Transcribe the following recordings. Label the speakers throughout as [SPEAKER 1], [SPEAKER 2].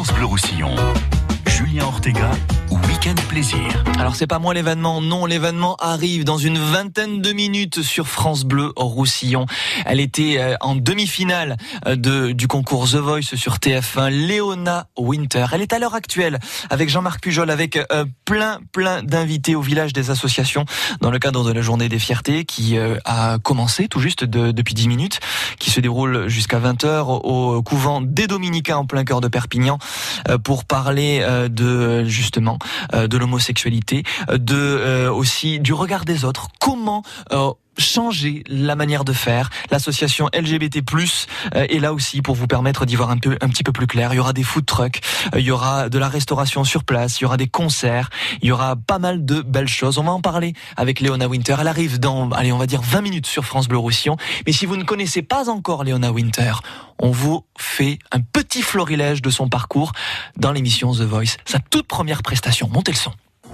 [SPEAKER 1] France Bleu Roussillon. Julien Ortega, Week-end Plaisir.
[SPEAKER 2] Alors c'est pas moi l'événement, non, l'événement arrive dans une vingtaine de minutes sur France Bleu Roussillon. Elle était en demi-finale du concours The Voice sur TF1, Léona Winter. Elle est à l'heure actuelle avec Jean-Marc Pujol, avec plein d'invités au village des associations dans le cadre de la journée des fiertés qui a commencé tout juste depuis 10 minutes, qui se déroule jusqu'à 20h au couvent des Dominicains en plein cœur de Perpignan pour parler de justement de l'homosexualité, aussi du regard des autres. Comment changer la manière de faire. L'association LGBT+ est là aussi pour vous permettre d'y voir un petit peu plus clair. Il y aura des food trucks, il y aura de la restauration sur place, il y aura des concerts, il y aura pas mal de belles choses. On va en parler avec Léona Winter. Elle arrive dans, on va dire 20 minutes sur France Bleu Roussillon. Mais si vous ne connaissez pas encore Léona Winter, on vous fait un petit florilège de son parcours dans l'émission The Voice. Sa toute première prestation. Montez le son.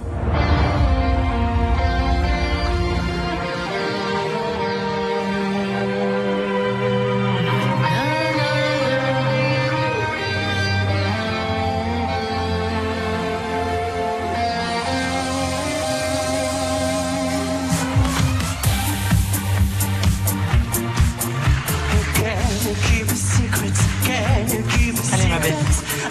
[SPEAKER 3] Allez ma belle.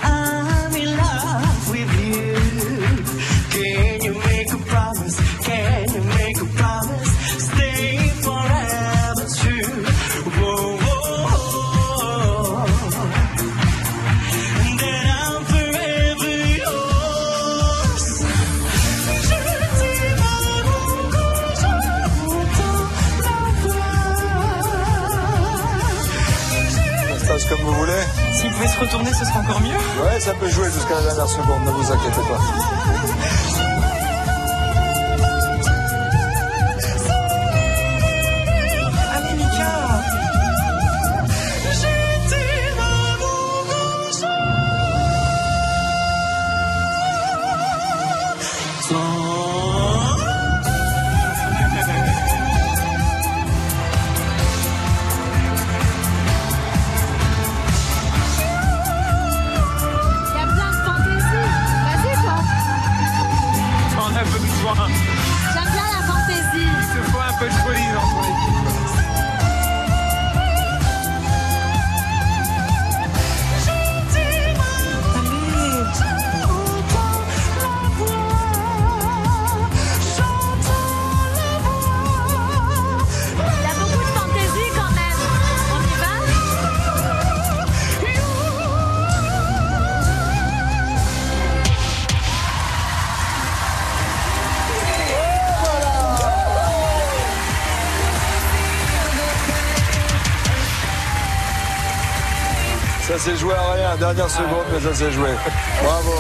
[SPEAKER 4] Comme vous voulez.
[SPEAKER 3] S'il pouvait se retourner, ce serait encore mieux.
[SPEAKER 4] Ouais, ça peut jouer jusqu'à la dernière seconde, ne vous inquiétez pas.
[SPEAKER 3] Allez, Mika.
[SPEAKER 5] J'aime bien la fantaisie.
[SPEAKER 3] Il se faut un peu de folie dans son équipe.
[SPEAKER 5] Il y a beaucoup de fantaisie quand même. On y va ?
[SPEAKER 4] Ça s'est joué à rien, dernière seconde, mais ça s'est joué. Bravo.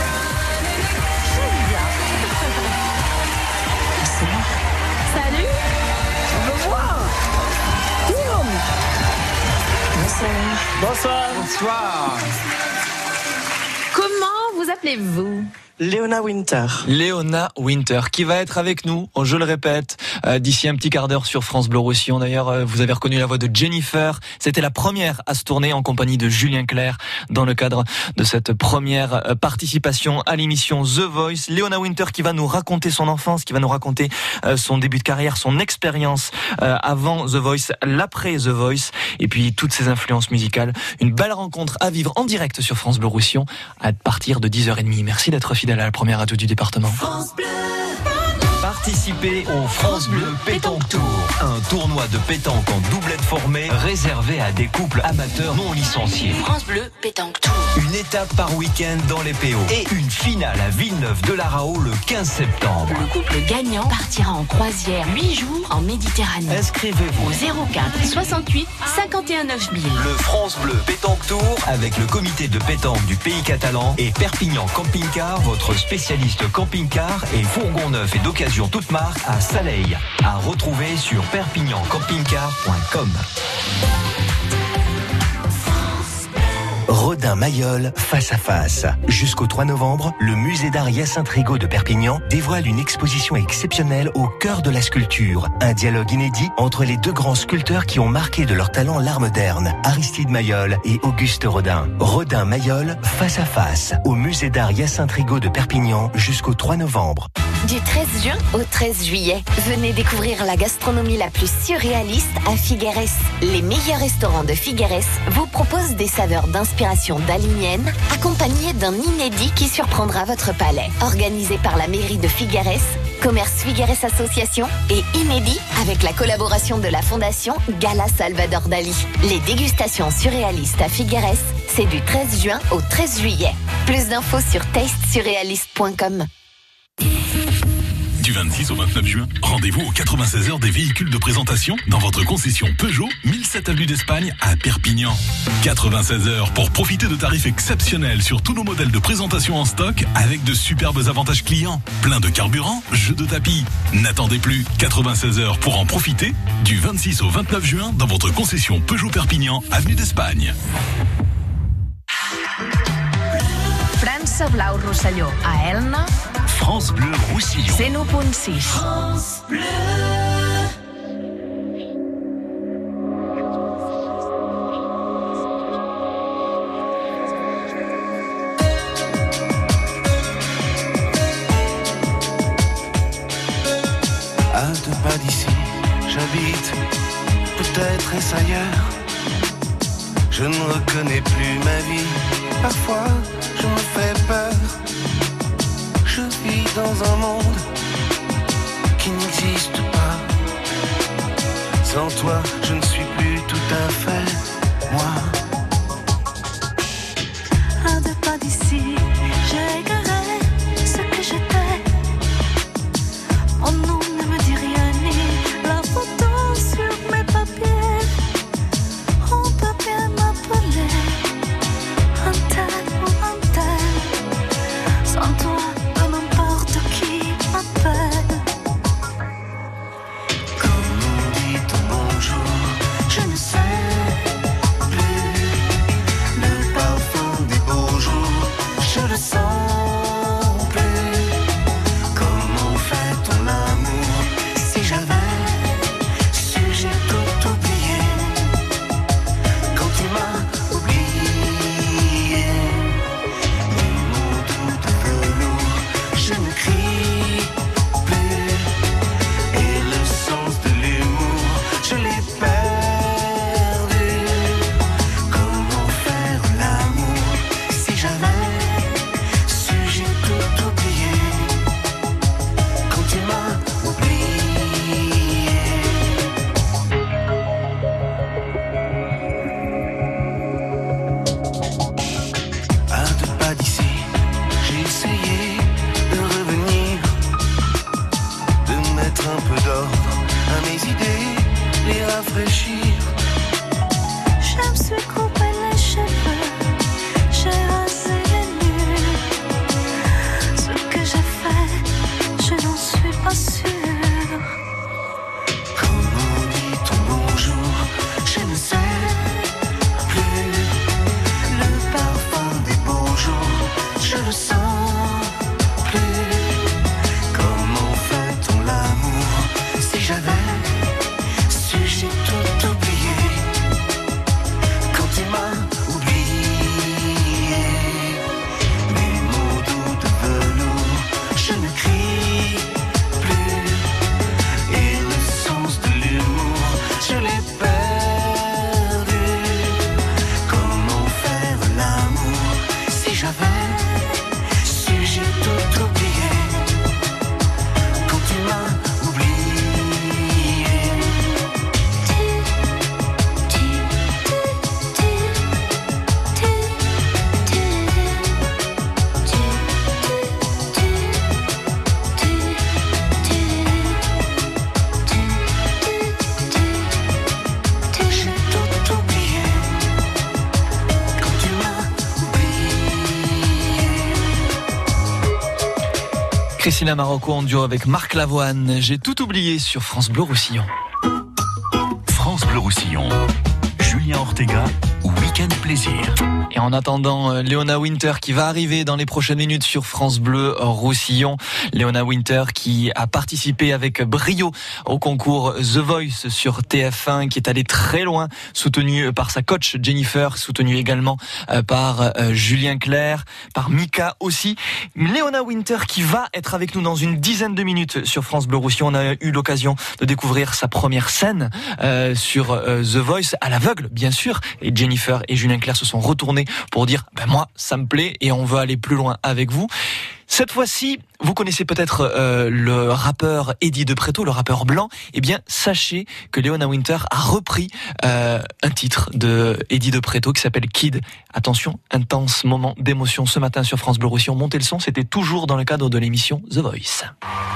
[SPEAKER 5] Salut.
[SPEAKER 3] On me voit.
[SPEAKER 4] Bonsoir.
[SPEAKER 3] Bonsoir.
[SPEAKER 5] Comment vous appelez-vous ?
[SPEAKER 3] Léona Winter.
[SPEAKER 2] Léona Winter, qui va être avec nous, je le répète, d'ici un petit quart d'heure sur France Bleu Roussillon. D'ailleurs, vous avez reconnu la voix de Jennifer. C'était la première à se tourner en compagnie de Julien Clerc dans le cadre de cette première participation à l'émission The Voice. Léona Winter qui va nous raconter son enfance, qui va nous raconter son début de carrière, son expérience avant The Voice, l'après The Voice, et puis toutes ses influences musicales. Une belle rencontre à vivre en direct sur France Bleu Roussillon à partir de 10h30. Merci d'être fidèle à la première radio du département.
[SPEAKER 6] Participez au France Bleu Pétanque Tour, un tournoi de pétanque en doublette formée réservé à des couples amateurs non licenciés.
[SPEAKER 7] France Bleu Pétanque Tour.
[SPEAKER 6] Une étape par week-end dans les PO et une finale à Villeneuve-de-la-Raho le 15 septembre.
[SPEAKER 7] Le couple gagnant partira en croisière 8 jours en Méditerranée.
[SPEAKER 6] Inscrivez-vous
[SPEAKER 7] Au 04 68 51 9000.
[SPEAKER 6] Le France Bleu Pétanque Tour avec le comité de pétanque du pays catalan et Perpignan Camping Car, votre spécialiste camping-car et fourgon neuf et d'occasion toute marque à Saleil. À retrouver sur perpignancampingcar.com. Rodin-Mayol, face à face. Jusqu'au 3 novembre, le musée d'art Hyacinthe Rigaud de Perpignan dévoile une exposition exceptionnelle au cœur de la sculpture. Un dialogue inédit entre les deux grands sculpteurs qui ont marqué de leur talent l'art moderne, Aristide Mayol et Auguste Rodin. Rodin-Mayol, face à face, au musée d'art Hyacinthe Rigaud de Perpignan jusqu'au 3 novembre.
[SPEAKER 7] Du 13 juin au 13 juillet, venez découvrir la gastronomie la plus surréaliste à Figueres. Les meilleurs restaurants de Figueres vous proposent des saveurs d'inspiration dalinienne, accompagnées d'un inédit qui surprendra votre palais. Organisé par la mairie de Figueres, Commerce Figueres Association et inédit avec la collaboration de la fondation Gala Salvador Dali. Les dégustations surréalistes à Figueres, c'est du 13 juin au 13 juillet. Plus d'infos sur tastesurrealist.com.
[SPEAKER 1] Du 26 au 29 juin, rendez-vous aux 96 heures des véhicules de présentation dans votre concession Peugeot, 1007 avenue d'Espagne à Perpignan. 96 heures pour profiter de tarifs exceptionnels sur tous nos modèles de présentation en stock avec de superbes avantages clients. Plein de carburant, jeux de tapis. N'attendez plus, 96 heures pour en profiter du 26 au 29 juin dans votre concession Peugeot Perpignan, avenue d'Espagne.
[SPEAKER 8] França Blau Rosselló a Elna.
[SPEAKER 1] France Bleu Roussillon.
[SPEAKER 8] 101.6.
[SPEAKER 5] France Bleu.
[SPEAKER 9] À 2 pas d'ici, j'habite, peut-être est-ce ailleurs. Je ne reconnais plus ma vie, parfois je me fais peur. Je vis dans un monde qui n'existe pas. Sans toi, je ne suis plus tout à fait moi.
[SPEAKER 5] À 2 pas d'ici, j'ai égaré ce que j'étais. Mon nom ne me dit rien ni la photo sur mes papiers. On peut bien m'appeler un tel ou un tel. Sans toi, n'importe qui m'appelle.
[SPEAKER 9] Comment dit ton bonjour,
[SPEAKER 5] Je ne sais
[SPEAKER 9] plus le parfum des beaux jours.
[SPEAKER 5] je le sens
[SPEAKER 9] Plus comment fait-on l'amour.
[SPEAKER 5] si j'avais su, j'ai tout oublié.
[SPEAKER 9] Quand tu m'as oublié, les mots doux de velours, je ne crie plus. Et le sens de l'humour, je l'ai perdu. Comment faire l'amour
[SPEAKER 5] Si j'avais
[SPEAKER 9] su, j'ai tout oublié. Quand tu m'as oublié. À 2 pas d'ici, j'ai essayé de revenir, de mettre un peu d'ordre à mes idées, les rafraîchir.
[SPEAKER 5] je me suis coupé les cheveux, j'ai rasé les nues. Ce que j'ai fait, je n'en suis pas sûre.
[SPEAKER 9] Comment dit ton bonjour, je ne sais plus. Le parfum des beaux jours, je le sens plus. Comment fait-on l'amour, si j'avais su, j'ai tout oublié. Quand tu m'as oublié, mes mots doux de velours, je ne crie plus. Et le sens de l'humour, je l'ai perdu. Comment faire l'amour, si j'avais su, j'ai tout oublié. Quand tu m'as oublié. J'ai tout oublié. Quand tu m'as oublié.
[SPEAKER 2] Christina Marocco en duo avec Marc Lavoine. J'ai tout oublié sur France Bleu Roussillon.
[SPEAKER 1] France Bleu Roussillon. Julien Ortega, week-end. Week-end plaisir.
[SPEAKER 2] Et en attendant, Léona Winter qui va arriver dans les prochaines minutes sur France Bleu Roussillon. Léona Winter qui a participé avec brio au concours The Voice sur TF1, qui est allé très loin, soutenu par sa coach Jennifer, soutenu également par Julien Clerc, par Mika aussi. Léona Winter qui va être avec nous dans une dizaine de minutes sur France Bleu Roussillon. On a eu l'occasion de découvrir sa première scène sur The Voice à l'aveugle, bien sûr. Et Jennifer et Julien Clerc se sont retournés pour dire moi ça me plaît et on veut aller plus loin avec vous. Cette fois-ci, vous connaissez peut-être le rappeur Eddie de Pretto, le rappeur blanc. Eh bien, sachez que Léona Winter a repris un titre de Eddie de Pretto qui s'appelle Kid. Attention, intense moment d'émotion ce matin sur France Bleu Roussillon. Montez le son, c'était toujours dans le cadre de l'émission The Voice.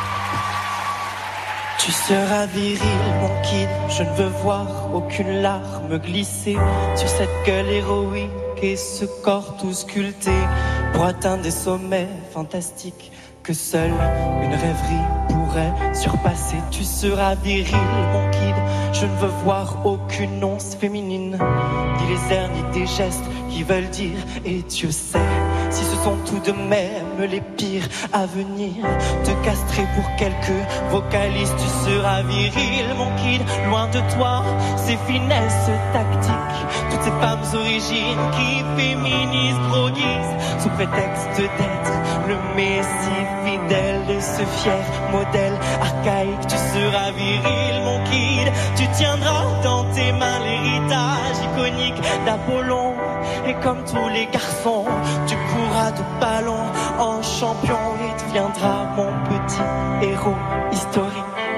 [SPEAKER 3] Tu seras viril, mon kid, je ne veux voir aucune larme glisser sur cette gueule héroïque et ce corps tout sculpté pour atteindre des sommets fantastiques que seule une rêverie pourrait surpasser. Tu seras viril, mon kid, je ne veux voir aucune once féminine, ni les airs ni des gestes qui veulent dire, et Dieu sait si ce sont tout de même les pires à venir, te castrer pour quelques vocalistes. Tu seras viril, mon kid, loin de toi ces finesses tactiques, toutes ces femmes origines qui féminisent, droguisent sous prétexte d'être le messie fidèle de ce fier modèle archaïque. Tu seras viril, mon kid, tu tiendras dans tes mains l'héritage iconique d'Apollon, et comme tous les garçons tu courras de ballon en champion et deviendras mon petit héros historique.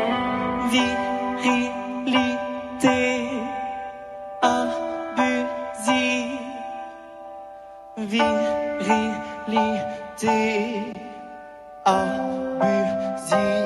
[SPEAKER 3] Virilité abusive, virilité abusive.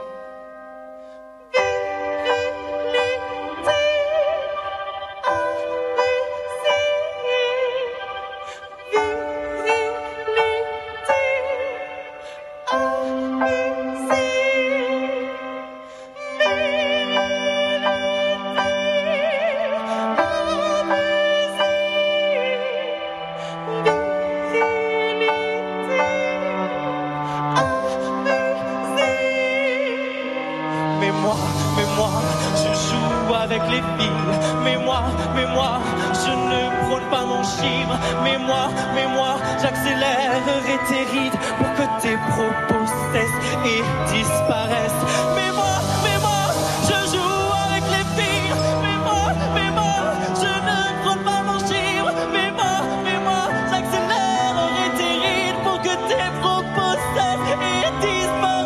[SPEAKER 3] Mais moi, je joue avec les filles. Mais moi, je ne prône pas mon chibre. Mais moi, j'accélérerai tes rides pour que tes propos cessent et disparaissent. Mais moi, je joue avec les filles. Mais moi, je ne prône pas mon chibre. Mais moi, j'accélérerai tes rides pour que tes propos cessent et disparaissent.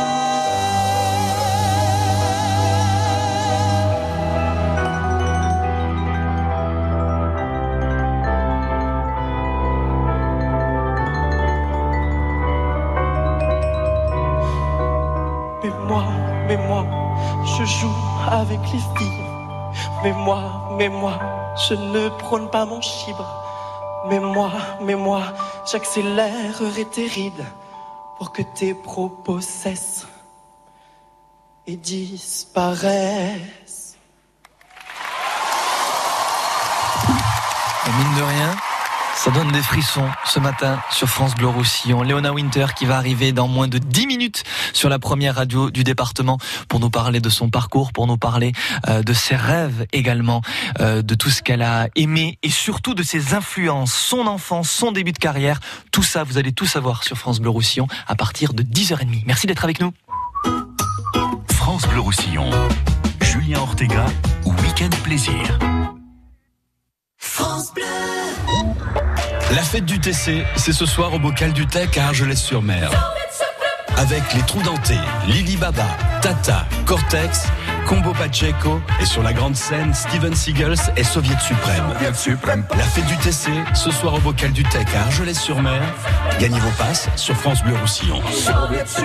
[SPEAKER 3] Mais moi, je joue avec les filles. Mais moi, je ne prône pas mon chibre. Mais moi, j'accélérerai tes rides pour que tes propos cessent et disparaissent.
[SPEAKER 2] Et mine de rien, ça donne des frissons ce matin sur France Bleu Roussillon. Léona Winter qui va arriver dans moins de 10 minutes sur la première radio du département pour nous parler de son parcours, pour nous parler de ses rêves également, de tout ce qu'elle a aimé et surtout de ses influences, son enfance, son début de carrière. Tout ça, vous allez tout savoir sur France Bleu Roussillon à partir de 10h30. Merci d'être avec nous.
[SPEAKER 1] France Bleu Roussillon, Julien Ortega, Week-end plaisir.
[SPEAKER 5] France Bleu.
[SPEAKER 10] La fête du TC, c'est ce soir au Bocal du Tech à Argelès-sur-Mer. Avec les Trous Dentés, Lily Baba, Tata, Cortex, Combo Pacheco et sur la grande scène, Steven Seagulls et Soviet Suprême. La fête du TC, ce soir au Bocal du Tech à Argelès-sur-Mer. Gagnez vos passes sur France Bleu Roussillon.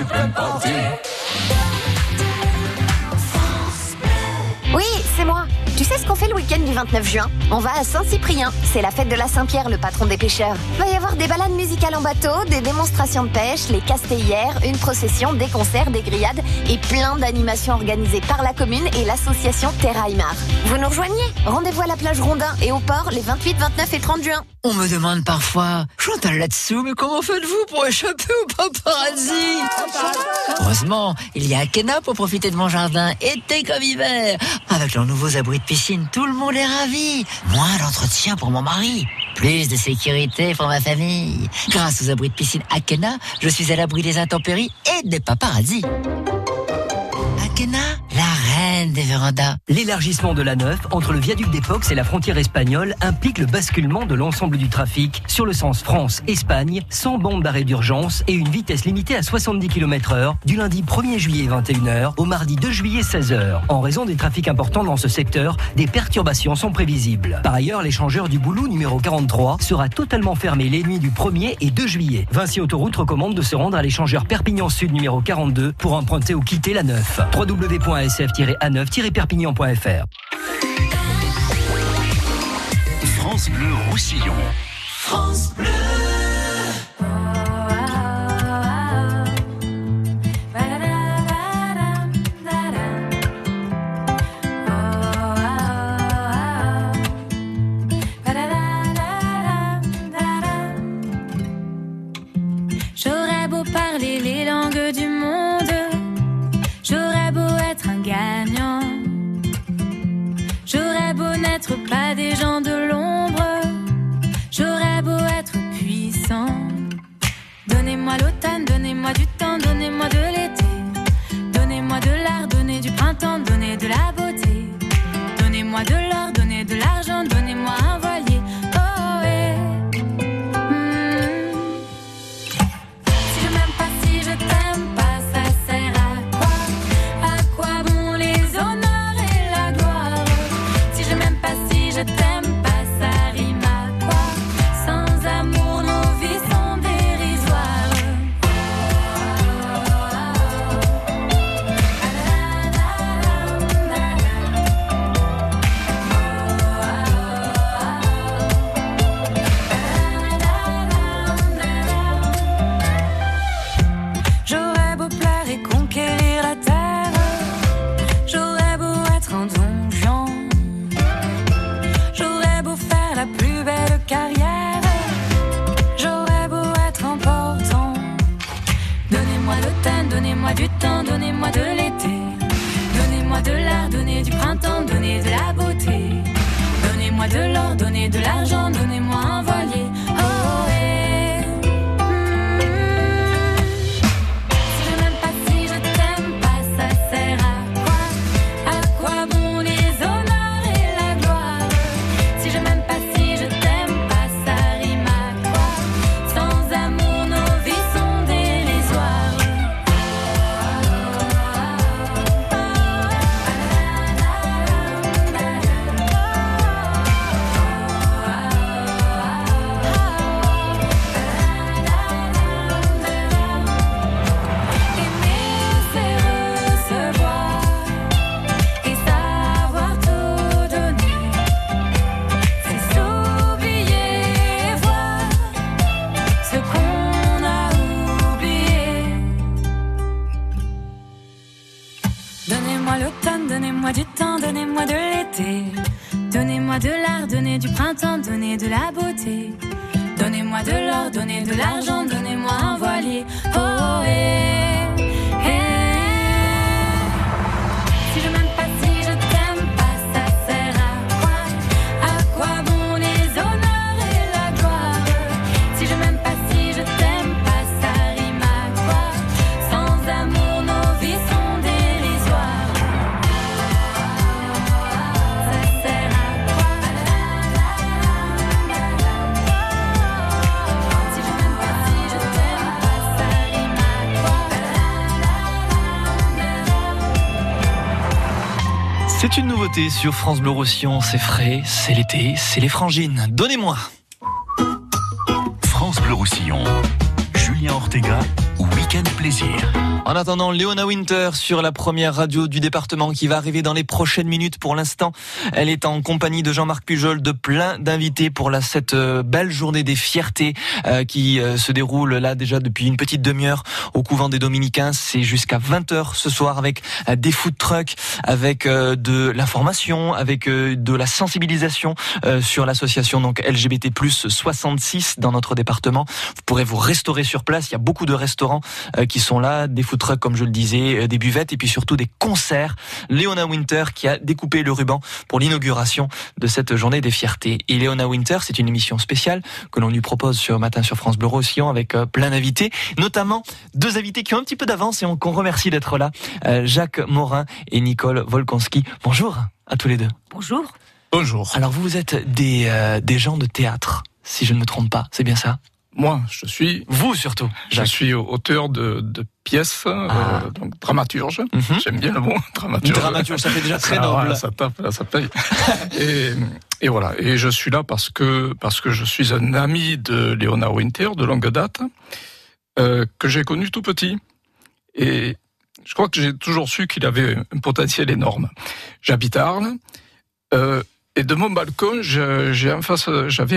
[SPEAKER 7] Oui, c'est moi. Tu sais ce qu'on fait le week-end du 29 juin? On va à Saint-Cyprien. C'est la fête de la Saint-Pierre, le patron des pêcheurs. Va y avoir des balades musicales en bateau, des démonstrations de pêche, les castellières, une procession, des concerts, des grillades et plein d'animations organisées par la commune et l'association Terra Aymar. Vous nous rejoignez? Rendez-vous à la plage Rondin et au port les 28, 29 et 30 juin.
[SPEAKER 11] On me demande parfois, Chantal là-dessous, mais comment faites-vous pour échapper au paparazzi? Heureusement, il y a Akena pour profiter de mon jardin, été comme hiver. Avec leurs nouveaux abris de piscine, tout le monde est ravi. Moins d'entretien pour mon mari, plus de sécurité pour ma famille. Grâce aux abris de piscine Akena, je suis à l'abri des intempéries et des paparazzis. Akena, la reine des vérandas.
[SPEAKER 12] L'élargissement de l'A9 entre le viaduc des Fox et la frontière espagnole implique le basculement de l'ensemble du trafic sur le sens France-Espagne, sans bande d'arrêt d'urgence et une vitesse limitée à 70 km/h du lundi 1er juillet 21h au mardi 2 juillet 16h. En raison des trafics importants dans ce secteur, des perturbations sont prévisibles. Par ailleurs, l'échangeur du Boulou numéro 43 sera totalement fermé les nuits du 1er et 2 juillet. Vinci Autoroute recommande de se rendre à l'échangeur Perpignan Sud numéro 42 pour emprunter ou quitter l'A9. www.sf-a9-perpignan.fr.
[SPEAKER 1] France Bleu Roussillon.
[SPEAKER 5] France Bleu.
[SPEAKER 13] J'aurais beau parler les langues du monde, j'aurais beau être un gagnant, j'aurais beau n'être pas des gens de l'ombre, j'aurais beau être puissant. Donnez-moi l'automne, donnez-moi du temps, donnez-moi de l'été, donnez-moi de l'art, donnez du printemps, donnez de la beauté, donnez-moi de l'or, donnez de l'argent, donnez-moi un voilier. Oh yeah. Si je m'aime pas, si je t'aime pas, ça sert à quoi? À quoi bon les honneurs et la gloire? Si je m'aime pas, si je t'aime pas, ça rime à quoi? Sans amour, nos vies sont dérisoires. J'aurais beau plaire et conquérir la terre, j'aurais beau être un donjon, j'aurais beau faire la plus belle carrière, j'aurais beau être important. Donnez-moi l'automne, donnez-moi du temps, donnez-moi de l'été, donnez-moi de l'art, donnez du printemps, donnez de la beauté, donnez-moi de l'or, donnez de l'argent, donnez-moi un voilier. Oh yeah. Si je m'aime pas, si je t'aime pas, ça sert à quoi? À quoi bon les honneurs et la gloire? Si je m'aime pas, si je t'aime pas, ça rime à quoi? Sans amour, nos vies sont dérisoires. Aimer, c'est recevoir et savoir tout donner. C'est s'oublier et voir ce qu'on a oublié. Donnez-moi l'automne, donnez-moi du temps, donnez-moi de l'été, donnez-moi de l'art, donnez du printemps, donnez de la beauté, donnez-moi de l'or, donnez de l'argent, donnez-moi un voilier. Oh yeah, yeah. Si je m'aime pas, si je t'aime pas, ça sert à quoi? À quoi bon les honneurs et la gloire? Si je m'aime pas, si je t'aime pas, ça rime à quoi? Sans amour, nos vies sont dérisoires. Ça sert à quoi? Si je m'aime pas, si je t'aime pas, ça rime à quoi?
[SPEAKER 2] C'est une nouveauté sur France Bleu Roussillon, c'est frais, c'est l'été, c'est les frangines. Donnez-moi.
[SPEAKER 1] France Bleu Roussillon. Julien Ortega
[SPEAKER 6] ou week-end plaisir.
[SPEAKER 2] En attendant, Léona Winter sur la première radio du département qui va arriver dans les prochaines minutes. Pour l'instant, elle est en compagnie de Jean-Marc Pujol, de plein d'invités pour cette belle journée des fiertés qui se déroule là déjà depuis une petite demi-heure au couvent des Dominicains. C'est jusqu'à 20h ce soir avec des food trucks, avec de l'information, avec de la sensibilisation sur l'association donc LGBT+ 66 dans notre département. Vous pourrez vous restaurer sur place. Il y a beaucoup de restaurants qui sont là, des food trucks comme je le disais, des buvettes et puis surtout des concerts. Léona Winter qui a découpé le ruban pour l'inauguration de cette journée des fiertés. Et Léona Winter, c'est une émission spéciale que l'on lui propose ce matin sur France Bleu Roussillon avec plein d'invités, notamment 2 invités qui ont un petit peu d'avance et qu'on remercie d'être là, Jacques Morin et Nicole Volkonski. Bonjour à tous les deux.
[SPEAKER 14] Bonjour.
[SPEAKER 10] Bonjour.
[SPEAKER 2] Alors vous êtes des gens de théâtre, si je ne me trompe pas, c'est bien ça ?
[SPEAKER 15] Moi, je suis...
[SPEAKER 2] Vous surtout, Jacques.
[SPEAKER 15] Je suis auteur de pièces, donc dramaturge. J'aime bien le mot dramaturge.
[SPEAKER 2] Dramaturge, ça fait déjà très noble.
[SPEAKER 15] Ouais, ça tape, là, ça paye. et voilà. Et je suis là parce que je suis un ami de Léona Winter, de longue date, que j'ai connu tout petit. Et je crois que j'ai toujours su qu'il avait un potentiel énorme. J'habite à Arles. Et de mon balcon, j'avais en face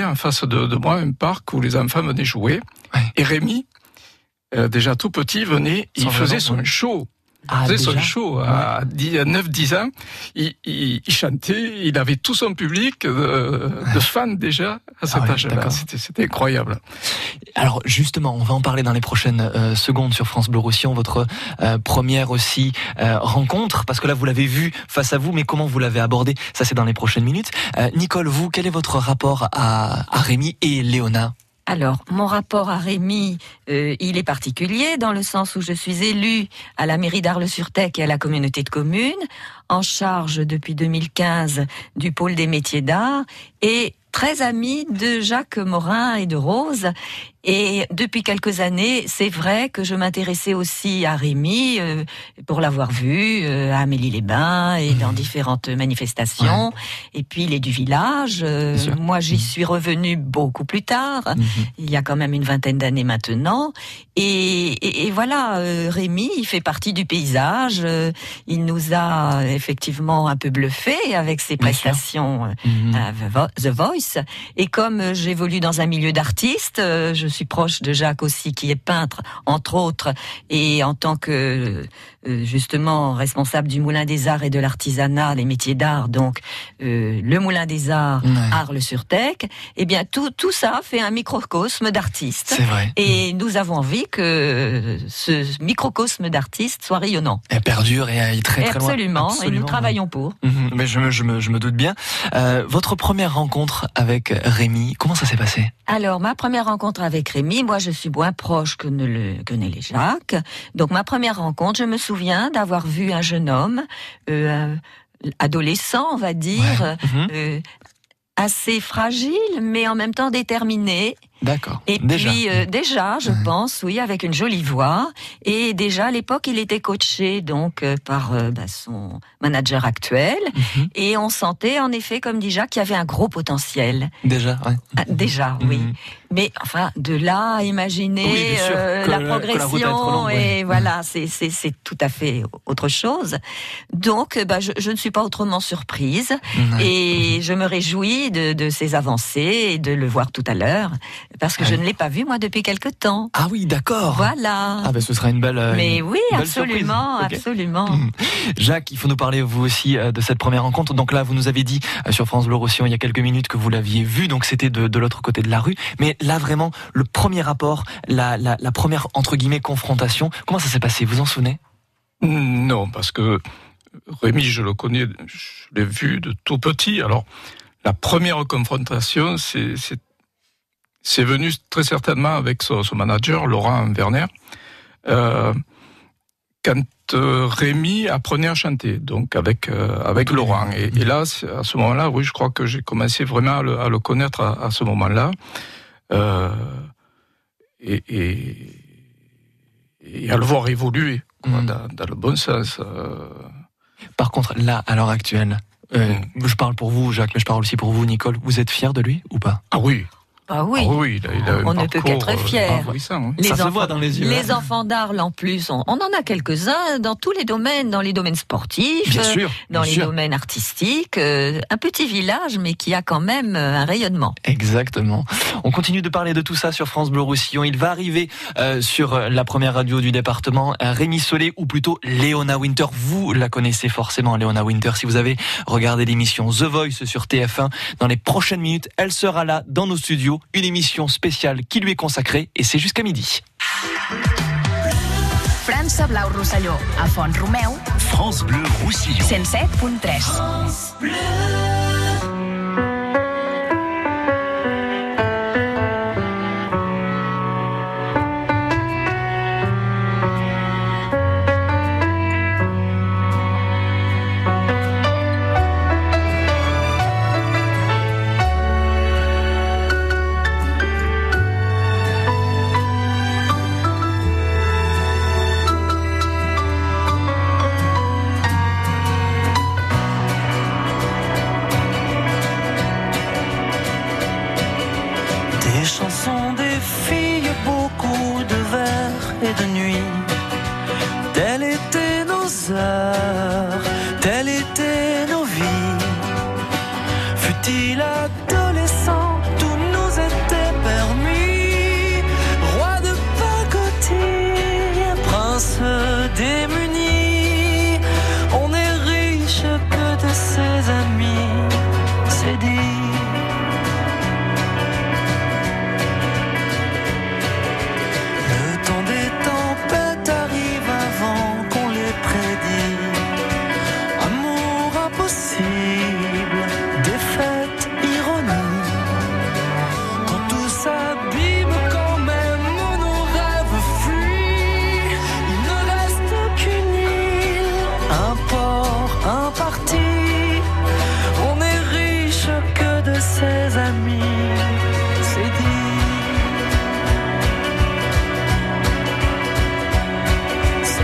[SPEAKER 15] de moi un parc où les enfants venaient jouer. Ouais. Et Rémi, déjà tout petit, venait, il faisait son show. Son show à 9-10 ans. Il chantait, il avait tout son public de fans déjà à cet âge-là. C'était incroyable.
[SPEAKER 2] Alors justement, on va en parler dans les prochaines secondes sur France Bleu Roussillon, votre première aussi rencontre, parce que là vous l'avez vu face à vous, mais comment vous l'avez abordé, ça c'est dans les prochaines minutes. Nicole, vous, quel est votre rapport à Rémi et Léona ?
[SPEAKER 14] Alors, mon rapport à Rémi, il est particulier dans le sens où je suis élue à la mairie d'Arles-sur-Tech et à la communauté de communes, en charge depuis 2015 du pôle des métiers d'art et très amie de Jacques Morin et de Rose. Et depuis quelques années, c'est vrai que je m'intéressais aussi à Rémi pour l'avoir vu à Amélie-les-Bains et dans différentes manifestations. Ouais. Et puis il est du village. Moi, j'y suis revenue beaucoup plus tard. Il y a quand même une vingtaine d'années maintenant. Et voilà, Rémi, il fait partie du paysage. Il nous a effectivement un peu bluffé avec ses prestations à The Voice. Et comme j'évolue dans un milieu d'artistes, je suis proche de Jacques aussi, qui est peintre, entre autres, et en tant que justement responsable du Moulin des Arts et de l'Artisanat, les métiers d'art, donc le Moulin des Arts, Arles-sur-Tech, eh bien tout ça fait un microcosme d'artistes.
[SPEAKER 2] C'est vrai.
[SPEAKER 14] Et nous avons envie que ce microcosme d'artistes soit rayonnant.
[SPEAKER 2] Et perdure et aille très très loin.
[SPEAKER 14] Absolument, et nous travaillons pour.
[SPEAKER 2] Mais je me doute bien. Votre première rencontre avec Rémi, comment ça s'est passé ?
[SPEAKER 14] Alors, ma première rencontre avec Rémi, moi je suis moins proche que ne l'est Jacques. Donc ma première rencontre, je me souviens d'avoir vu un jeune homme, adolescent on va dire, assez fragile mais en même temps déterminé.
[SPEAKER 2] D'accord.
[SPEAKER 14] Et puis déjà, je pense, oui, avec une jolie voix. Et déjà à l'époque, il était coaché donc par son manager actuel. Et on sentait en effet, comme dit Jacques, qu'il y avait un gros potentiel.
[SPEAKER 2] Déjà, ouais.
[SPEAKER 14] Déjà, oui. Mais enfin, de là à imaginer la progression, et voilà, c'est tout à fait autre chose. Donc, je ne suis pas autrement surprise. Et je me réjouis de ces avancées et de le voir tout à l'heure. Parce que je ne l'ai pas vu, moi, depuis quelque temps.
[SPEAKER 2] Ah oui, d'accord.
[SPEAKER 14] Voilà.
[SPEAKER 2] Ah ce sera une belle
[SPEAKER 14] Mais oui,
[SPEAKER 2] belle
[SPEAKER 14] absolument,
[SPEAKER 2] surprise.
[SPEAKER 14] absolument.
[SPEAKER 2] Jacques, il faut nous parler, vous aussi, de cette première rencontre. Donc là, vous nous avez dit, sur France Bleu Roussillon, il y a quelques minutes, que vous l'aviez vu, donc c'était de l'autre côté de la rue. Mais là, vraiment, le premier rapport, la première, entre guillemets, confrontation, comment ça s'est passé ? Vous en souvenez ?
[SPEAKER 15] Non, parce que Rémi, je le connais, je l'ai vu de tout petit. Alors, la première confrontation, c'est venu très certainement avec son manager, Laurent Werner, quand Rémi apprenait à chanter, donc avec Laurent. Et là, à ce moment-là, oui, je crois que j'ai commencé vraiment à le connaître à ce moment-là. Et à le voir évoluer dans le bon sens.
[SPEAKER 2] Par contre, là, à l'heure actuelle, je parle pour vous, Jacques, mais je parle aussi pour vous, Nicole. Vous êtes fier de lui ou pas ?
[SPEAKER 15] Ah oui.
[SPEAKER 14] Ah oui, on ne peut qu'être fiers.
[SPEAKER 2] Ça se voit dans les yeux.
[SPEAKER 14] Les enfants d'Arles, en plus, on en a quelques-uns dans tous les domaines, dans les domaines sportifs,
[SPEAKER 2] bien sûr,
[SPEAKER 14] dans les domaines artistiques. Un petit village, mais qui a quand même un rayonnement.
[SPEAKER 2] Exactement. On continue de parler de tout ça sur France Bleu Roussillon. Il va arriver sur la première radio du département, Rémi Solé, ou plutôt Léona Winter. Vous la connaissez forcément, Léona Winter, si vous avez regardé l'émission The Voice sur TF1. Dans les prochaines minutes, elle sera là dans nos studios. Une émission spéciale qui lui est consacrée et c'est jusqu'à midi.
[SPEAKER 8] France Blau Rosselló, a Font-romeu.
[SPEAKER 1] France Bleu Roussillon.
[SPEAKER 8] 107.3.
[SPEAKER 5] France Bleu.
[SPEAKER 3] Chansons des filles, beaucoup de vers et de nuits. Telles étaient nos heures, telles étaient nos vies. Fut-il adolescent, tout nous était permis. Roi de pacotille, prince démuni. On est riche que de ses amis, c'est dit. Ses amis, c'est dit. C'est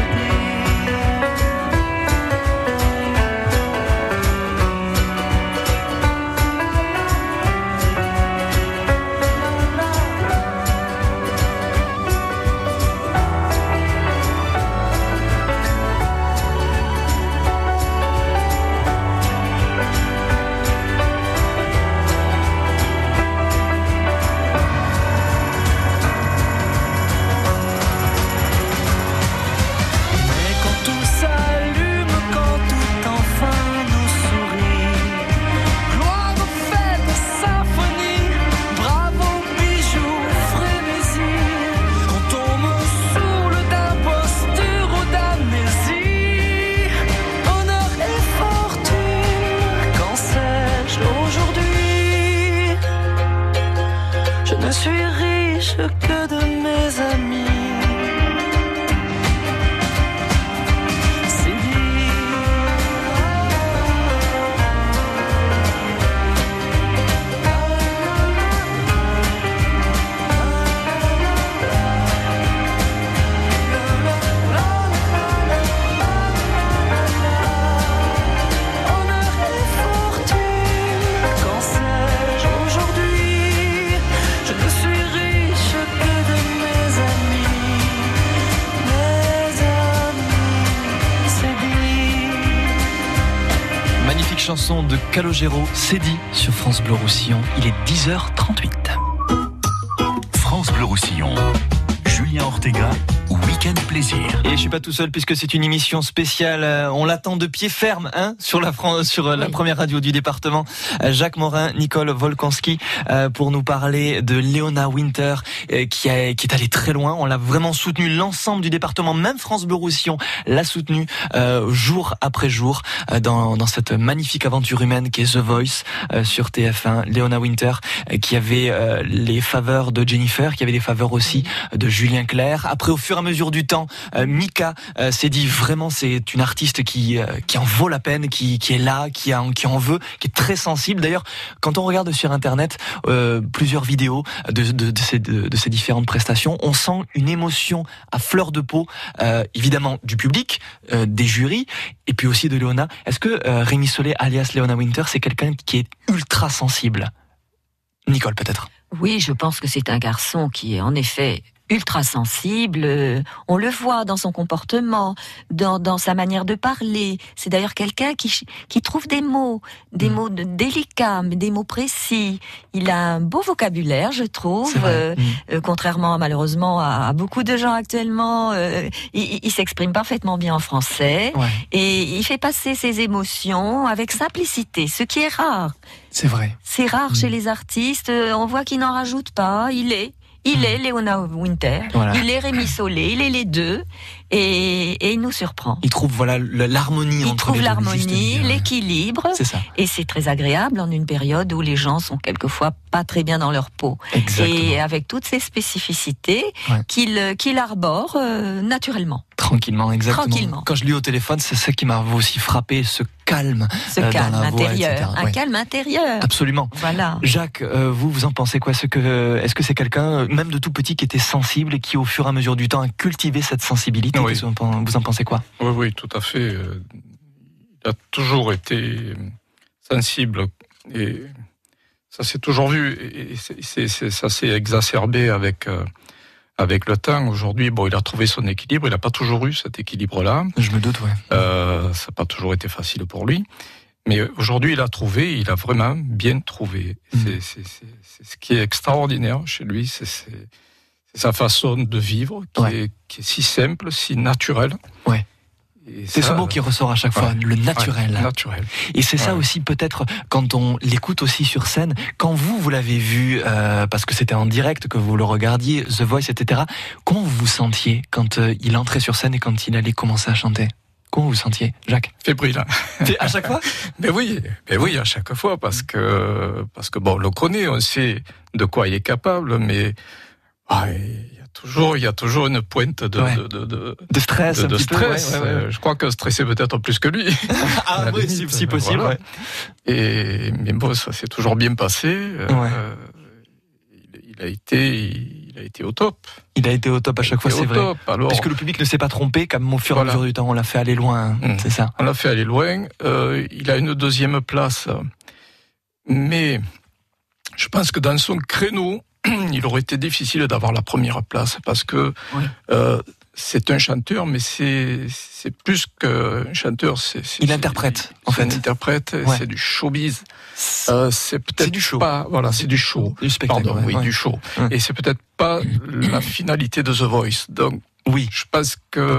[SPEAKER 3] que de mes amis.
[SPEAKER 2] Chanson de Calogero, c'est dit sur France Bleu Roussillon. Il est 10h38.
[SPEAKER 1] France Bleu Roussillon. Julien Ortega, Week-end Plaisir.
[SPEAKER 2] Et je suis pas tout seul puisque c'est une émission spéciale. On l'attend de pied ferme, sur la première radio du département. Jacques Morin, Nicole Volkonski, pour nous parler de Léona Winter, qui est allée très loin. On l'a vraiment soutenu, l'ensemble du département, même France Bleu Roussillon l'a soutenu jour après jour dans cette magnifique aventure humaine qui est The Voice sur TF1. Léona Winter, qui avait les faveurs de Jennifer, qui avait les faveurs aussi de Julien Clerc. Après, au fur et à mesure du temps, Mika s'est dit vraiment c'est une artiste qui en vaut la peine, qui est là, qui en veut, qui est très sensible. D'ailleurs, quand on regarde sur internet plusieurs vidéos de ces différentes prestations, on sent une émotion à fleur de peau, évidemment du public, des jurys, et puis aussi de Léona. Est-ce que Rémi Solé, alias Léona Winter, c'est quelqu'un qui est ultra sensible? Nicole, peut-être.
[SPEAKER 14] Oui, je pense que c'est un garçon qui est en effet ultra sensible. On le voit dans son comportement, dans sa manière de parler. C'est d'ailleurs quelqu'un qui trouve des mots délicats, mais des mots précis. Il a un beau vocabulaire, je trouve. Contrairement malheureusement à beaucoup de gens actuellement, il s'exprime parfaitement bien en français et il fait passer ses émotions avec simplicité, ce qui est rare.
[SPEAKER 2] C'est vrai.
[SPEAKER 14] C'est rare chez les artistes. On voit qu'il n'en rajoute pas. Il est Léona Winter, il est Rémi Solé, il est les deux, et il nous surprend.
[SPEAKER 2] Il trouve l'harmonie entre les deux.
[SPEAKER 14] Il trouve l'harmonie, l'équilibre,
[SPEAKER 2] c'est ça.
[SPEAKER 14] Et c'est très agréable en une période où les gens sont quelquefois pas très bien dans leur peau.
[SPEAKER 2] Exactement.
[SPEAKER 14] Et avec toutes ces spécificités qu'il arbore naturellement.
[SPEAKER 2] Tranquillement, exactement.
[SPEAKER 14] Tranquillement.
[SPEAKER 2] Quand je l'ai eu au téléphone, c'est ça qui m'a aussi frappé, ce calme dans la
[SPEAKER 14] intérieur,
[SPEAKER 2] voix, etc.
[SPEAKER 14] un calme intérieur.
[SPEAKER 2] Absolument.
[SPEAKER 14] Voilà.
[SPEAKER 2] Jacques, vous en pensez quoi? Est-ce que c'est quelqu'un, même de tout petit, qui était sensible et qui, au fur et à mesure du temps, a cultivé cette sensibilité?
[SPEAKER 15] Oui.
[SPEAKER 2] Vous en pensez quoi?
[SPEAKER 15] Oui, tout à fait. Il a toujours été sensible et ça s'est toujours vu. Et ça s'est exacerbé avec le temps. Aujourd'hui, il a trouvé son équilibre. Il n'a pas toujours eu cet équilibre-là.
[SPEAKER 2] Je me doute,
[SPEAKER 15] ça n'a pas toujours été facile pour lui. Mais aujourd'hui, il a vraiment bien trouvé. C'est ce qui est extraordinaire chez lui. C'est sa façon de vivre qui est si simple, si naturelle.
[SPEAKER 2] Ouais. C'est ce mot qui ressort à chaque fois, le naturel.
[SPEAKER 15] Naturel.
[SPEAKER 2] Et c'est ça aussi peut-être quand on l'écoute aussi sur scène, quand vous l'avez vu, parce que c'était en direct que vous le regardiez, The Voice, etc. Comment vous vous sentiez quand il entrait sur scène et quand il allait commencer à chanter? Comment vous vous sentiez, Jacques?
[SPEAKER 15] Fébrile.
[SPEAKER 2] À chaque fois?
[SPEAKER 15] Mais oui, à chaque fois, parce que on le connaît, on sait de quoi il est capable, mais il y a toujours une pointe de
[SPEAKER 2] stress.
[SPEAKER 15] De stress. Je crois que stressé peut-être plus que lui.
[SPEAKER 2] Oui, si possible.
[SPEAKER 15] Voilà. Mais bon, ça s'est toujours bien passé. Il a été au top.
[SPEAKER 2] Il a été au top à chaque fois, c'est vrai. Puisque le public ne s'est pas trompé, comme au fur et à mesure du temps, on l'a fait aller loin. C'est ça.
[SPEAKER 15] On l'a fait aller loin. Il a une deuxième place, mais je pense que dans son créneau, il aurait été difficile d'avoir la première place parce que c'est un chanteur, mais c'est plus qu'un chanteur.
[SPEAKER 2] Il interprète, en fait.
[SPEAKER 15] Il interprète, c'est du showbiz. C'est peut-être
[SPEAKER 2] du show.
[SPEAKER 15] Pas, c'est du show.
[SPEAKER 2] Du spectacle.
[SPEAKER 15] Du show. Et c'est peut-être pas la finalité de The Voice. Donc, je pense que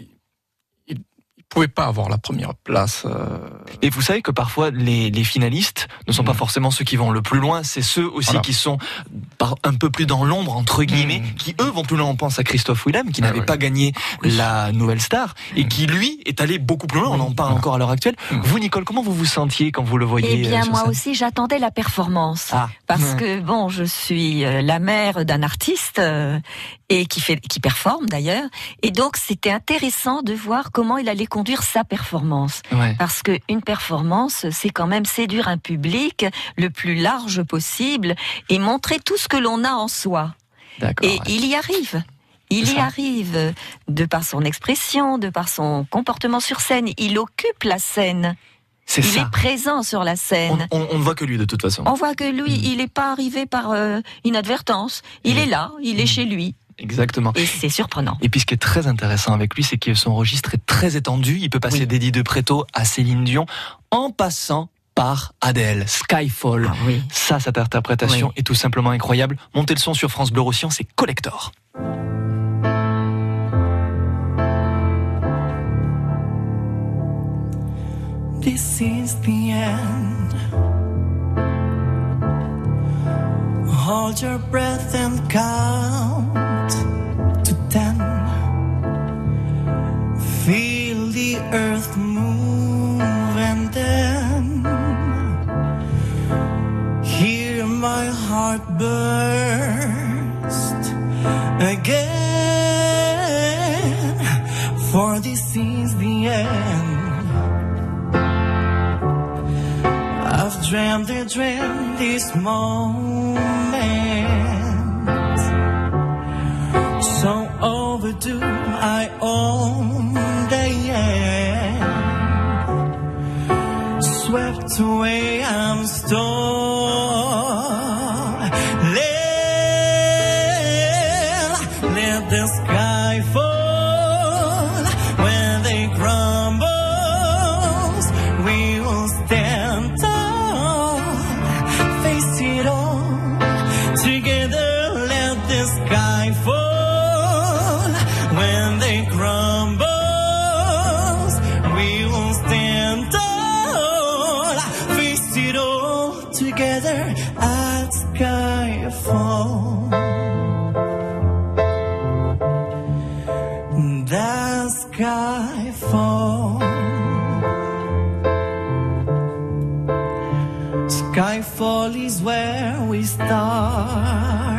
[SPEAKER 15] il pouvait pas avoir la première place.
[SPEAKER 2] Et vous savez que parfois les finalistes ne sont pas forcément ceux qui vont le plus loin, c'est ceux aussi qui sont un peu plus dans l'ombre entre guillemets, qui eux vont plus loin. On pense à Christophe Willem qui n'avait pas gagné la Nouvelle Star et qui lui est allé beaucoup plus loin. On en parle encore à l'heure actuelle. Vous, Nicole, comment vous vous sentiez quand vous le voyez?
[SPEAKER 14] Eh bien, moi
[SPEAKER 2] scène
[SPEAKER 14] aussi, j'attendais la performance parce que je suis la mère d'un artiste et qui performe d'ailleurs, et donc c'était intéressant de voir comment il allait conduire sa performance, parce que une performance, c'est quand même séduire un public le plus large possible et montrer tout ce que l'on a en soi. Et il y arrive. Il y arrive de par son expression, de par son comportement sur scène. Il occupe la scène. Il est présent sur la scène.
[SPEAKER 2] On ne voit que lui de toute façon.
[SPEAKER 14] On voit que lui, il n'est pas arrivé par inadvertance. Il est là, il est chez lui.
[SPEAKER 2] Exactement.
[SPEAKER 14] Et c'est surprenant.
[SPEAKER 2] Et puis ce qui est très intéressant avec lui, c'est que son registre est très étendu. Il peut passer d'Eddie de Pretto à Céline Dion, en passant par Adele, Skyfall. Ça, cette interprétation est tout simplement incroyable. Montez le son sur France Bleu Roussillon, c'est Collector.
[SPEAKER 16] This is the end. Hold your breath and count to 10. Feel the earth move and then hear my heart burst again. For this is the end. I've dreamed a dream this moment, so overdue I own the end. Swept away I'm stolen. let the sky fall. When they crumble, we will stand tall. Face it all together, let the sky fall. When they crumble, we will stand tall. Face it all together at skyfall. The skyfall. Skyfall is where we start.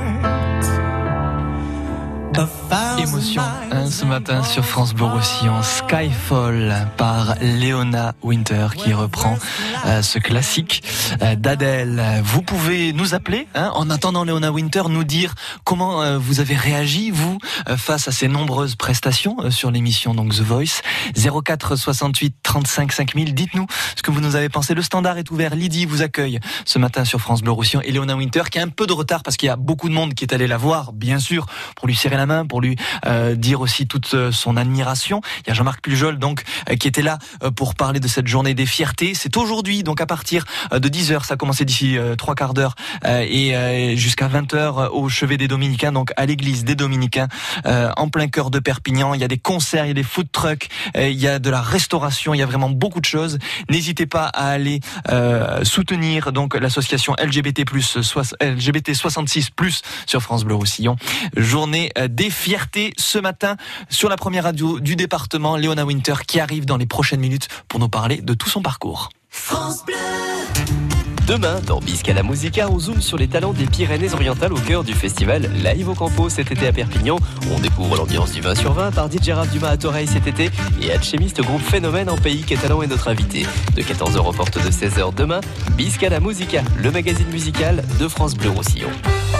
[SPEAKER 2] Émotion ce matin sur France Bleu Roussillon. Skyfall par Leona Winter qui reprend ce classique d'Adèle. Vous pouvez nous appeler en attendant Leona Winter, nous dire comment vous avez réagi vous face à ces nombreuses prestations sur l'émission donc The Voice. 04 68 35 5000. Dites-nous ce que vous nous avez pensé. Le standard est ouvert. Lydie vous accueille ce matin sur France Bleu Roussillon et Leona Winter qui a un peu de retard parce qu'il y a beaucoup de monde qui est allé la voir, bien sûr, pour lui serrer la main, pour lui dire aussi toute son admiration. Il y a Jean-Marc Pujol donc qui était là pour parler de cette journée des fiertés. C'est aujourd'hui donc à partir de 10h, ça a commencé d'ici 3 quarts d'heure et jusqu'à 20h au chevet des Dominicains, donc à l'église des Dominicains en plein cœur de Perpignan. Il y a des concerts, il y a des food trucks, il y a de la restauration, il y a vraiment beaucoup de choses. N'hésitez pas à aller soutenir donc l'association LGBT 66+ sur France Bleu Roussillon. Journée des fiertés ce matin sur la première radio du département, Leona Winter qui arrive dans les prochaines minutes pour nous parler de tout son parcours.
[SPEAKER 17] France Bleu. Demain, dans Bisque à la Musica, on zoome sur les talents des Pyrénées-Orientales au cœur du festival Live au Campo cet été à Perpignan. On découvre l'ambiance du 20 sur 20 par DJ Raph Dumas à Toreil cet été et Alchemist, groupe Phénomène en pays catalan est notre invité. De 14h aux portes de 16h demain, Bisque à la Musica, le magazine musical de France Bleu Roussillon.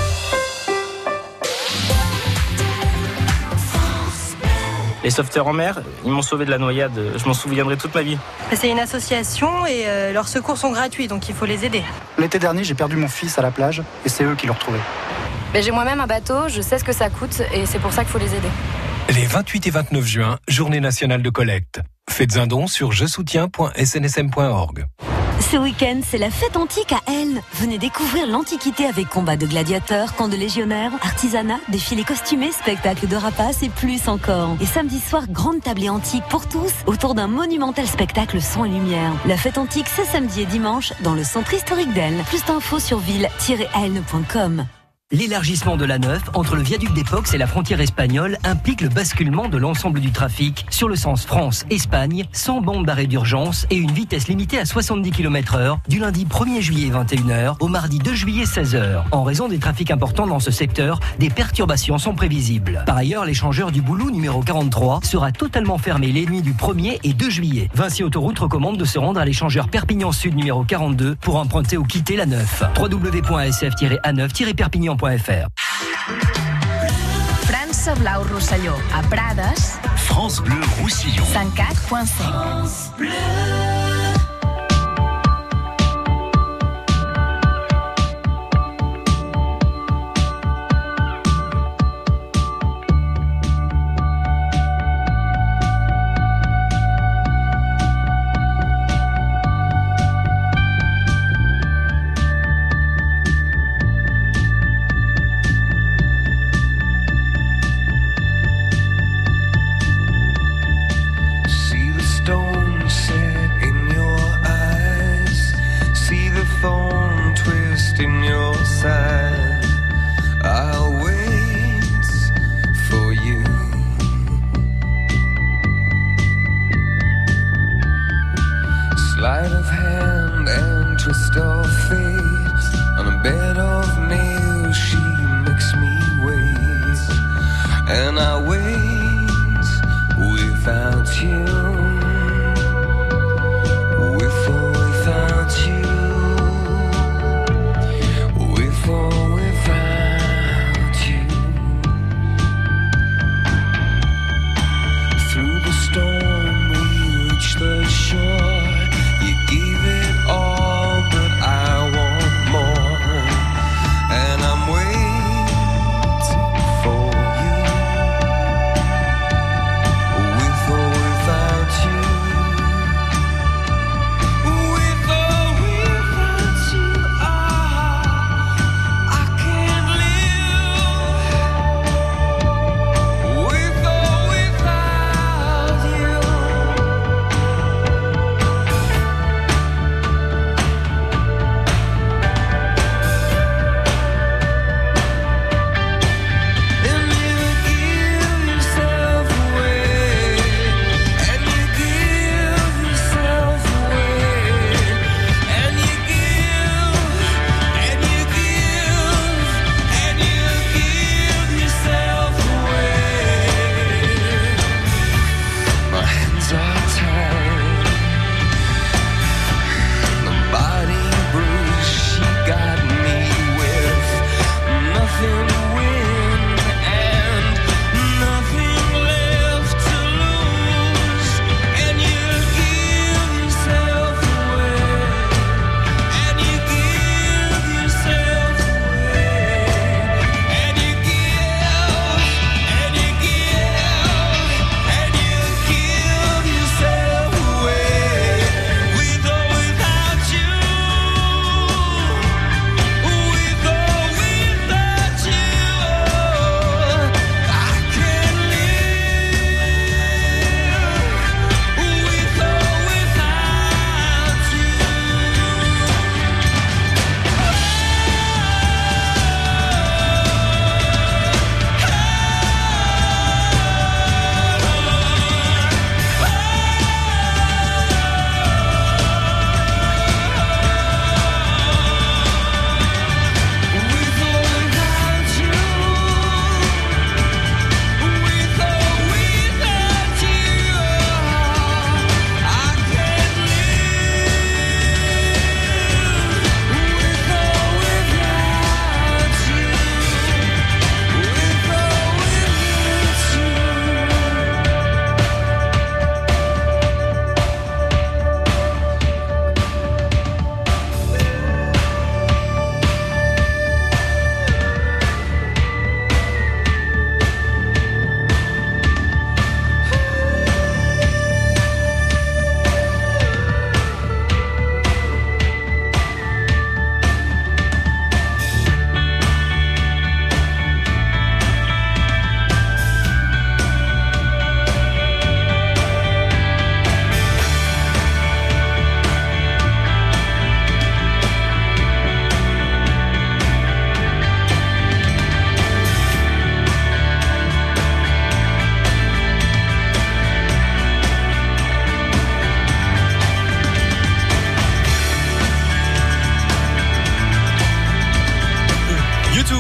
[SPEAKER 18] Les sauveteurs en mer, ils m'ont sauvé de la noyade, je m'en souviendrai toute ma vie.
[SPEAKER 19] C'est une association et leurs secours sont gratuits, donc il faut les aider.
[SPEAKER 20] L'été dernier, j'ai perdu mon fils à la plage et c'est eux qui l'ont retrouvé.
[SPEAKER 21] J'ai moi-même un bateau, je sais ce que ça coûte et c'est pour ça qu'il faut les aider.
[SPEAKER 22] Les 28 et 29 juin, journée nationale de collecte. Faites un don sur jesoutiens.snsm.org.
[SPEAKER 23] Ce week-end, c'est la fête antique à Elne. Venez découvrir l'Antiquité avec combats de gladiateurs, camps de légionnaires, artisanat, défilés costumés, spectacles de rapaces et plus encore. Et samedi soir, grande tablée antique pour tous autour d'un monumental spectacle son et lumière. La fête antique, c'est samedi et dimanche dans le centre historique d'Elne. Plus d'infos sur ville-elne.com.
[SPEAKER 12] L'élargissement de l'A9 entre le viaduc des Pox et la frontière espagnole implique le basculement de l'ensemble du trafic sur le sens France-Espagne, sans bande d'arrêt d'urgence et une vitesse limitée à 70 km/h du lundi 1er juillet 21h au mardi 2 juillet 16h. En raison des trafics importants dans ce secteur, des perturbations sont prévisibles. Par ailleurs, l'échangeur du Boulou numéro 43 sera totalement fermé les nuits du 1er et 2 juillet. Vinci Autoroute recommande de se rendre à l'échangeur Perpignan Sud numéro 42 pour emprunter ou quitter l'A9. www.asf-a9-perpignan.fr.
[SPEAKER 8] France Blau Rosselló, a Prades.
[SPEAKER 1] France Bleu Roussillon.
[SPEAKER 8] 104.5.
[SPEAKER 17] France Bleu.
[SPEAKER 9] Sleight of hand and twist of fate. On a bed of nails she makes me wait. And I wait without you. With or without you. With or without you. Through the storm we reach the shore. You gave it all, but I want more. And I'm waiting for you.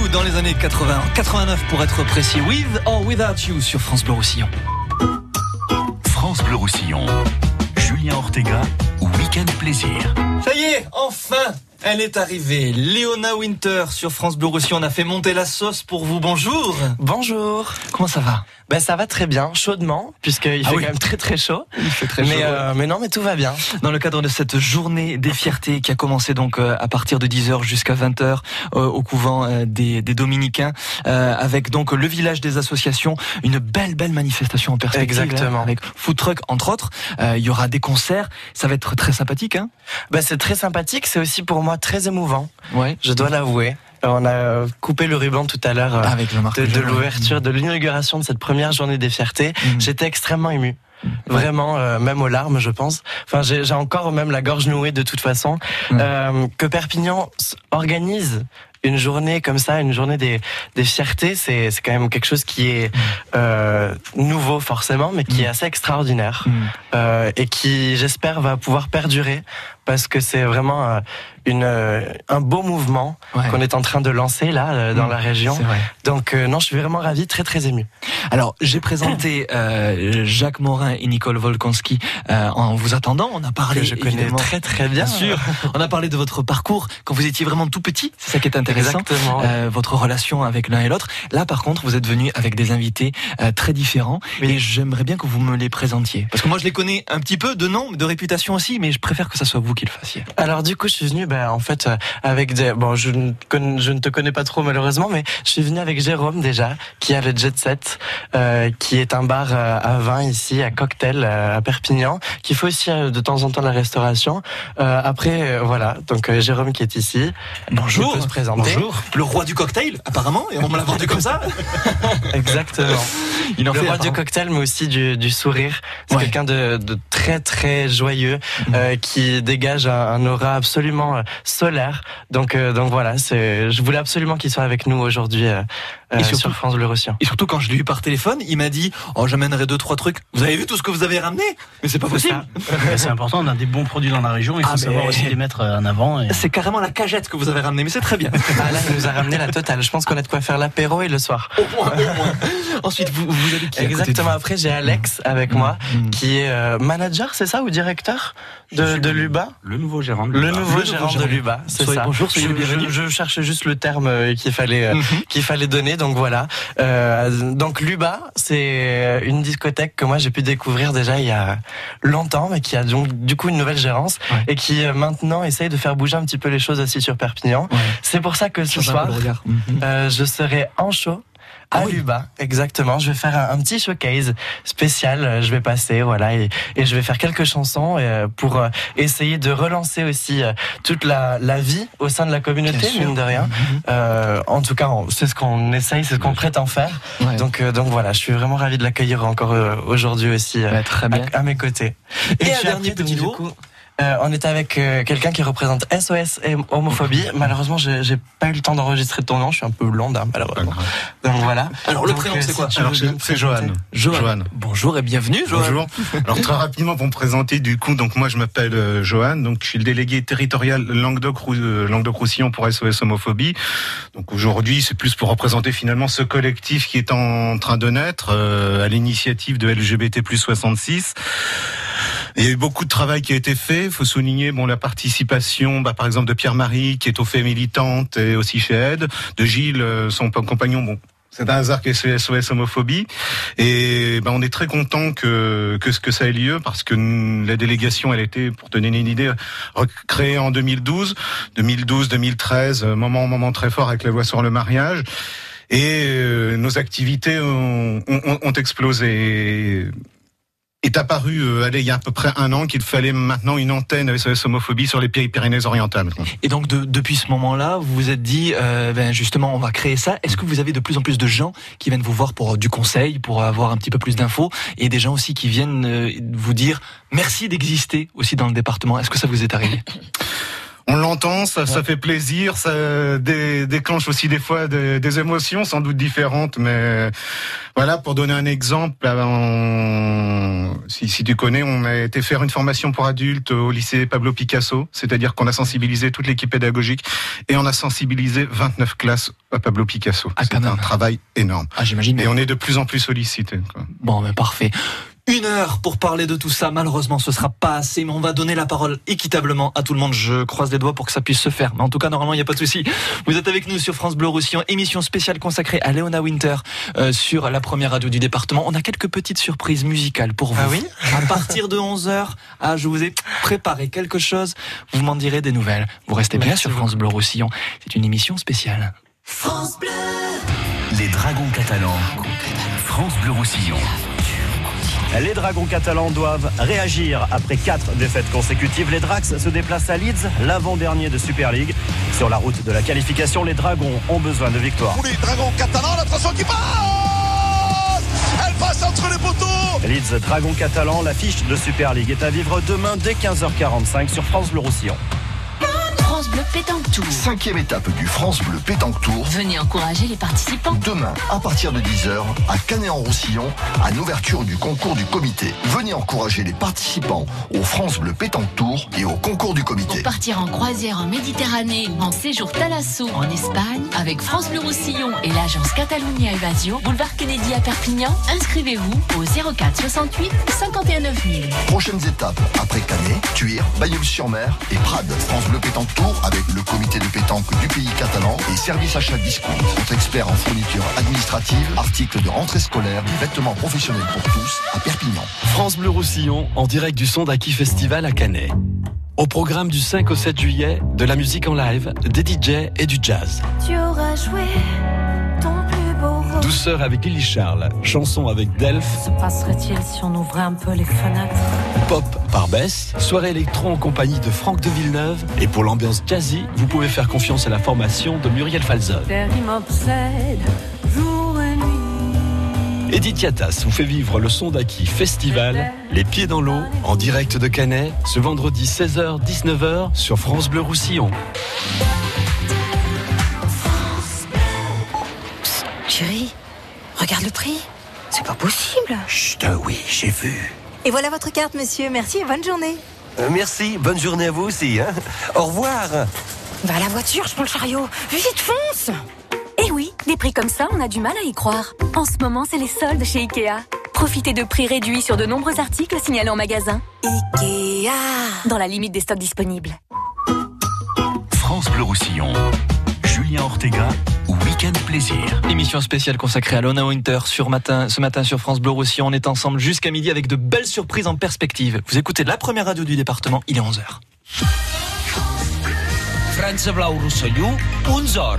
[SPEAKER 2] dans les années 80, 89 pour être précis, With or Without You sur France Bleu Roussillon.
[SPEAKER 1] France Bleu Roussillon, Julien Ortega, Week-end Plaisir.
[SPEAKER 2] Ça y est, enfin, elle est arrivée. Léona Winter sur France Bleu Roussillon. On a fait monter la sauce pour vous. Bonjour.
[SPEAKER 4] Bonjour.
[SPEAKER 2] Comment ça va?
[SPEAKER 4] Ça va très bien, chaudement, puisqu'il fait quand même très très chaud.
[SPEAKER 2] Il fait très chaud.
[SPEAKER 4] Mais non, mais tout va bien.
[SPEAKER 2] Dans le cadre de cette journée des fiertés qui a commencé donc à partir de 10h jusqu'à 20h au couvent des Dominicains, avec donc le village des associations, une belle manifestation en perspective.
[SPEAKER 4] Exactement.
[SPEAKER 2] Avec food truck entre autres. Il y aura des concerts. Ça va être très sympathique, hein?
[SPEAKER 4] C'est très sympathique. C'est aussi pour moi très émouvant.
[SPEAKER 2] Ouais.
[SPEAKER 4] Je dois l'avouer. On a coupé le ruban tout à l'heure de l'ouverture, de l'inauguration de cette première journée des fiertés. J'étais extrêmement ému. Vraiment, même aux larmes, je pense. Enfin, j'ai encore même la gorge nouée de toute façon. Que Perpignan organise une journée comme ça, une journée des fiertés, c'est quand même quelque chose qui est nouveau forcément, mais qui est assez extraordinaire et qui, j'espère, va pouvoir perdurer parce que c'est vraiment un beau mouvement qu'on est en train de lancer là dans la région. Donc non, je suis vraiment ravi, très ému.
[SPEAKER 2] Alors j'ai présenté Jacques Morin et Nicole Volkonski en vous attendant. On a parlé,
[SPEAKER 4] que je connais très bien.
[SPEAKER 2] Bien sûr. On a parlé de votre parcours quand vous étiez vraiment tout petit. C'est ça qui est intéressant.
[SPEAKER 4] Exactement.
[SPEAKER 2] Votre relation avec l'un et l'autre. Là, par contre, vous êtes venu avec des invités très différents. Et j'aimerais bien que vous me les présentiez. Parce que moi, je les connais un petit peu de nom, de réputation aussi, mais je préfère que ça soit vous qui le fassiez.
[SPEAKER 4] Alors du coup, je suis venu, en fait, avec des... Bon, je ne te connais pas trop malheureusement, mais je suis venu avec Jérôme déjà, qui a le Jet Set, qui est un bar à vin ici, à cocktail, à Perpignan, qui fait aussi de temps en temps la restauration. Après, voilà, donc Jérôme qui est ici.
[SPEAKER 2] Bonjour.
[SPEAKER 4] Il peut se présenter.
[SPEAKER 2] Bonjour. Le roi du cocktail, apparemment, et on me l'a vendu comme ça.
[SPEAKER 4] Exactement. Le roi du cocktail, mais aussi du sourire. C'est quelqu'un de très joyeux, qui dégage un aura absolument solaire. Donc voilà, je voulais absolument qu'il soit avec nous aujourd'hui sur France Bleu Roussillon.
[SPEAKER 2] Et surtout quand je l'ai eu par téléphone, il m'a dit j'amènerai 2-3 trucs. Vous avez vu tout ce que vous avez ramené? Mais c'est pas possible.
[SPEAKER 7] C'est important, on a des bons produits dans la région, il faut savoir aussi les mettre en avant.
[SPEAKER 2] C'est carrément la cagette que vous avez ramené, mais c'est très bien.
[SPEAKER 4] Là, il nous a ramené la totale. Je pense qu'on a de quoi faire l'apéro et le soir.
[SPEAKER 2] Au moins. Ensuite, vous avez qui?
[SPEAKER 4] Exactement. Après, j'ai Alex avec moi, qui est manager, c'est ça, ou directeur de Luba?
[SPEAKER 11] Le nouveau gérant de
[SPEAKER 4] Luba.
[SPEAKER 11] Le
[SPEAKER 4] nouveau gérant de Luba, c'est ça.
[SPEAKER 2] Bonjour, soyez bienvenue.
[SPEAKER 4] Je cherchais juste le terme qu'il fallait donner, donc voilà. Donc Luba, c'est une discothèque que moi j'ai pu découvrir déjà il y a longtemps, mais qui a donc du coup une nouvelle gérance et qui maintenant essaye de faire bouger un petit peu les choses aussi sur Perpignan. C'est pour ça que ce soir, je serai en show. À Luba, exactement. Je vais faire un petit showcase spécial. Je vais passer, voilà, et je vais faire quelques chansons pour essayer de relancer aussi toute la vie au sein de la communauté, mine de rien. En tout cas, c'est ce qu'on essaye, c'est ce qu'on prétend faire. Donc voilà, je suis vraiment ravi de l'accueillir encore aujourd'hui aussi à mes côtés.
[SPEAKER 2] Et un dernier petit mot.
[SPEAKER 4] On était avec quelqu'un qui représente SOS et homophobie. Malheureusement, j'ai pas eu le temps d'enregistrer ton nom. Je suis un peu blonde, malheureusement. Donc voilà.
[SPEAKER 2] Alors le prénom, c'est quoi?
[SPEAKER 11] Alors c'est Johan.
[SPEAKER 2] Johan. Bonjour et bienvenue, Johan.
[SPEAKER 11] Bonjour. Alors très rapidement pour me présenter, du coup, donc moi je m'appelle Johan. Donc je suis le délégué territorial Languedoc-Roussillon pour SOS homophobie. Donc aujourd'hui, c'est plus pour représenter finalement ce collectif qui est en train de naître à l'initiative de LGBT+66. Il y a eu beaucoup de travail qui a été fait. Il faut souligner la participation, par exemple, de Pierre-Marie, qui est au fait militante et aussi chez Aide, de Gilles, son compagnon. C'est un hasard que c'est SOS homophobie. Et on est très content que ça ait lieu parce que la délégation, elle était, pour te donner une idée, créée en 2012, 2013, moment très fort avec la loi sur le mariage. Et nos activités ont explosé. Est apparu il y a à peu près un an qu'il fallait maintenant une antenne SOS homophobie sur les Pyrénées-Orientales.
[SPEAKER 2] Et donc depuis ce moment-là, vous vous êtes dit justement on va créer ça. Est-ce que vous avez de plus en plus de gens qui viennent vous voir pour du conseil, pour avoir un petit peu plus d'infos, et des gens aussi qui viennent vous dire merci d'exister aussi dans le département? Est-ce que ça vous est arrivé?
[SPEAKER 11] On l'entend, ça fait plaisir, ça déclenche aussi des fois des émotions sans doute différentes, mais Voilà, pour donner un exemple, si tu connais, on a été faire une formation pour adultes au lycée Pablo Picasso, c'est-à-dire qu'on a sensibilisé toute l'équipe pédagogique et on a sensibilisé 29 classes à Pablo Picasso. C'est un travail énorme.
[SPEAKER 2] Ah, j'imagine.
[SPEAKER 11] Et on est de plus en plus sollicité.
[SPEAKER 2] Bon, mais parfait. 1 heure pour parler de tout ça. Malheureusement, ce sera pas assez, mais on va donner la parole équitablement à tout le monde. Je croise les doigts pour que ça puisse se faire. Mais en tout cas, normalement, il n'y a pas de souci. Vous êtes avec nous sur France Bleu Roussillon, émission spéciale consacrée à Léona Winter sur la première radio du département. On a quelques petites surprises musicales pour vous.
[SPEAKER 4] Ah oui?
[SPEAKER 2] À partir de 11h, je vous ai préparé quelque chose. Vous m'en direz des nouvelles. Vous restez bien sur France Bleu Roussillon. C'est une émission spéciale.
[SPEAKER 6] France Bleu. Les Dragons catalans. France Bleu Roussillon.
[SPEAKER 10] Les Dragons catalans doivent réagir après 4 défaites consécutives. Les Drax se déplacent à Leeds, l'avant-dernier de Super League. Sur la route de la qualification, les Dragons ont besoin de victoire.
[SPEAKER 13] Pour les Dragons catalans, l'attention qui passe! Elle passe entre les poteaux!
[SPEAKER 10] Leeds, Dragons catalans, l'affiche de Super League est à vivre demain dès 15h45 sur France Bleu Roussillon.
[SPEAKER 8] France Bleu Pétanque Tour.
[SPEAKER 24] 5e étape du France Bleu Pétanque Tour.
[SPEAKER 8] Venez encourager les participants.
[SPEAKER 24] Demain, à partir de 10h, à Canet-en-Roussillon, à l'ouverture du concours du comité. Venez encourager les participants au France Bleu Pétanque Tour et au concours du comité.
[SPEAKER 8] Pour partir en croisière en Méditerranée ou en séjour Thalasso en Espagne, avec France Bleu Roussillon et l'agence Catalunya Evasio, boulevard Kennedy à Perpignan, inscrivez-vous au 04 68 51 9000.
[SPEAKER 24] Prochaines étapes, après Canet, Tuire, Bagnols-sur-Mer et Prades. France Bleu Pétanque Tour avec le comité de pétanque du pays catalan et service achat discount. Notre expert en fourniture administrative, articles de rentrée scolaire, vêtements professionnels pour tous à Perpignan.
[SPEAKER 25] France Bleu Roussillon en direct du Sondaki Festival à Canet. Au programme du 5 au 7 juillet, de la musique en live, des DJ et du jazz.
[SPEAKER 5] Tu auras joué ton plus beau rôle.
[SPEAKER 25] Douceur avec Lily Charles, chanson avec Delph.
[SPEAKER 5] Se passerait-il si on ouvrait un peu les fenêtres?
[SPEAKER 25] Pop par Bess, soirée électro en compagnie de Franck de Villeneuve. Et pour l'ambiance jazzy, vous pouvez faire confiance à la formation de Muriel Falzon.
[SPEAKER 5] Il m'obsède jour et nuit.
[SPEAKER 25] Edith Yatas vous fait vivre le Sondaki Festival, les pieds dans l'eau, en direct de Canet, ce vendredi 16h-19h sur France Bleu Roussillon.
[SPEAKER 14] Psst, chérie, regarde le prix. C'est pas possible.
[SPEAKER 6] Chut, oui, j'ai vu.
[SPEAKER 19] Et voilà votre carte, monsieur. Merci et bonne journée.
[SPEAKER 6] Merci, bonne journée à vous aussi. Au revoir.
[SPEAKER 14] Va à la voiture, je prends le chariot. Vite, fonce!
[SPEAKER 23] Eh oui, des prix comme ça, on a du mal à y croire. En ce moment, c'est les soldes chez Ikea. Profitez de prix réduits sur de nombreux articles signalés en magasin.
[SPEAKER 14] Ikea.
[SPEAKER 23] Dans la limite des stocks disponibles.
[SPEAKER 6] France Bleu Roussillon. Julien Ortega, Week-end Plaisir.
[SPEAKER 2] Émission spéciale consacrée à Léona Winter ce matin sur France Bleu Roussillon. On est ensemble jusqu'à midi avec de belles surprises en perspective. Vous écoutez la première radio du département, il est 11h.
[SPEAKER 6] France Bleu Roussillon, 11h.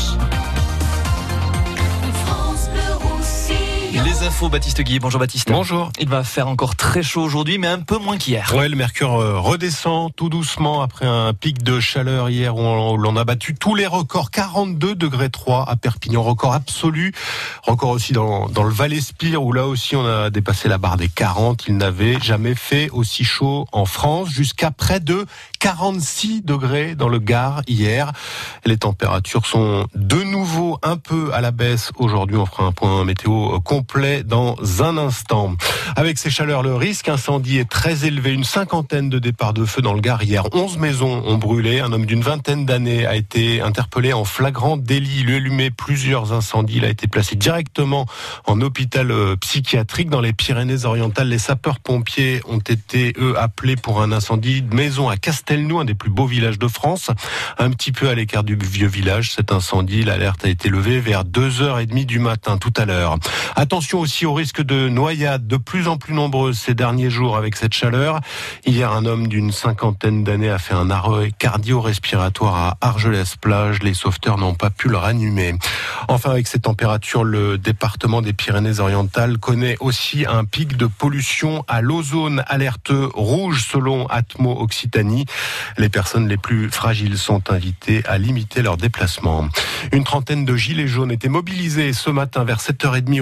[SPEAKER 2] Les infos, Baptiste Guy. Bonjour Baptiste.
[SPEAKER 26] Bonjour.
[SPEAKER 2] Il va faire encore très chaud aujourd'hui, mais un peu moins qu'hier.
[SPEAKER 26] Ouais, le mercure redescend tout doucement après un pic de chaleur hier où l'on a battu tous les records. 42 degrés 3 à Perpignan, record absolu. Record aussi dans le Val-Espire où là aussi on a dépassé la barre des 40. Il n'avait jamais fait aussi chaud en France, jusqu'à près de 46 degrés dans le Gard hier. Les températures sont de nouveau un peu à la baisse aujourd'hui. On fera un point météo complet dans un instant. Avec ces chaleurs, le risque incendie est très élevé. Une cinquantaine de départs de feu dans le Gard hier. 11 maisons ont brûlé. Un homme d'une vingtaine d'années a été interpellé en flagrant délit. Il a allumé plusieurs incendies. Il a été placé directement en hôpital psychiatrique dans les Pyrénées-Orientales. Les sapeurs-pompiers ont été, eux, appelés pour un incendie de maison à Castelnou, un des plus beaux villages de France. Un petit peu à l'écart du vieux village, cet incendie, l'alerte a été levée vers 2h30 du matin tout à l'heure. Attention aussi au risque de noyade, de plus en plus nombreuses ces derniers jours avec cette chaleur. Hier, un homme d'une cinquantaine d'années a fait un arrêt cardio-respiratoire à Argelès-Plage. Les sauveteurs n'ont pas pu le ranimer. Enfin, avec ces températures, le département des Pyrénées-Orientales connaît aussi un pic de pollution à l'ozone. Alerte rouge selon Atmo Occitanie. Les personnes les plus fragiles sont invitées à limiter leurs déplacements. Une trentaine de gilets jaunes étaient mobilisés ce matin vers 7h30 au péage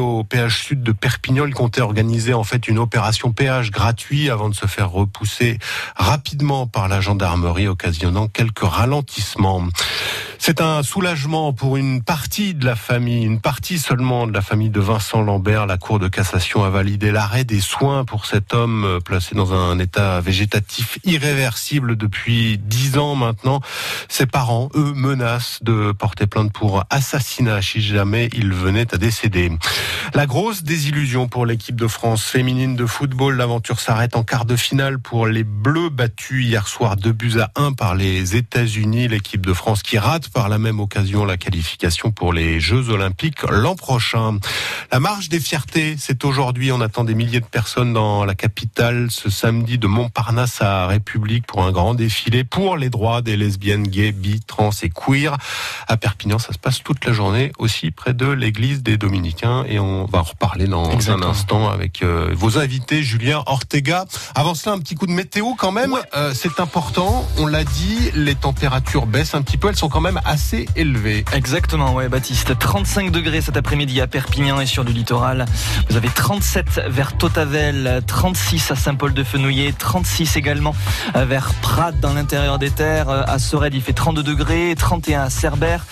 [SPEAKER 26] péage sud de Perpignan. Il comptait organiser en fait une opération péage gratuit avant de se faire repousser rapidement par la gendarmerie, occasionnant quelques ralentissements. C'est un soulagement pour une partie de la famille, une partie seulement de la famille de Vincent Lambert. La Cour de cassation a validé l'arrêt des soins pour cet homme placé dans un état végétatif irréversible depuis 10 ans maintenant. Ses parents, eux, menacent de porter plainte pour assassinat si jamais il venait à décéder. La grosse désillusion pour l'équipe de France féminine de football. L'aventure s'arrête en quart de finale pour les Bleus battus hier soir 2-1 par les États-Unis. L'équipe de France qui rate par la même occasion la qualification pour les Jeux Olympiques l'an prochain. La marche des fiertés, c'est aujourd'hui. On attend des milliers de personnes dans la capitale ce samedi de Montparnasse à République pour un grand défilé pour les droits des lesbiennes, gays, bi, trans et queer. À Perpignan, ça se passe toute la journée aussi près de l'église des Dominicains et on va en reparler dans un instant avec vos invités, Julien Ortega. Avant cela, un petit coup de météo quand même. C'est important, on l'a dit, les températures baissent un petit peu, elles sont quand même assez élevées.
[SPEAKER 2] Exactement, ouais, Baptiste. 35 degrés cet après-midi à Perpignan et sur du littoral. Vous avez 37 vers Tautavel, 36 à Saint-Paul-de-Fenouillet, 36 également vers Prades dans l'intérieur des terres. À Sorède, il fait 32 degrés, 31 à Cerbère,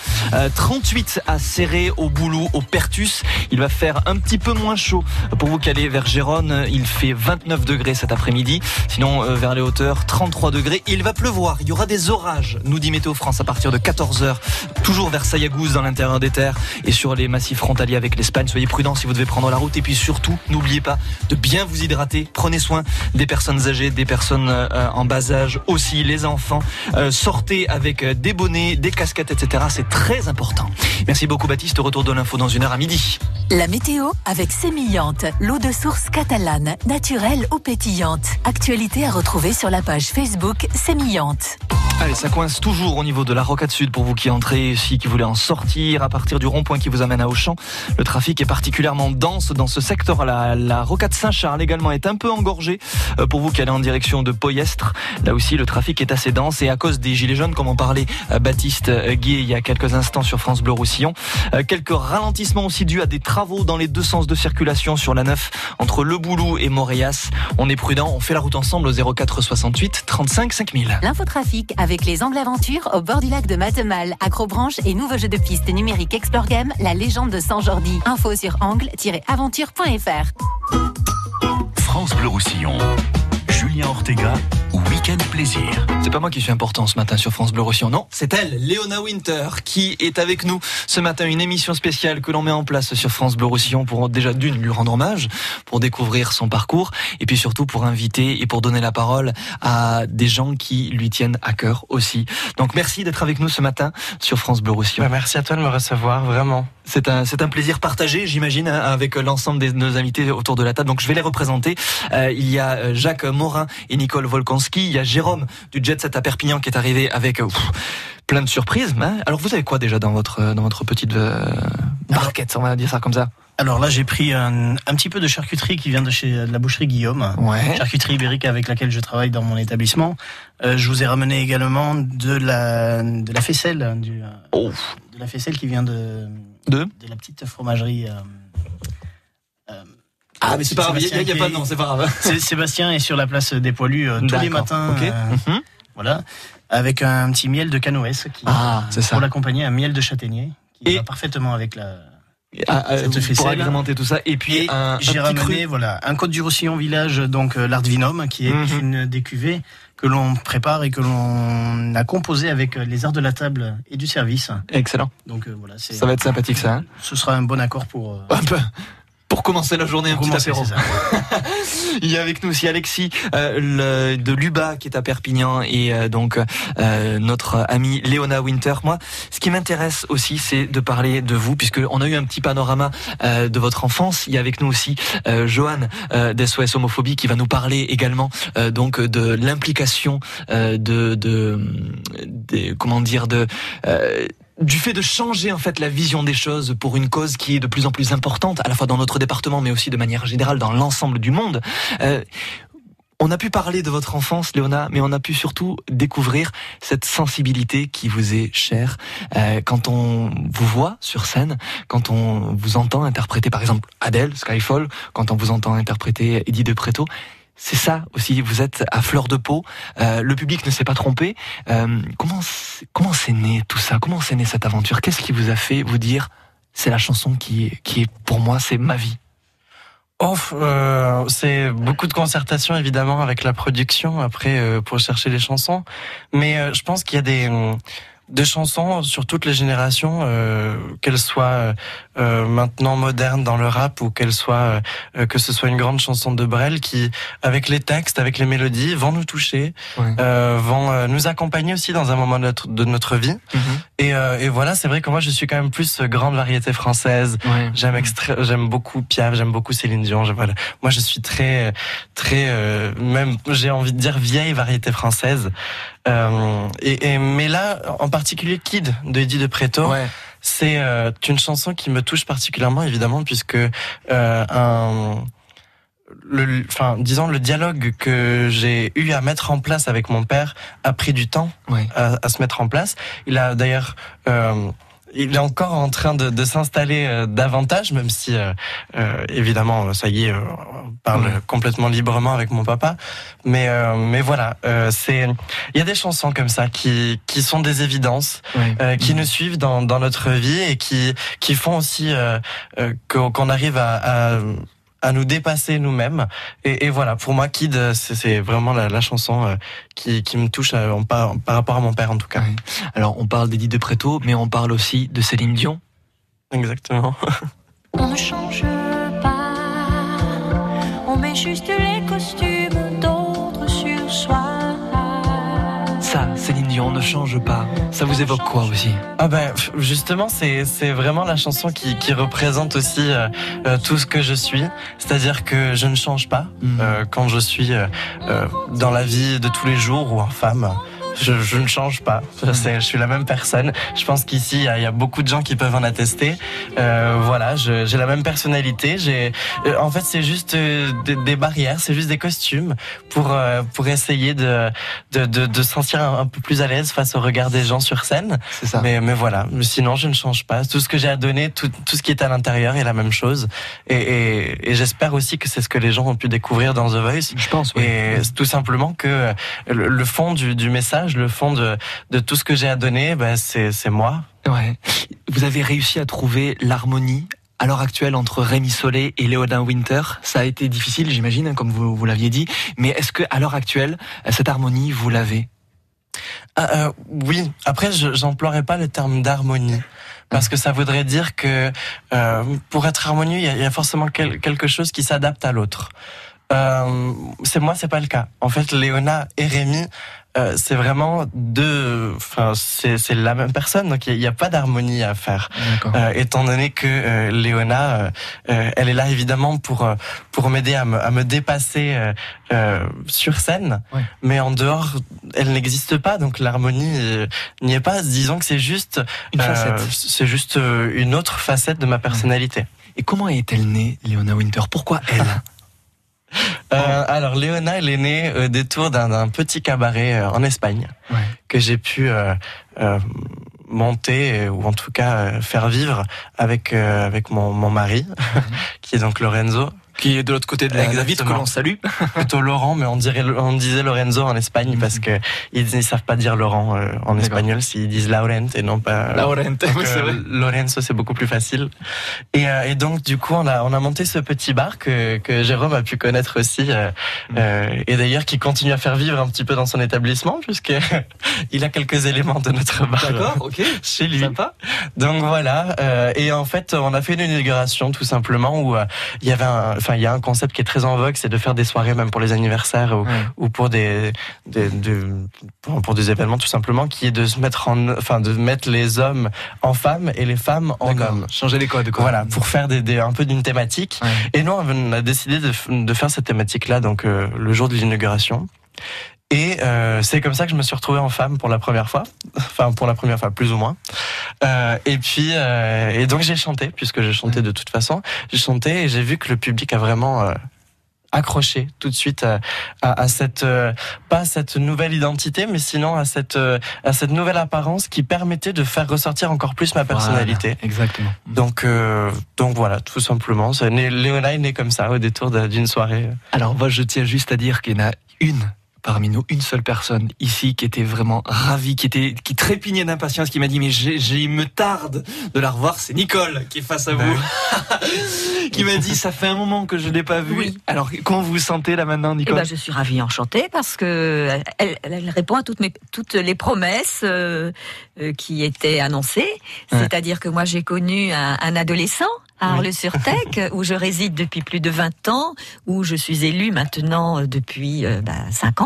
[SPEAKER 2] 38 à Céré, au Boulou, au Pertus. Il va faire un petit peu moins chaud pour vous qui allez vers Gérone. Il fait 29 degrés cet après-midi. Sinon, vers les hauteurs, 33 degrés. Il va pleuvoir. Il y aura des orages, nous dit Météo France, à partir de 14h. Toujours vers Sayagouz dans l'intérieur des terres et sur les massifs frontaliers avec l'Espagne. Soyez prudents si vous devez prendre la route. Et puis surtout, n'oubliez pas de bien vous hydrater. Prenez soin des personnes âgées, des personnes en bas âge aussi, les enfants. Sortez avec des bonnets, des casquettes, etc. C'est très important. Merci beaucoup Baptiste. Retour de l'info dans 1 heure à midi.
[SPEAKER 23] La météo avec Sémillante, l'eau de source catalane, naturelle ou pétillante. Actualité à retrouver sur la page Facebook Sémillante.
[SPEAKER 2] Allez, ça coince toujours au niveau de la Rocade Sud pour vous qui entrez ici, qui voulez en sortir à partir du rond-point qui vous amène à Auchan. Le trafic est particulièrement dense dans ce secteur-là. La Rocade Saint-Charles également est un peu engorgée pour vous qui allez en direction de Poyestre. Là aussi, le trafic est assez dense et à cause des gilets jaunes, comme en parlait Baptiste Gué il y a quelques instants sur France Bleu Roussillon. Quelques ralentissements aussi dus à des travaux dans les deux sens de circulation sur la 9 entre Le Boulou et Moréas. On est prudent, on fait la route ensemble au 04 68 35 5000.
[SPEAKER 23] L'infotrafic avec les Angles Aventures au bord du lac de Matemal, Acrobranche et nouveau jeu de piste numérique Explore Game, la légende de Saint-Jordi. Info sur angle-aventure.fr.
[SPEAKER 6] France Bleu Roussillon. Julien Ortega, Week-end Plaisir.
[SPEAKER 2] C'est pas moi qui suis important ce matin sur France Bleu Roussillon, non, c'est elle, Léona Winter, qui est avec nous ce matin. Une émission spéciale que l'on met en place sur France Bleu Roussillon pour déjà d'une lui rendre hommage, pour découvrir son parcours et puis surtout pour inviter et pour donner la parole à des gens qui lui tiennent à cœur aussi. Donc merci d'être avec nous ce matin sur France Bleu Roussillon.
[SPEAKER 4] Merci à toi de me recevoir, vraiment.
[SPEAKER 2] C'est un plaisir partagé, j'imagine, avec l'ensemble de nos invités autour de la table. Donc je vais les représenter. Il y a Jacques Morin et Nicole Volkonski. Il y a Jérôme du Jet Set à Perpignan qui est arrivé avec plein de surprises. Alors vous avez quoi déjà dans votre petite barquette, on va dire ça comme ça?
[SPEAKER 7] Alors là, j'ai pris un petit peu de charcuterie qui vient de la boucherie Guillaume.
[SPEAKER 2] Ouais.
[SPEAKER 7] Charcuterie ibérique avec laquelle je travaille dans mon établissement. Je vous ai ramené également de la faisselle. De la faisselle qui vient de la petite fromagerie.
[SPEAKER 2] Ah, mais c'est pas grave, il n'y a pas de nom, c'est pas grave.
[SPEAKER 7] Sébastien est sur la place des Poilus tous les matins.
[SPEAKER 2] Okay.
[SPEAKER 7] Voilà. Avec un petit miel de canoës
[SPEAKER 2] c'est ça.
[SPEAKER 7] Pour l'accompagner, un miel de châtaignier qui va parfaitement avec cette faisselle.
[SPEAKER 2] Pour agrémenter tout ça. Et puis,
[SPEAKER 7] j'ai ramené un Côte du Roussillon village, donc l'Ardvinum, qui est une des cuvées que l'on prépare et que l'on a composé avec les arts de la table et du service.
[SPEAKER 2] Excellent.
[SPEAKER 7] Donc voilà,
[SPEAKER 2] ça va être sympathique ça. Hein,
[SPEAKER 7] ce sera un bon accord pour
[SPEAKER 2] commencer la journée, un petit apéro. Il y a avec nous aussi Alexis de Luba qui est à Perpignan et donc notre amie Léona Winter. Moi, ce qui m'intéresse aussi, c'est de parler de vous, puisque on a eu un petit panorama de votre enfance. Il y a avec nous aussi Johan d'SOS Homophobie qui va nous parler également donc de l'implication du fait de changer en fait la vision des choses pour une cause qui est de plus en plus importante, à la fois dans notre département, mais aussi de manière générale dans l'ensemble du monde. On a pu parler de votre enfance, Léona, mais on a pu surtout découvrir cette sensibilité qui vous est chère. Quand on vous voit sur scène, quand on vous entend interpréter par exemple Adele, Skyfall, quand on vous entend interpréter Eddie de Pretto, c'est ça aussi, vous êtes à fleur de peau, le public ne s'est pas trompé. Comment c'est né tout ça? Comment c'est né cette aventure? Qu'est-ce qui vous a fait vous dire c'est la chanson qui est pour moi, c'est ma vie?
[SPEAKER 4] C'est beaucoup de concertation évidemment avec la production après pour chercher les chansons, mais je pense qu'il y a des chansons sur toutes les générations, qu'elles soient maintenant modernes dans le rap ou qu'elles soient que ce soit une grande chanson de Brel qui, avec les textes, avec les mélodies, vont nous toucher, vont nous accompagner aussi dans un moment de notre vie. Et voilà, c'est vrai que moi je suis quand même plus grande variété française. J'aime beaucoup Piaf, j'aime beaucoup Céline Dion. Voilà. Moi je suis très même j'ai envie de dire vieille variété française. Mais là, en particulier Kid de Eddie de Pretto, c'est une chanson qui me touche particulièrement évidemment puisque le dialogue que j'ai eu à mettre en place avec mon père a pris du temps à se mettre en place. Il a d'ailleurs il est encore en train de s'installer davantage, même si évidemment ça y est, on parle complètement librement avec mon papa. Mais voilà, il y a des chansons comme ça qui sont des évidences, qui nous suivent dans notre vie et qui font aussi qu'on arrive à nous dépasser nous-mêmes. Et voilà, pour moi, Kid, c'est vraiment la chanson qui me touche par rapport à mon père, en tout cas.
[SPEAKER 2] Alors, on parle d'Eddie de Pretto, mais on parle aussi de Céline Dion.
[SPEAKER 4] Exactement.
[SPEAKER 5] On ne change pas, on met juste les costumes d'autres sur soi.
[SPEAKER 2] Ça, Céline Dion, ne change pas. Ça vous évoque quoi aussi?
[SPEAKER 4] Justement, c'est vraiment la chanson qui représente aussi tout ce que je suis. C'est-à-dire que je ne change pas quand je suis dans la vie de tous les jours ou en femme. Je ne change pas. Je suis la même personne. Je pense qu'ici, il y a beaucoup de gens qui peuvent en attester. Voilà, j'ai la même personnalité. En fait, c'est juste des barrières, c'est juste des costumes pour essayer de se sentir un peu plus à l'aise face au regard des gens sur scène.
[SPEAKER 2] C'est ça.
[SPEAKER 4] Mais voilà. Sinon, je ne change pas. Tout ce que j'ai à donner, tout ce qui est à l'intérieur est la même chose. Et j'espère aussi que c'est ce que les gens ont pu découvrir dans The Voice.
[SPEAKER 2] Je pense, oui.
[SPEAKER 4] Et tout simplement que le fond du message, le fond de tout ce que j'ai à donner, c'est moi.
[SPEAKER 2] Ouais. Vous avez réussi à trouver l'harmonie à l'heure actuelle entre Rémi Solé et Léona Winter. Ça a été difficile, j'imagine, comme vous l'aviez dit. Mais est-ce que à l'heure actuelle, cette harmonie, vous l'avez?
[SPEAKER 4] Oui. Après, j'emploierais pas le terme d'harmonie. Parce que ça voudrait dire que pour être harmonieux, il y a forcément quelque chose qui s'adapte à l'autre. C'est pas le cas. En fait, Léona et Rémi, c'est vraiment c'est la même personne, donc il n'y a pas d'harmonie à faire. Étant donné que Léona, elle est là évidemment pour m'aider à me dépasser sur scène, mais en dehors, elle n'existe pas, donc l'harmonie n'y est pas. Disons que c'est juste
[SPEAKER 2] une facette.
[SPEAKER 4] C'est juste une autre facette de ma personnalité.
[SPEAKER 2] Et comment est-elle née, Léona Winter? Pourquoi elle?
[SPEAKER 4] Alors Léona, elle est née au détour d'un petit cabaret en Espagne que j'ai pu monter ou en tout cas faire vivre avec mon mari qui est donc Lorenzo.
[SPEAKER 2] Qui est de l'autre côté de la vitre, que l'on salue.
[SPEAKER 4] Plutôt Laurent, mais on disait Lorenzo en Espagne parce que ils savent pas dire Laurent en espagnol, s'ils disent Laurent et non pas
[SPEAKER 2] Laurent. Oui, c'est vrai.
[SPEAKER 4] Lorenzo, c'est beaucoup plus facile. Et donc du coup on a monté ce petit bar que Jérôme a pu connaître aussi et d'ailleurs qui continue à faire vivre un petit peu dans son établissement puisque il a quelques éléments de notre bar.
[SPEAKER 2] D'accord, ok.
[SPEAKER 4] Chez lui.
[SPEAKER 2] Sympa.
[SPEAKER 4] Donc voilà. Et en fait on a fait une inauguration tout simplement où il y avait il y a un concept qui est très en vogue, c'est de faire des soirées même pour les anniversaires ou pour des événements tout simplement, qui est de se mettre de mettre les hommes en femmes et les femmes en hommes.
[SPEAKER 2] Changer les codes, quoi.
[SPEAKER 4] Voilà, pour faire un peu d'une thématique. Et nous, on a décidé de faire cette thématique-là, donc le jour de l'inauguration. Et c'est comme ça que je me suis retrouvé en femme pour la première fois. Enfin, pour la première fois, plus ou moins. Et donc j'ai chanté, puisque je chantais de toute façon. J'ai chanté et j'ai vu que le public a vraiment accroché tout de suite à cette pas cette nouvelle identité, mais sinon à cette nouvelle apparence qui permettait de faire ressortir encore plus ma personnalité.
[SPEAKER 2] Voilà, exactement.
[SPEAKER 4] Donc voilà, tout simplement. Léona est née comme ça au détour d'une soirée.
[SPEAKER 2] Alors moi, je tiens juste à dire qu'il y en a parmi nous, une seule personne ici qui était vraiment ravie, qui trépignait d'impatience, qui m'a dit mais il me tarde de la revoir, c'est Nicole qui est face à vous, qui m'a dit ça fait un moment que je l'ai pas vue. Oui. Alors comment vous vous sentez là maintenant, Nicole?
[SPEAKER 14] Je suis ravie, enchantée, parce que elle répond à toutes les promesses qui étaient annoncées. Ouais. C'est-à-dire que moi j'ai connu un adolescent à Arles-sur-Tech, où je réside depuis plus de 20 ans, où je suis élue maintenant depuis 5 ans.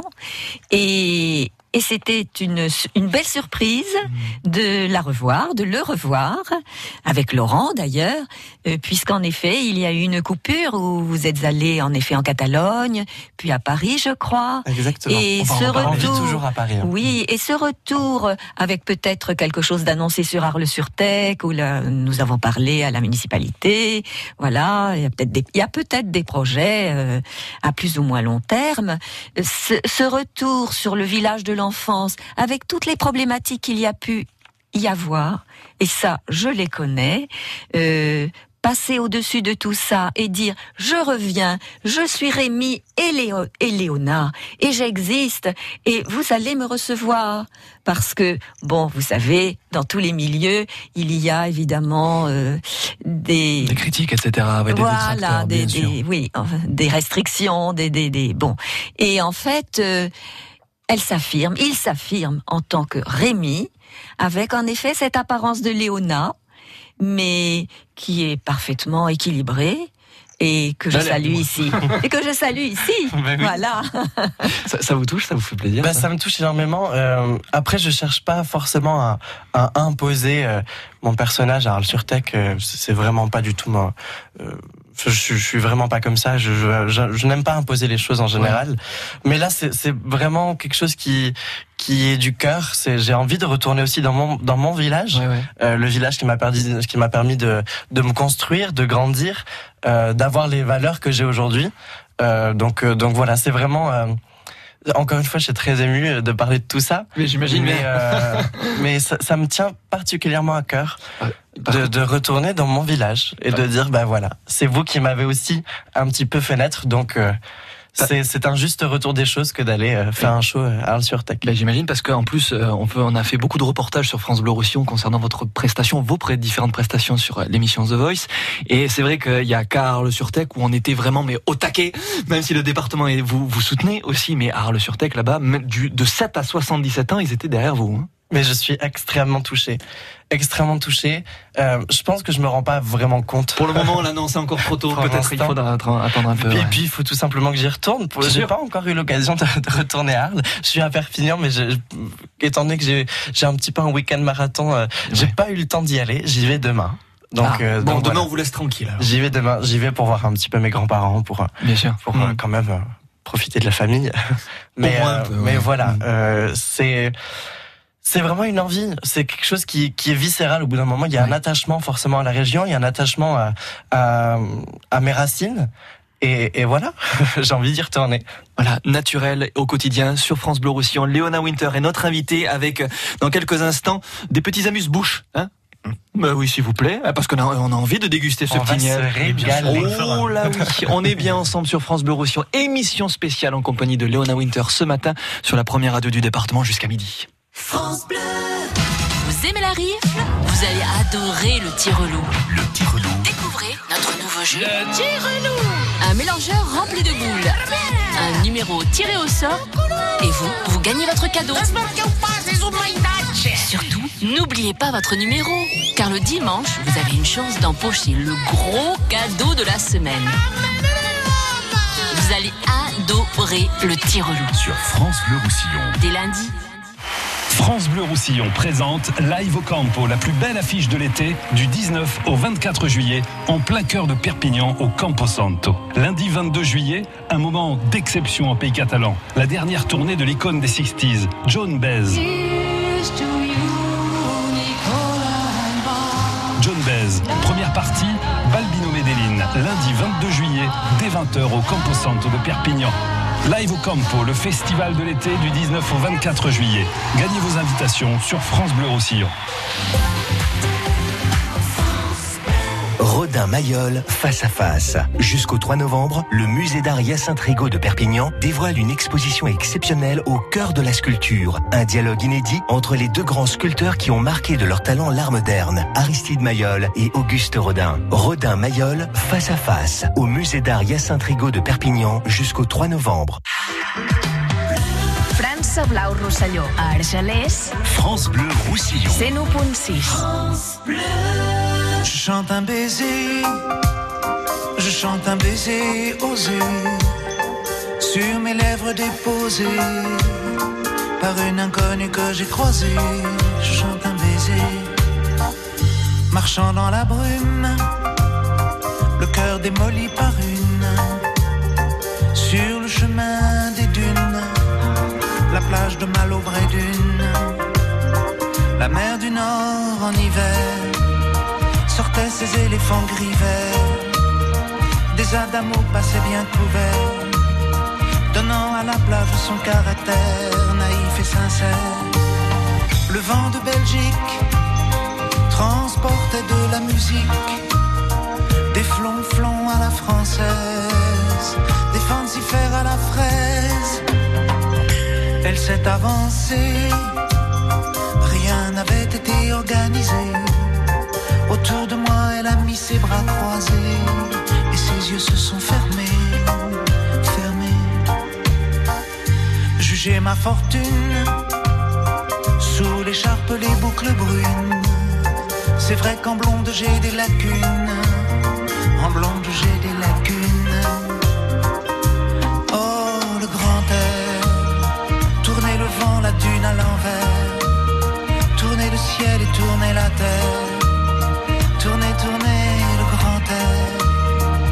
[SPEAKER 14] Et c'était une belle surprise de le revoir, avec Laurent d'ailleurs, puisqu'en effet, il y a eu une coupure où vous êtes allé en effet en Catalogne, puis à Paris, je crois.
[SPEAKER 4] Exactement.
[SPEAKER 14] Et on
[SPEAKER 4] vit toujours à Paris.
[SPEAKER 14] Oui, et ce retour avec peut-être quelque chose d'annoncé sur Arles-sur-Tech, où nous avons parlé à la municipalité. Voilà, il y a peut-être des projets à plus ou moins long terme. Ce retour sur le village de l'enfance, avec toutes les problématiques qu'il y a pu y avoir, et ça, je les connais, passer au-dessus de tout ça et dire « Je reviens, je suis Rémi et Léona, et j'existe, et vous allez me recevoir. » Parce que, bon, vous savez, dans tous les milieux, il y a évidemment des
[SPEAKER 2] critiques, etc. Ouais,
[SPEAKER 14] voilà, des restrictions, bon. Et en fait, il s'affirme en tant que Rémi, avec en effet cette apparence de Léona, mais qui est parfaitement équilibrée. Et que je salue ici. Voilà.
[SPEAKER 2] Ça vous touche, ça vous fait plaisir?
[SPEAKER 4] Ça me touche énormément. Après, je cherche pas forcément à imposer mon personnage à Arles-sur-Tech. C'est vraiment pas du tout moi. Je suis vraiment pas comme ça. Je n'aime pas imposer les choses en général. Ouais. Mais là, c'est vraiment quelque chose qui est du cœur. J'ai envie de retourner aussi dans mon village, le village qui m'a permis de me construire, de grandir, d'avoir les valeurs que j'ai aujourd'hui. Donc voilà, c'est vraiment. Encore une fois, je suis très ému de parler de tout ça.
[SPEAKER 2] Mais j'imagine.
[SPEAKER 4] Mais ça me tient particulièrement à cœur. De retourner dans mon village et de dire voilà, c'est vous qui m'avez aussi un petit peu fait naître, donc c'est un juste retour des choses que d'aller faire un show à Arles-sur-Tech.
[SPEAKER 2] J'imagine, parce qu'en plus on a fait beaucoup de reportages sur France Bleu Roussillon concernant vos différentes prestations sur l'émission The Voice, et c'est vrai qu'il y a qu'à Arles-sur-Tech où on était vraiment au taquet, même si le département vous soutenez aussi, mais à Arles-sur-Tech là-bas, de 7 à 77 ans, ils étaient derrière vous.
[SPEAKER 4] Mais je suis extrêmement touché. Je pense que je me rends pas vraiment compte.
[SPEAKER 2] Pour le moment, là, non, c'est encore trop tôt. Peut-être il faudra attendre un peu.
[SPEAKER 4] Et puis, il faut tout simplement que j'y retourne. J'ai pas encore eu l'occasion de retourner à Arles. Je suis à Perpignan, mais étant donné que j'ai un petit peu un week-end marathon, j'ai pas eu le temps d'y aller. J'y vais demain. Donc,
[SPEAKER 2] demain,
[SPEAKER 4] voilà.
[SPEAKER 2] On vous laisse tranquille. Alors.
[SPEAKER 4] J'y vais demain. J'y vais pour voir un petit peu mes grands-parents, pour quand même profiter de la famille. Mais voilà, c'est vraiment une envie, c'est quelque chose qui est viscéral au bout d'un moment. Il y a un attachement forcément à la région, il y a un attachement à mes racines. Et voilà, j'ai envie d'y retourner.
[SPEAKER 2] Voilà, naturel au quotidien sur France Bleu Roussillon. Léona Winter est notre invitée avec, dans quelques instants, des petits amuse-bouches. Oui, s'il vous plaît, parce qu'on a envie de déguster ce petit miel. Oh là oui, on est bien ensemble sur France Bleu Roussillon. Émission spéciale en compagnie de Léona Winter ce matin sur la première radio du département jusqu'à midi.
[SPEAKER 8] France Bleu. Vous aimez la rifle? Vous allez adorer le Tirelou.
[SPEAKER 6] Le Tirelou.
[SPEAKER 8] Découvrez notre nouveau jeu.
[SPEAKER 6] Le
[SPEAKER 8] Tirelou. Un mélangeur rempli de boules. Un numéro tiré au sort. Et vous gagnez votre cadeau. Surtout, n'oubliez pas votre numéro. Car le dimanche, vous avez une chance d'empocher le gros cadeau de la semaine. Vous allez adorer le Tirelou.
[SPEAKER 6] Sur France Bleu Roussillon.
[SPEAKER 8] Dès lundi.
[SPEAKER 1] France Bleu Roussillon présente Live au Campo, la plus belle affiche de l'été, du 19 au 24 juillet, en plein cœur de Perpignan, au Campo Santo. Lundi 22 juillet, un moment d'exception en pays catalan. La dernière tournée de l'icône des 60s, Joan Baez. Joan Baez, première partie, Balbino Medellín, lundi 22 juillet,
[SPEAKER 25] dès 20h au Campo Santo de Perpignan. Live au Campo, le festival de l'été du 19 au 24 juillet. Gagnez vos invitations sur France Bleu Roussillon.
[SPEAKER 3] Rodin-Mayol, face à face. Jusqu'au 3 novembre, le musée d'art Hyacinthe Rigaud de Perpignan dévoile une exposition exceptionnelle au cœur de la sculpture. Un dialogue inédit entre les deux grands sculpteurs qui ont marqué de leur talent l'art moderne, Aristide Mayol et Auguste Rodin. Rodin-Mayol, face à face, au musée d'art Hyacinthe Rigaud de Perpignan jusqu'au 3 novembre.
[SPEAKER 15] França Blau Rosselló, a Argelers.
[SPEAKER 25] France Bleu Roussillon.
[SPEAKER 15] 101.6.
[SPEAKER 16] France Bleu. Je chante un baiser osé sur mes lèvres déposées par une inconnue que j'ai croisée. Je chante un baiser, marchant dans la brume, le cœur démoli par une, sur le chemin des dunes, la plage de Malo-Bray-Dune, la mer du Nord en hiver. Sortaient ces éléphants gris verts, des adamos passaient bien couverts, donnant à la plage son caractère naïf et sincère. Le vent de Belgique transportait de la musique, des flonflons à la française, des fancifères à la fraise. Elle s'est avancée, rien n'avait été organisé. Autour de moi, elle a mis ses bras croisés et ses yeux se sont fermés. Jugez ma fortune sous l'écharpe, les boucles brunes. C'est vrai qu'en blonde j'ai des lacunes, en blonde j'ai des lacunes. Oh, le grand air, tourner le vent, la dune à l'envers, tourner le ciel et tourner la terre. Tourner, tourner le grand air.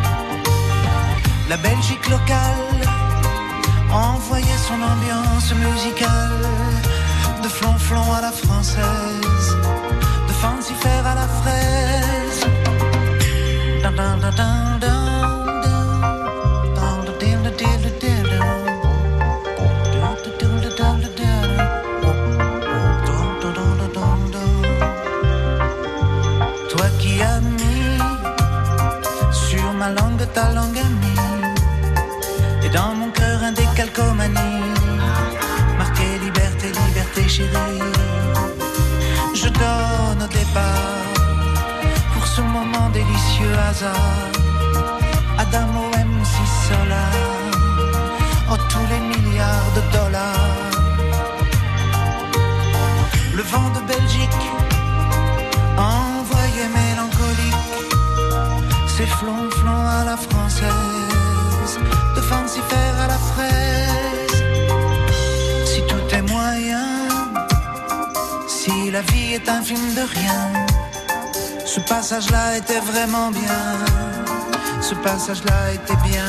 [SPEAKER 16] La Belgique locale envoyait son ambiance musicale, de flonflon à la française, de fancifère à la fraise. Dun, dun, dun, dun, dun. Ma langue, ta langue amie, et dans mon cœur un décalcomanie, marqué liberté, liberté chérie. Je donne au départ, pour ce moment délicieux hasard, Adamo MC Solar, oh tous les milliards de dollars. Le vent de Belgique envoyait mélancolique, ces flonflons à la française, de fancifère à la fraise. Si tout est moyen, si la vie est un film de rien, ce passage-là était vraiment bien, ce passage-là était bien.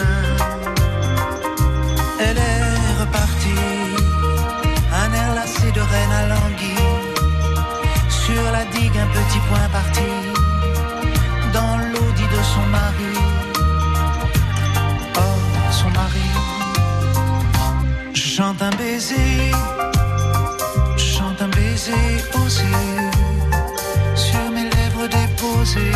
[SPEAKER 16] Elle est repartie, un air lassé de reine à languille, sur la digue un petit point parti, dans l'audit de son mari. Oh, son mari. Je chante un baiser, je chante un baiser osé, sur mes lèvres déposées.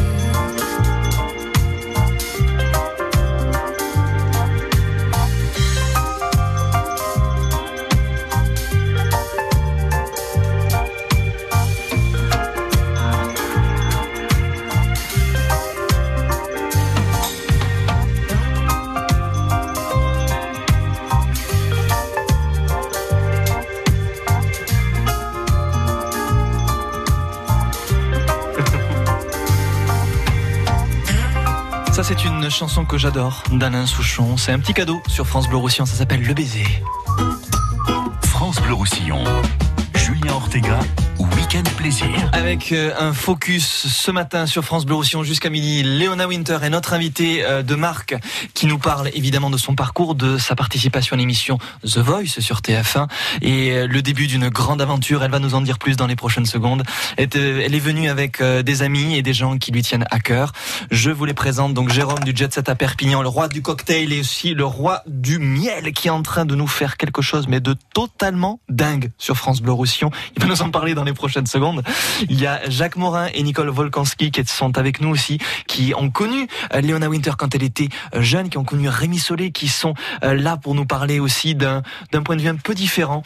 [SPEAKER 2] Ça, c'est une chanson que j'adore d'Alain Souchon. C'est un petit cadeau sur France Bleu Roussillon. Ça s'appelle Le Baiser.
[SPEAKER 1] France Bleu Roussillon. Julien Ortega, oui
[SPEAKER 6] week-end plaisir.
[SPEAKER 2] Avec un focus ce matin sur France Bleu Roussillon jusqu'à midi, Léona Winter est notre invitée de marque qui nous parle évidemment de son parcours, de sa participation à l'émission The Voice sur TF1 et le début d'une grande aventure. Elle va nous en dire plus dans les prochaines secondes. Elle est venue avec des amis et des gens qui lui tiennent à cœur. Je vous les présente donc Jérôme du Jet Set à Perpignan, le roi du cocktail et aussi le roi du miel qui est en train de nous faire quelque chose mais de totalement dingue sur France Bleu Roussillon. Il va nous en parler dans les prochaines secondes. Il y a Jacques Morin et Nicole Volkansky qui sont avec nous aussi, qui ont connu Léona Winter quand elle était jeune, qui ont connu Rémi Solé, qui sont là pour nous parler aussi d'un point de vue un peu différent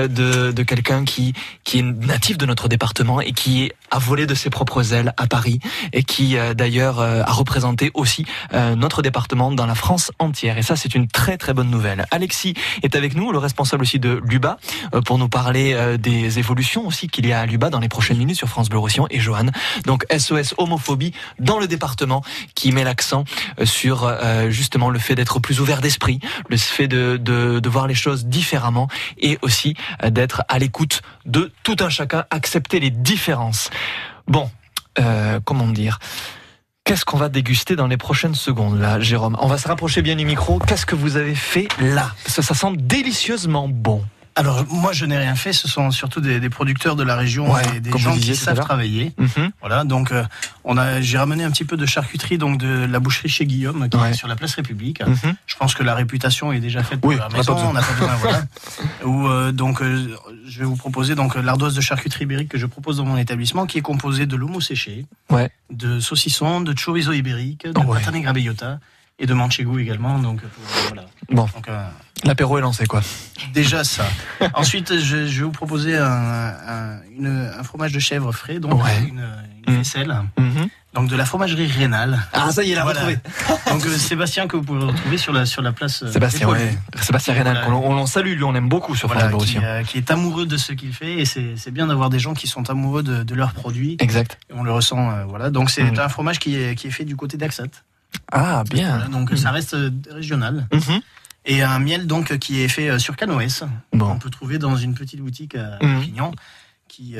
[SPEAKER 2] de quelqu'un qui est natif de notre département et qui a volé de ses propres ailes à Paris et qui d'ailleurs a représenté aussi notre département dans la France entière. Et ça, c'est une très très bonne nouvelle. Alexis est avec nous, le responsable aussi de l'UBA, pour nous parler des évolutions aussi qu'il y a à l'UBA dans les prochaines minutes sur France Bleu Roussillon, et Johan, donc SOS homophobie dans le département, qui met l'accent sur justement le fait d'être plus ouvert d'esprit, le fait de voir les choses différemment et aussi d'être à l'écoute de tout un chacun, accepter les différences. Bon, comment dire ? Qu'est-ce qu'on va déguster dans les prochaines secondes là, Jérôme ? On va se rapprocher bien du micro. Qu'est-ce que vous avez fait là ? Parce que ça sent délicieusement bon.
[SPEAKER 7] Alors moi je n'ai rien fait, ce sont surtout des producteurs de la région et des gens qui savent travailler. Voilà, donc j'ai ramené un petit peu de charcuterie donc de la boucherie chez Guillaume qui est sur la place République. Je pense que la réputation est déjà faite pour la maison, on n'a pas besoin voilà. Je vais vous proposer donc l'ardoise de charcuterie ibérique que je propose dans mon établissement, qui est composée de lomo séché, de saucisson, de chorizo ibérique, de pata negra bellota et de manchego également. Donc voilà.
[SPEAKER 2] Bon. Donc, l'apéro est lancé, quoi.
[SPEAKER 7] Déjà ça. Ensuite, je vais vous proposer un fromage de chèvre frais, donc une faisselle. Donc de la fromagerie Rénal.
[SPEAKER 2] Ah, ça y est, l'a retrouvé.
[SPEAKER 7] Donc Sébastien, que vous pouvez retrouver sur la place.
[SPEAKER 2] Sébastien Rénal, on l'en salue, lui, on aime beaucoup sur France Bleu Roussillon.
[SPEAKER 7] Qui est amoureux de ce qu'il fait, et c'est bien d'avoir des gens qui sont amoureux de leurs produits.
[SPEAKER 2] Exact.
[SPEAKER 7] Et on le ressent, voilà. Donc c'est un fromage qui est fait du côté d'Axat.
[SPEAKER 2] Ah, bien.
[SPEAKER 7] Voilà, donc ça reste régional. Et un miel donc qui est fait sur Canoës.
[SPEAKER 2] Bon.
[SPEAKER 7] On peut trouver dans une petite boutique à Perpignan qui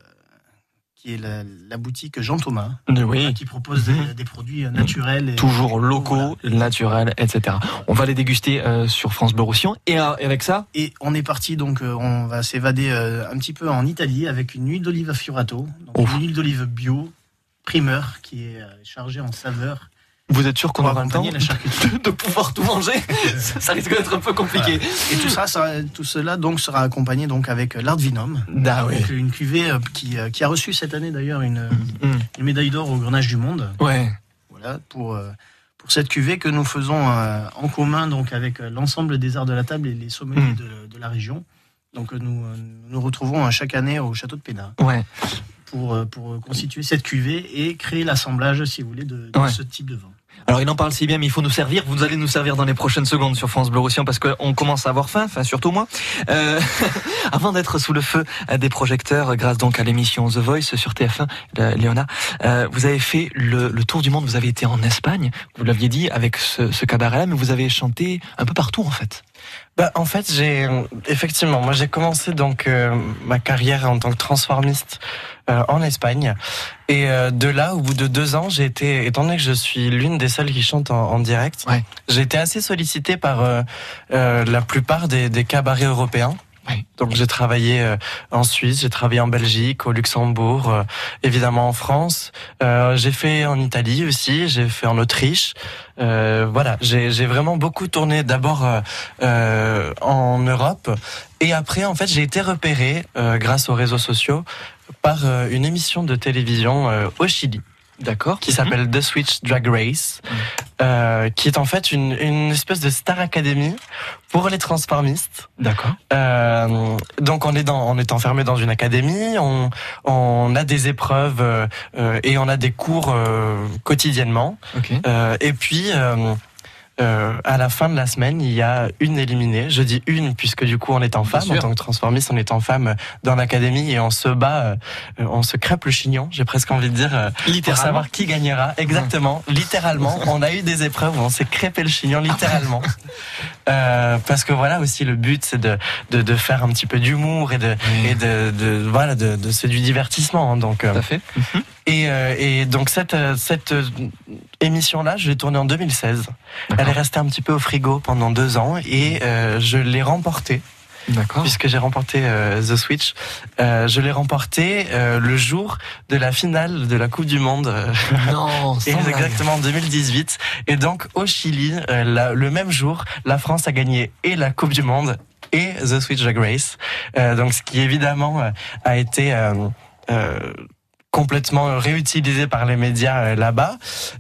[SPEAKER 7] est la boutique Jean Thomas, qui propose des produits naturels. Et
[SPEAKER 2] toujours locaux, naturels, etc. On va les déguster sur France Bleu Roussillon. Et avec ça ?
[SPEAKER 7] Et on est parti, donc on va s'évader un petit peu en Italie avec une huile d'olive à Fiorato, donc une huile d'olive bio, primeur, qui est chargée en saveurs.
[SPEAKER 2] Vous êtes sûr qu'on aura le temps de pouvoir tout manger ? Ça risque d'être un peu compliqué.
[SPEAKER 7] Voilà. Et tout cela donc sera accompagné donc avec l'Ardvinum, donc une cuvée qui a reçu cette année d'ailleurs une médaille d'or au Grenache du Monde. Voilà pour cette cuvée que nous faisons en commun donc avec l'ensemble des arts de la table et les sommeliers de la région. Donc nous retrouvons chaque année au château de Pénat. Pour constituer cette cuvée et créer l'assemblage, si vous voulez, de ce type de vin.
[SPEAKER 2] Alors il en parle si bien, mais il faut nous servir. Vous allez nous servir dans les prochaines secondes sur France Bleu Roussillon, parce qu'on commence à avoir faim, enfin surtout moi. Avant d'être sous le feu des projecteurs, grâce donc à l'émission The Voice sur TF1, Léona, vous avez fait le tour du monde. Vous avez été en Espagne, vous l'aviez dit, avec ce cabaret-là, mais vous avez chanté un peu partout en fait.
[SPEAKER 4] En fait, j'ai commencé donc ma carrière en tant que transformiste en Espagne, et de là, au bout de 2 ans, étant donné que je suis l'une des seules qui chante en direct, j'ai été assez sollicité par la plupart des cabarets européens. Donc j'ai travaillé en Suisse, j'ai travaillé en Belgique, au Luxembourg, évidemment en France. J'ai fait en Italie aussi, j'ai fait en Autriche. Voilà, j'ai vraiment beaucoup tourné d'abord en Europe, et après en fait j'ai été repéré grâce aux réseaux sociaux par une émission de télévision au Chili.
[SPEAKER 2] D'accord.
[SPEAKER 4] Qui s'appelle The Switch Drag Race, qui est en fait une espèce de Star Academy pour les transformistes.
[SPEAKER 2] D'accord.
[SPEAKER 4] Donc on est enfermé dans une académie, on a des épreuves et on a des cours quotidiennement.
[SPEAKER 2] Okay.
[SPEAKER 4] Et puis à la fin de la semaine, il y a une éliminée. Je dis une puisque du coup on est en femme, en tant que transformiste, on est en femme dans l'académie et on se bat, on se crêpe le chignon, j'ai presque envie de dire, pour savoir qui gagnera. Exactement, littéralement, on a eu des épreuves où on s'est crêpé le chignon, littéralement. Parce que voilà aussi le but c'est de faire un petit peu d'humour et voilà c'est du divertissement, hein, donc.
[SPEAKER 2] Tout à fait.
[SPEAKER 4] Et donc cette émission-là, je l'ai tournée en 2016. D'accord. Elle est restée un petit peu au frigo pendant 2 ans et je l'ai remportée.
[SPEAKER 2] D'accord.
[SPEAKER 4] Puisque j'ai remporté The Switch. Je l'ai remporté le jour de la finale de la Coupe du Monde.
[SPEAKER 2] Non,
[SPEAKER 4] et exactement en 2018. Et donc au Chili, le même jour, la France a gagné et la Coupe du Monde et The Switch Drag Race. Donc ce qui évidemment a été complètement réutilisé par les médias là-bas.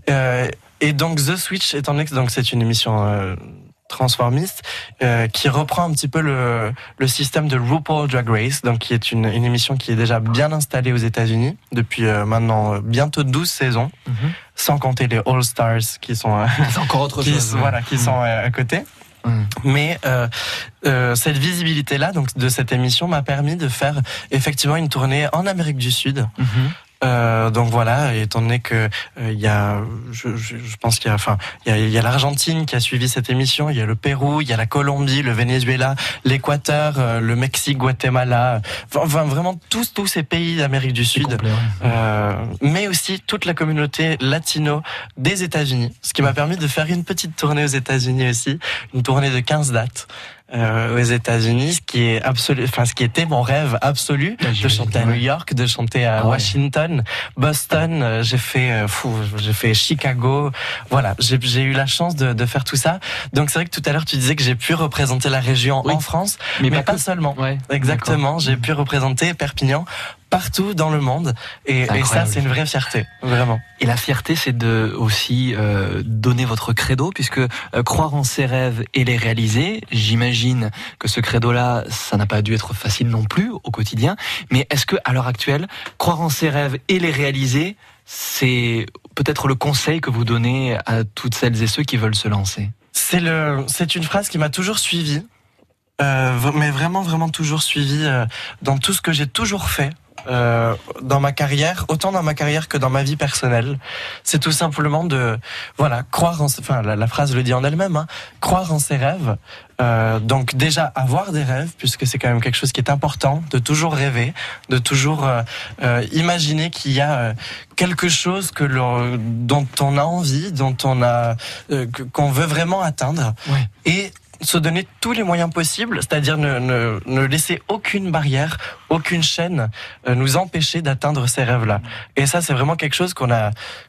[SPEAKER 4] Et donc The Switch, étant donné que donc c'est une émission transformiste qui reprend un petit peu le système de RuPaul Drag Race, donc qui est une émission qui est déjà bien installée aux États-Unis depuis maintenant bientôt 12 saisons, sans compter les All Stars qui sont
[SPEAKER 2] c'est encore autre chose.
[SPEAKER 4] Voilà, qui sont à côté. Mais cette visibilité-là, donc de cette émission, m'a permis de faire effectivement une tournée en Amérique du Sud. Donc voilà, étant donné que il y a, je pense qu'il y a, enfin, il y a l'Argentine qui a suivi cette émission, il y a le Pérou, il y a la Colombie, le Venezuela, l'Équateur, le Mexique, Guatemala, enfin vraiment tous ces pays d'Amérique du Sud, complet, mais aussi toute la communauté latino des États-Unis, ce qui m'a permis de faire une petite tournée aux États-Unis aussi, une tournée de 15 dates. Aux États-Unis, ce qui était mon rêve absolu, de chanter à New York, de chanter à Washington, Boston, j'ai fait Chicago, voilà, j'ai eu la chance de faire tout ça. Donc c'est vrai que tout à l'heure tu disais que j'ai pu représenter la région en France, mais pas seulement. Ouais, exactement, j'ai pu représenter Perpignan partout dans le monde et ça c'est une vraie fierté, vraiment.
[SPEAKER 2] Et la fierté c'est de aussi donner votre credo, puisque croire en ses rêves et les réaliser, j'imagine que ce credo-là, ça n'a pas dû être facile non plus au quotidien, mais est-ce que à l'heure actuelle, croire en ses rêves et les réaliser, c'est peut-être le conseil que vous donnez à toutes celles et ceux qui veulent se lancer? C'est
[SPEAKER 4] une phrase qui m'a toujours suivi, mais vraiment toujours suivi dans tout ce que j'ai toujours fait. Dans ma carrière, autant dans ma carrière que dans ma vie personnelle, c'est tout simplement de croire en, la phrase le dit en elle-même, hein, croire en ses rêves. Donc déjà avoir des rêves, puisque c'est quand même quelque chose qui est important, de toujours rêver, de toujours imaginer qu'il y a quelque chose dont on a envie, dont qu'on veut vraiment atteindre, et se donner tous les moyens possibles, c'est-à-dire ne laisser aucune barrière, aucune chaîne nous empêcher d'atteindre ces rêves-là. Et ça, c'est vraiment quelque chose qu'on a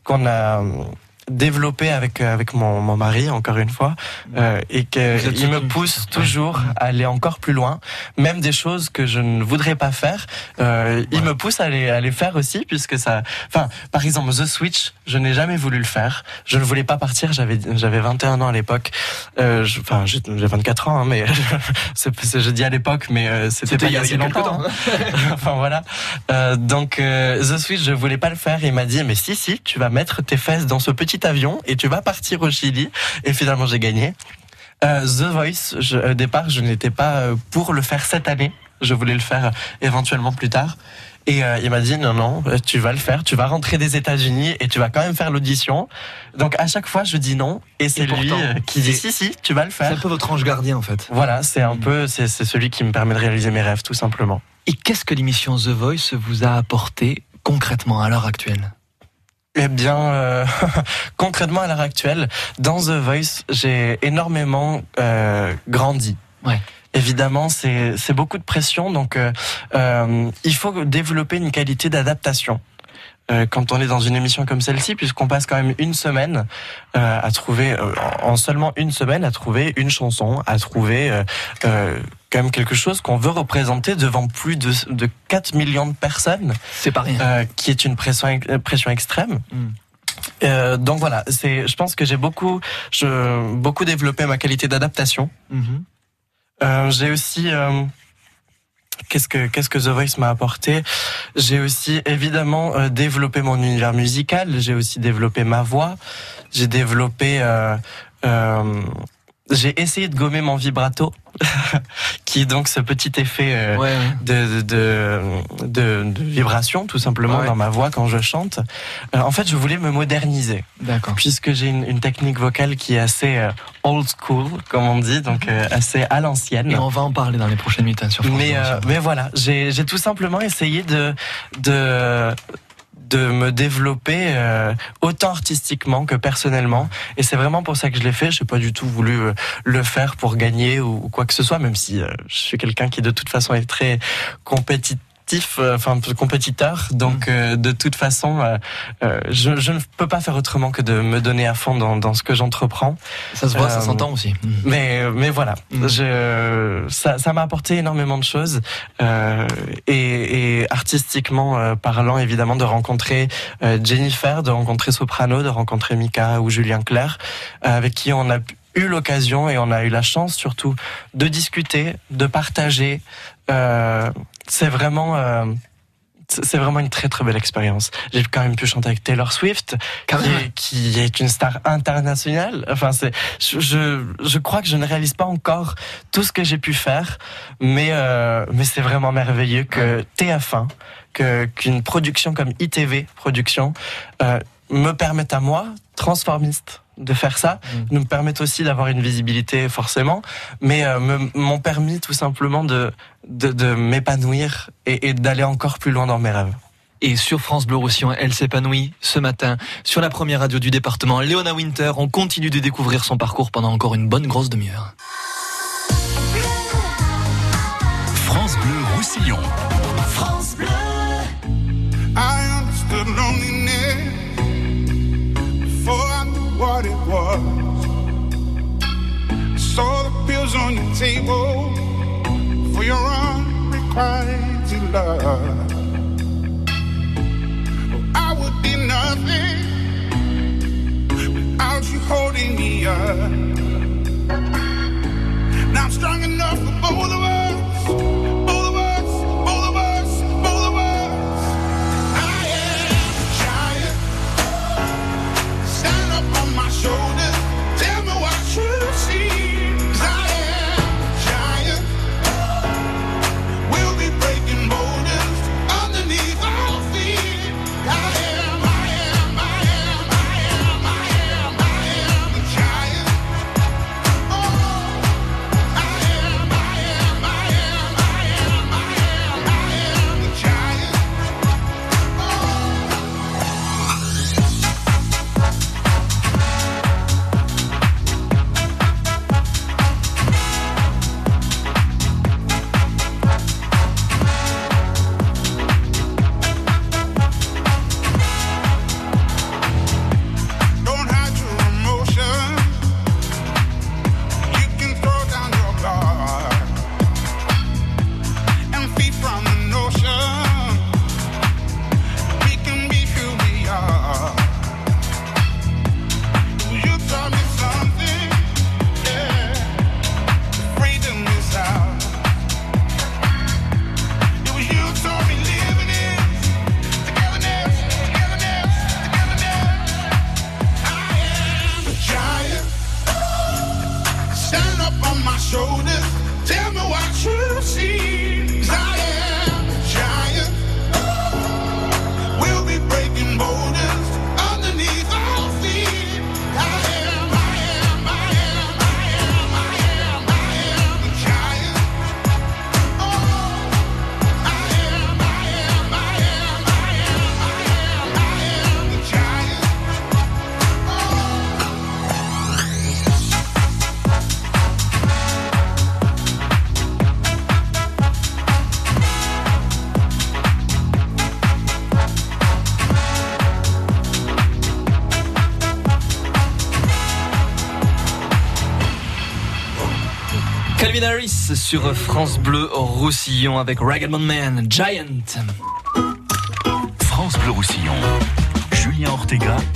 [SPEAKER 4] développé avec mon mari, encore une fois, et qu'il me pousse toujours à aller encore plus loin, même des choses que je ne voudrais pas faire, il me pousse à les faire aussi, puisque par exemple The Switch, je n'ai jamais voulu le faire, je ne voulais pas partir, j'avais 21 ans à l'époque, j'ai 24 ans, hein, mais je dis à l'époque, mais c'était pas il y a si longtemps, hein. Enfin voilà, donc The Switch, je voulais pas le faire, et il m'a dit mais si, tu vas mettre tes fesses dans ce petit avion et tu vas partir au Chili, et finalement j'ai gagné. The Voice, au départ je n'étais pas pour le faire cette année, je voulais le faire éventuellement plus tard, et il m'a dit non, tu vas le faire, tu vas rentrer des États-Unis et tu vas quand même faire l'audition. Donc à chaque fois je dis non, et c'est lui qui dit si, tu vas le faire.
[SPEAKER 2] C'est un peu votre ange gardien en fait.
[SPEAKER 4] Voilà, c'est un peu, c'est celui qui me permet de réaliser mes rêves tout simplement.
[SPEAKER 2] Et qu'est-ce que l'émission The Voice vous a apporté concrètement à l'heure actuelle?
[SPEAKER 4] Eh bien, concrètement à l'heure actuelle, dans The Voice, j'ai énormément grandi.
[SPEAKER 2] Ouais.
[SPEAKER 4] Évidemment, c'est beaucoup de pression, donc il faut développer une qualité d'adaptation. Quand on est dans une émission comme celle-ci, puisqu'on passe quand même une semaine à trouver, en seulement une semaine, à trouver une chanson, à trouver quand même quelque chose qu'on veut représenter devant plus de 4 millions de personnes.
[SPEAKER 2] C'est pas rien.
[SPEAKER 4] Qui est une pression extrême. Donc voilà, je pense que j'ai beaucoup développé ma qualité d'adaptation. J'ai aussi qu'est-ce que The Voice m'a apporté? J'ai aussi évidemment développé mon univers musical, j'ai aussi développé ma voix, j'ai développé j'ai essayé de gommer mon vibrato, qui est donc ce petit effet de vibration, tout simplement, dans ma voix quand je chante. En fait, je voulais me moderniser.
[SPEAKER 2] D'accord.
[SPEAKER 4] Puisque j'ai une technique vocale qui est assez old school, comme on dit, donc assez à l'ancienne.
[SPEAKER 2] Et on va en parler dans les prochaines minutes sur France Bleu.
[SPEAKER 4] Mais voilà, j'ai tout simplement essayé de me développer autant artistiquement que personnellement, et c'est vraiment pour ça que je l'ai fait. J'ai pas du tout voulu le faire pour gagner ou quoi que ce soit, même si je suis quelqu'un qui de toute façon est très compétitif, compétiteur, donc de toute façon je ne peux pas faire autrement que de me donner à fond dans ce que j'entreprends.
[SPEAKER 2] Ça se voit, ça s'entend aussi.
[SPEAKER 4] Mais voilà, ça m'a apporté énormément de choses, et artistiquement parlant, évidemment, de rencontrer Jennifer, de rencontrer Soprano, de rencontrer Mika ou Julien Clerc, avec qui on a eu l'occasion et on a eu la chance surtout de discuter, de partager. C'est vraiment une très très belle expérience. J'ai quand même pu chanter avec Taylor Swift, qui est une star internationale. Enfin, je crois que je ne réalise pas encore tout ce que j'ai pu faire, mais c'est vraiment merveilleux que TF1, qu'une production comme ITV Production me permette à moi, transformiste, de faire ça, nous permettent aussi d'avoir une visibilité forcément, mais m'ont permis tout simplement de m'épanouir et d'aller encore plus loin dans mes rêves.
[SPEAKER 2] Et sur France Bleu Roussillon, elle s'épanouit ce matin sur la première radio du département. Léona Winter, on continue de découvrir son parcours pendant encore une bonne grosse demi-heure.
[SPEAKER 1] France Bleu Roussillon.
[SPEAKER 5] France Bleu.
[SPEAKER 13] I understood loneliness before I knew what it was. I saw the pills on your table for your unrequited love. Well, I would be nothing without you holding me up. Now I'm strong enough for both of us. Shoulders, tell me what you see. 'Cause I am a giant. We'll be breaking borders underneath our feet. I am a giant. Oh, I am a giant.
[SPEAKER 2] Calvin Harris sur France Bleu Roussillon avec Rag'n'Bone Man, Giant.
[SPEAKER 1] France Bleu Roussillon. Julien Ortega, oui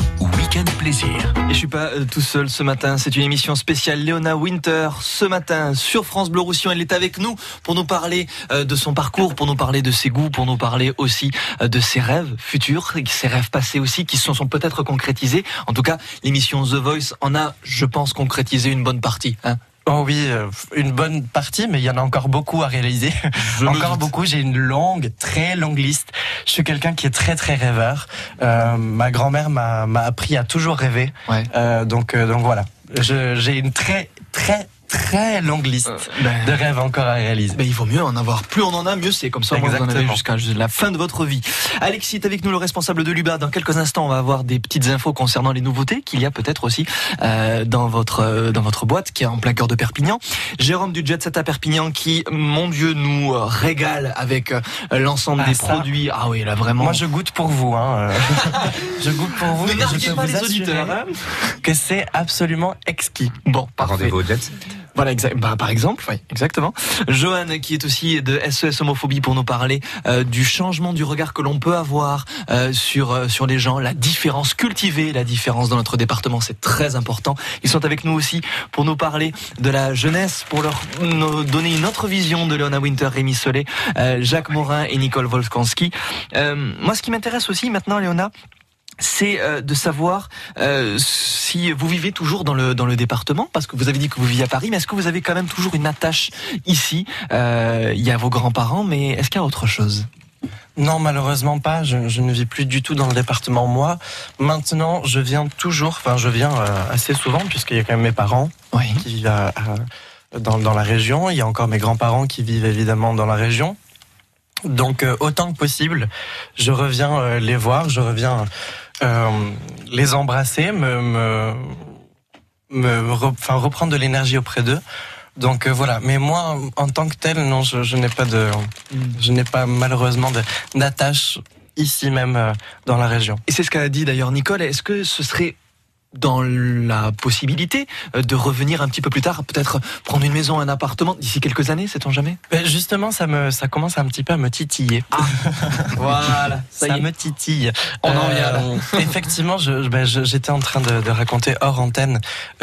[SPEAKER 6] week-end plaisir.
[SPEAKER 2] Et je suis pas tout seul ce matin, c'est une émission spéciale Léona Winter. Ce matin sur France Bleu Roussillon, elle est avec nous pour nous parler de son parcours, pour nous parler de ses goûts, pour nous parler aussi de ses rêves futurs, ses rêves passés aussi qui se sont peut-être concrétisés. En tout cas, l'émission The Voice en a, je pense, concrétisé une bonne partie.
[SPEAKER 4] Oh oui, une bonne partie, mais il y en a encore beaucoup à réaliser. Encore beaucoup, j'ai une très longue liste. Je suis quelqu'un qui est très très rêveur. Ma grand-mère m'a appris à toujours rêver. Ouais. Donc voilà, j'ai une très longue liste de rêves encore à réaliser.
[SPEAKER 2] Il vaut mieux en avoir. Plus on en a, mieux c'est. Comme ça, vous en avez jusqu'à la fin de votre vie. Alexis est avec nous, le responsable de l'UBA. Dans quelques instants, on va avoir des petites infos concernant les nouveautés qu'il y a peut-être aussi dans votre boîte, qui est en plein cœur de Perpignan. Jérôme du Jet Set à Perpignan, qui, mon Dieu, nous régale avec l'ensemble des produits. Ah oui, là vraiment.
[SPEAKER 4] Moi, je goûte pour vous. Je goûte pour vous.
[SPEAKER 2] Ne narguez pas les auditeurs.
[SPEAKER 4] Que c'est absolument exquis.
[SPEAKER 2] Bon, parfait.
[SPEAKER 12] Rendez-vous au Jet Set.
[SPEAKER 2] Voilà, par exemple, oui, exactement. Johan, qui est aussi de SES Homophobie, pour nous parler du changement du regard que l'on peut avoir sur les gens, la différence, cultiver la différence dans notre département, c'est très important. Ils sont avec nous aussi pour nous parler de la jeunesse, pour leur donner une autre vision de Léona Winter, Rémi Solé, Jacques Morin et Nicole Volskanski. Moi, ce qui m'intéresse aussi maintenant, Léona, c'est de savoir si vous vivez toujours dans le département, parce que vous avez dit que vous viviez à Paris, mais est-ce que vous avez quand même toujours une attache ici? Il y a vos grands-parents, mais est-ce qu'il y a autre chose?
[SPEAKER 4] Non, malheureusement pas. Je ne vis plus du tout dans le département. Moi, maintenant, je viens assez souvent, puisqu'il y a quand même mes parents qui vivent dans la région. Il y a encore mes grands-parents qui vivent évidemment dans la région. Donc, autant que possible, je reviens les voir, je reviens les embrasser, reprendre de l'énergie auprès d'eux. Donc voilà. Mais moi, en tant que tel, non, je n'ai pas malheureusement d'attache ici même dans la région.
[SPEAKER 2] Et c'est ce qu'a dit d'ailleurs Nicole. Est-ce que ce serait dans la possibilité de revenir un petit peu plus tard, peut-être prendre une maison, un appartement d'ici quelques années, sait-on jamais?
[SPEAKER 4] Justement, ça commence un petit peu à me titiller.
[SPEAKER 2] Voilà,
[SPEAKER 4] ça me titille.
[SPEAKER 2] On en vient là.
[SPEAKER 4] Effectivement, j'étais en train de raconter hors antenne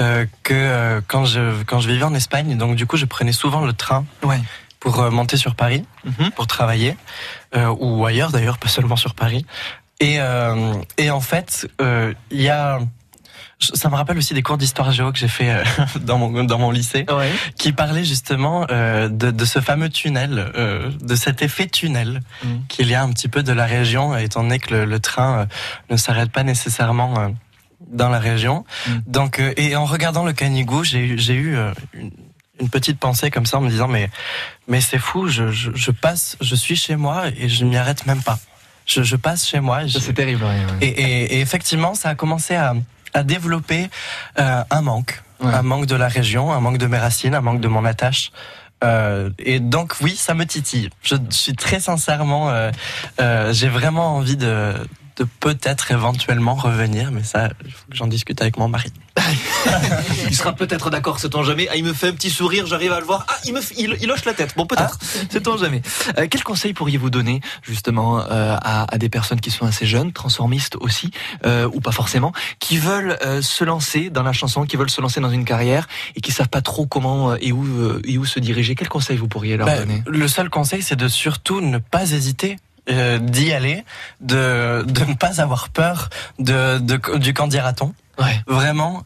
[SPEAKER 4] que quand je vivais en Espagne, donc du coup, je prenais souvent le train. Pour monter sur Paris, pour travailler, ou ailleurs d'ailleurs, pas seulement sur Paris. Et en fait, il y a... Ça me rappelle aussi des cours d'histoire géo que j'ai fait dans mon lycée, qui parlaient justement de ce fameux tunnel, de cet effet tunnel qu'il y a un petit peu de la région, étant donné que le train ne s'arrête pas nécessairement dans la région. Donc, et en regardant le Canigou, j'ai eu une petite pensée comme ça en me disant mais c'est fou, je suis chez moi et je m'y arrête même pas. Je passe chez moi.
[SPEAKER 2] C'est terrible.
[SPEAKER 4] Et effectivement, ça a commencé à développer un manque de la région, un manque de mes racines, un manque de mon attache. Et donc oui, ça me titille. Je suis très sincèrement, j'ai vraiment envie de peut-être éventuellement revenir, mais ça, il faut que j'en discute avec mon mari.
[SPEAKER 2] Il sera peut-être d'accord, sait-on jamais. Il me fait un petit sourire, j'arrive à le voir. Il hoche la tête. Bon, peut-être, sait-on jamais. Quel conseil pourriez-vous donner justement à des personnes qui sont assez jeunes, transformistes aussi, ou pas forcément, qui veulent se lancer dans la chanson, qui veulent se lancer dans une carrière et qui savent pas trop comment et où se diriger? Quel conseil vous pourriez leur donner?
[SPEAKER 4] Le seul conseil, c'est de surtout ne pas hésiter. D'y aller, de ne pas avoir peur du qu'en dira-t-on. Vraiment,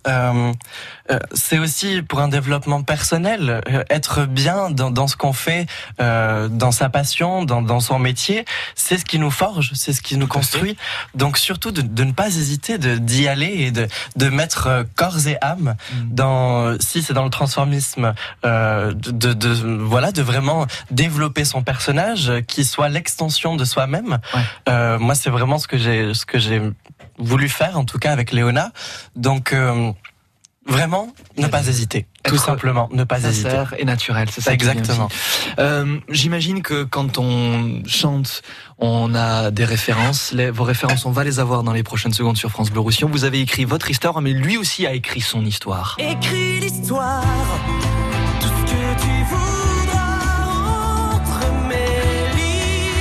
[SPEAKER 4] c'est aussi pour un développement personnel, être bien dans ce qu'on fait, dans sa passion, dans son métier, c'est ce qui nous forge, c'est ce qui nous construit. Donc surtout de ne pas hésiter d'y aller et de mettre corps et âme si c'est dans le transformisme, de vraiment développer son personnage, qui soit l'extension de soi-même. Moi, c'est vraiment ce que j'ai voulu faire, en tout cas avec Léona. Donc vraiment, ne pas hésiter. Tout simplement, ne pas hésiter.
[SPEAKER 2] Sincère et naturel, c'est ça.
[SPEAKER 4] Exactement.
[SPEAKER 2] J'imagine que quand on chante, on a des références. Vos références, on va les avoir dans les prochaines secondes sur France Bleu Roussillon. Vous avez écrit votre histoire, mais lui aussi a écrit son histoire.
[SPEAKER 17] Écris l'histoire, tout ce que tu voudras entre mes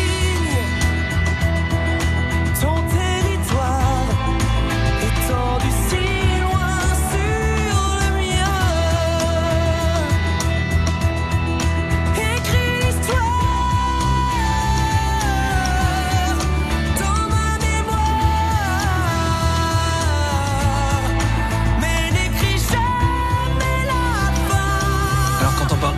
[SPEAKER 17] lignes. Ton territoire étendu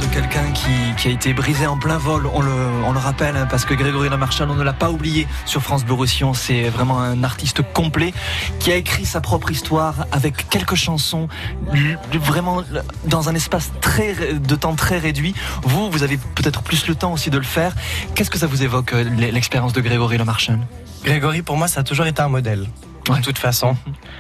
[SPEAKER 2] quelqu'un qui a été brisé en plein vol, on le rappelle, hein, parce que Grégory Le Marchal, on ne l'a pas oublié sur France Bleu Roussillon, c'est vraiment un artiste complet qui a écrit sa propre histoire avec quelques chansons, vraiment dans un espace de temps très réduit. Vous avez peut-être plus le temps aussi de le faire. Qu'est-ce que ça vous évoque, l'expérience de Grégory Le Marchal ?
[SPEAKER 4] Grégory, pour moi, ça a toujours été un modèle, de toute façon.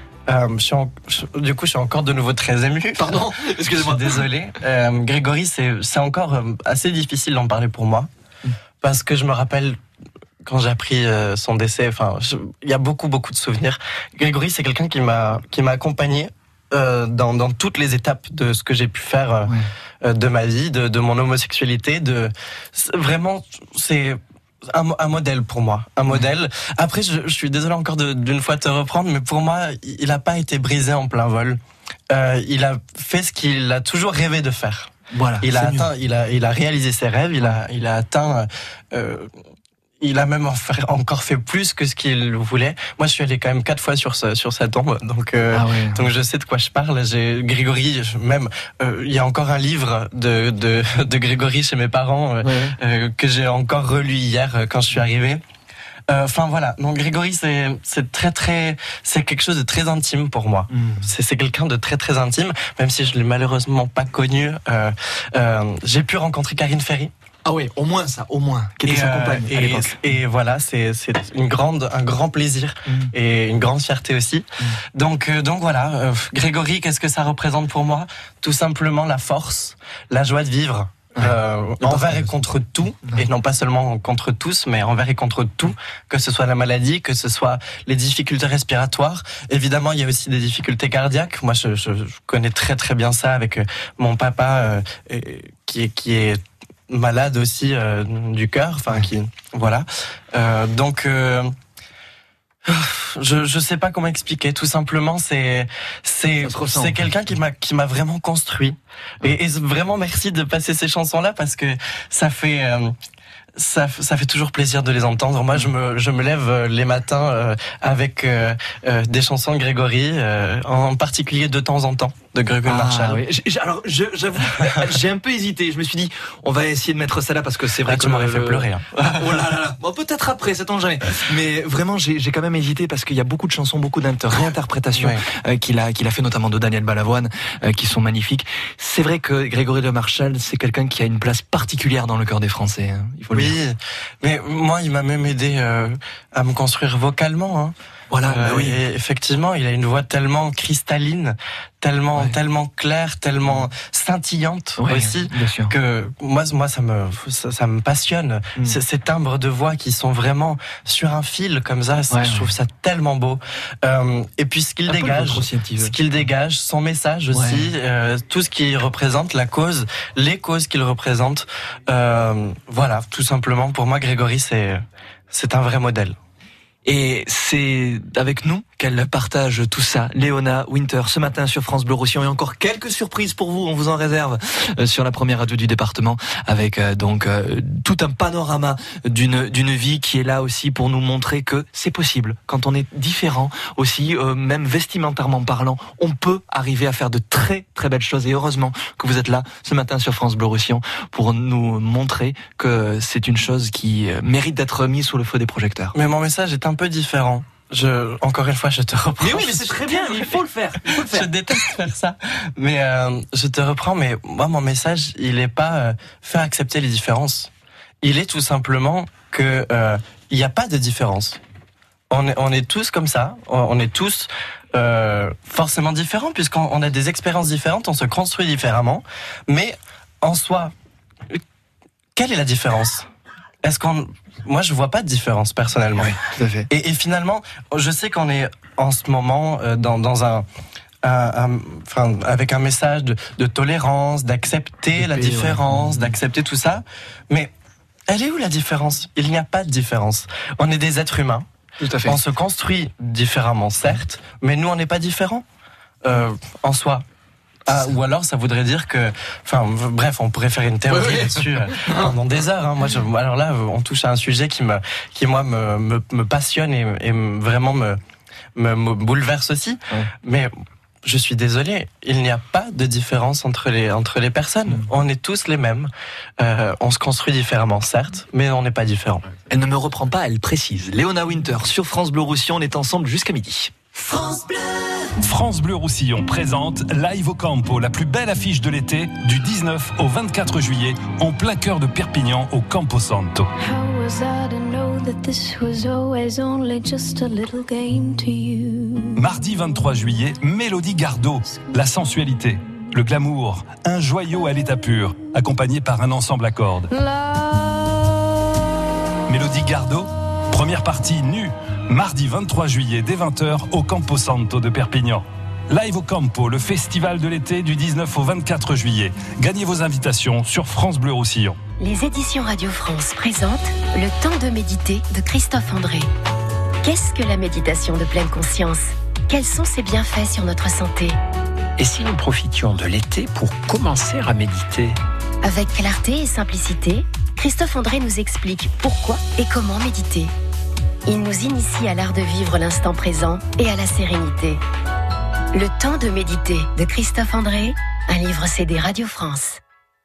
[SPEAKER 4] Du coup, je suis encore de nouveau très ému.
[SPEAKER 2] Pardon, excusez-moi.
[SPEAKER 4] Je suis désolé. Grégory, c'est encore assez difficile d'en parler pour moi, parce que je me rappelle quand j'ai appris son décès. Il y a beaucoup de souvenirs. Grégory, c'est quelqu'un qui m'a accompagné dans toutes les étapes de ce que j'ai pu faire de ma vie, de mon homosexualité. Vraiment, c'est un modèle pour moi, un modèle. Après, je suis désolé encore d'une fois de te reprendre, mais pour moi, il n'a pas été brisé en plein vol. Il a fait ce qu'il a toujours rêvé de faire.
[SPEAKER 2] Voilà.
[SPEAKER 4] Il a réalisé ses rêves. Il a atteint. Il a même encore fait plus que ce qu'il voulait. Moi, je suis allé quand même 4 fois sur sa tombe, donc je sais de quoi je parle. Grégory, il y a encore un livre de Grégory chez mes parents que j'ai encore relu hier quand je suis arrivé. Voilà. Donc Grégory, c'est quelque chose de très intime pour moi. C'est quelqu'un de très très intime, même si je l'ai malheureusement pas connu. J'ai pu rencontrer Karine Ferry.
[SPEAKER 2] Ah oui, au moins, qui était sa compagne à l'époque.
[SPEAKER 4] Et voilà, c'est un grand plaisir et une grande fierté aussi. Donc voilà, Grégory, qu'est-ce que ça représente pour moi ? Tout simplement la force, la joie de vivre. Envers et contre tout, et non pas seulement contre tous, mais envers et contre tout, que ce soit la maladie, que ce soit les difficultés respiratoires. Évidemment, il y a aussi des difficultés cardiaques. Moi, je connais très très bien ça avec mon papa qui est malade aussi du cœur, voilà. Je sais pas comment expliquer. Tout simplement, c'est quelqu'un qui m'a vraiment construit. Et vraiment merci de passer ces chansons-là, parce que ça fait toujours plaisir de les entendre. Moi, je me lève les matins avec des chansons de Grégory, en particulier De temps en temps, de Grégory Marchal.
[SPEAKER 2] Oui. Alors, j'avoue, j'ai un peu hésité. Je me suis dit, on va essayer de mettre celle-là parce que c'est vrai que
[SPEAKER 4] tu m'aurais fait pleurer. Hein.
[SPEAKER 2] Oh là là. Bon, peut-être après, ça tombe jamais. Mais vraiment, j'ai quand même hésité parce qu'il y a beaucoup de chansons, beaucoup réinterprétations qu'il a fait, notamment de Daniel Balavoine, qui sont magnifiques. C'est vrai que Grégory Le Marchal, c'est quelqu'un qui a une place particulière dans le cœur des Français. Hein. Il faut le dire.
[SPEAKER 4] Mais moi, il m'a même aidé à me construire vocalement. Hein.
[SPEAKER 2] Voilà,
[SPEAKER 4] et effectivement, il a une voix tellement cristalline, tellement claire, tellement scintillante aussi, que moi ça me passionne. Ces timbres de voix qui sont vraiment sur un fil comme ça, je trouve ça tellement beau. Et puis ce qu'il dégage, son message aussi, tout ce qu'il représente, les causes qu'il représente. Voilà, tout simplement, pour moi, Grégory, c'est un vrai modèle.
[SPEAKER 2] Et c'est avec nous qu'elle partage tout ça. Léona Winter, ce matin sur France Bleu Roussillon. Et encore quelques surprises pour vous, on vous en réserve sur la première radio du département, avec tout un panorama d'une vie qui est là aussi pour nous montrer que c'est possible. Quand on est différent aussi, même vestimentairement parlant, on peut arriver à faire de très très belles choses. Et heureusement que vous êtes là ce matin sur France Bleu Roussillon pour nous montrer que c'est une chose qui mérite d'être mise sous le feu des projecteurs.
[SPEAKER 4] Mais mon message est un peu différent. Encore une fois, je te reprends.
[SPEAKER 2] Mais oui, mais c'est très bien, il faut le faire.
[SPEAKER 4] Je déteste faire ça. Mais je te reprends, mais moi, mon message, il n'est pas faire accepter les différences. Il est tout simplement que il n'y a pas de différence. On est tous comme ça, on est tous forcément différents, puisqu'on a des expériences différentes, on se construit différemment. Mais en soi, quelle est la différence ? Moi, je vois pas de différence personnellement.
[SPEAKER 2] Oui, tout à fait.
[SPEAKER 4] Et finalement, je sais qu'on est en ce moment dans avec un message de tolérance, d'accepter la différence, d'accepter tout ça. Mais elle est où la différence ? Il n'y a pas de différence. On est des êtres humains.
[SPEAKER 2] Tout à fait.
[SPEAKER 4] On se construit différemment, certes, mais nous, on n'est pas différents en soi. Ou alors ça voudrait dire que, bref, on pourrait faire une théorie là-dessus pendant des heures. Hein. Alors là, on touche à un sujet qui moi me passionne et vraiment me bouleverse aussi. Ouais. Mais je suis désolé, il n'y a pas de différence entre les personnes. On est tous les mêmes. On se construit différemment, certes, mais on n'est pas différents.
[SPEAKER 2] Elle ne me reprend pas, elle précise. Léona Winter sur France Bleu Roussillon, on est ensemble jusqu'à midi.
[SPEAKER 8] France Bleu.
[SPEAKER 1] France Bleu Roussillon présente Live au Campo, la plus belle affiche de l'été, du 19 au 24 juillet, en plein cœur de Perpignan, au Campo Santo.
[SPEAKER 5] How was I to know that this was always only just a little game to you?
[SPEAKER 1] Mardi 23 juillet, Mélodie Gardot, la sensualité, le glamour, un joyau à l'état pur, accompagné par un ensemble à cordes. Mélodie Gardot, première partie nue, mardi 23 juillet dès 20h au Campo Santo de Perpignan. Live au Campo, le festival de l'été du 19 au 24 juillet. Gagnez vos invitations sur France Bleu Roussillon.
[SPEAKER 9] Les éditions Radio France présentent Le temps de méditer de Christophe André. Qu'est-ce que la méditation de pleine conscience ? Quels sont ses bienfaits sur notre santé ?
[SPEAKER 12] Et si nous profitions de l'été pour commencer à méditer ?
[SPEAKER 9] Avec clarté et simplicité, Christophe André nous explique pourquoi et comment méditer. Il nous initie à l'art de vivre l'instant présent et à la sérénité. Le temps de méditer de Christophe André, un livre CD Radio France.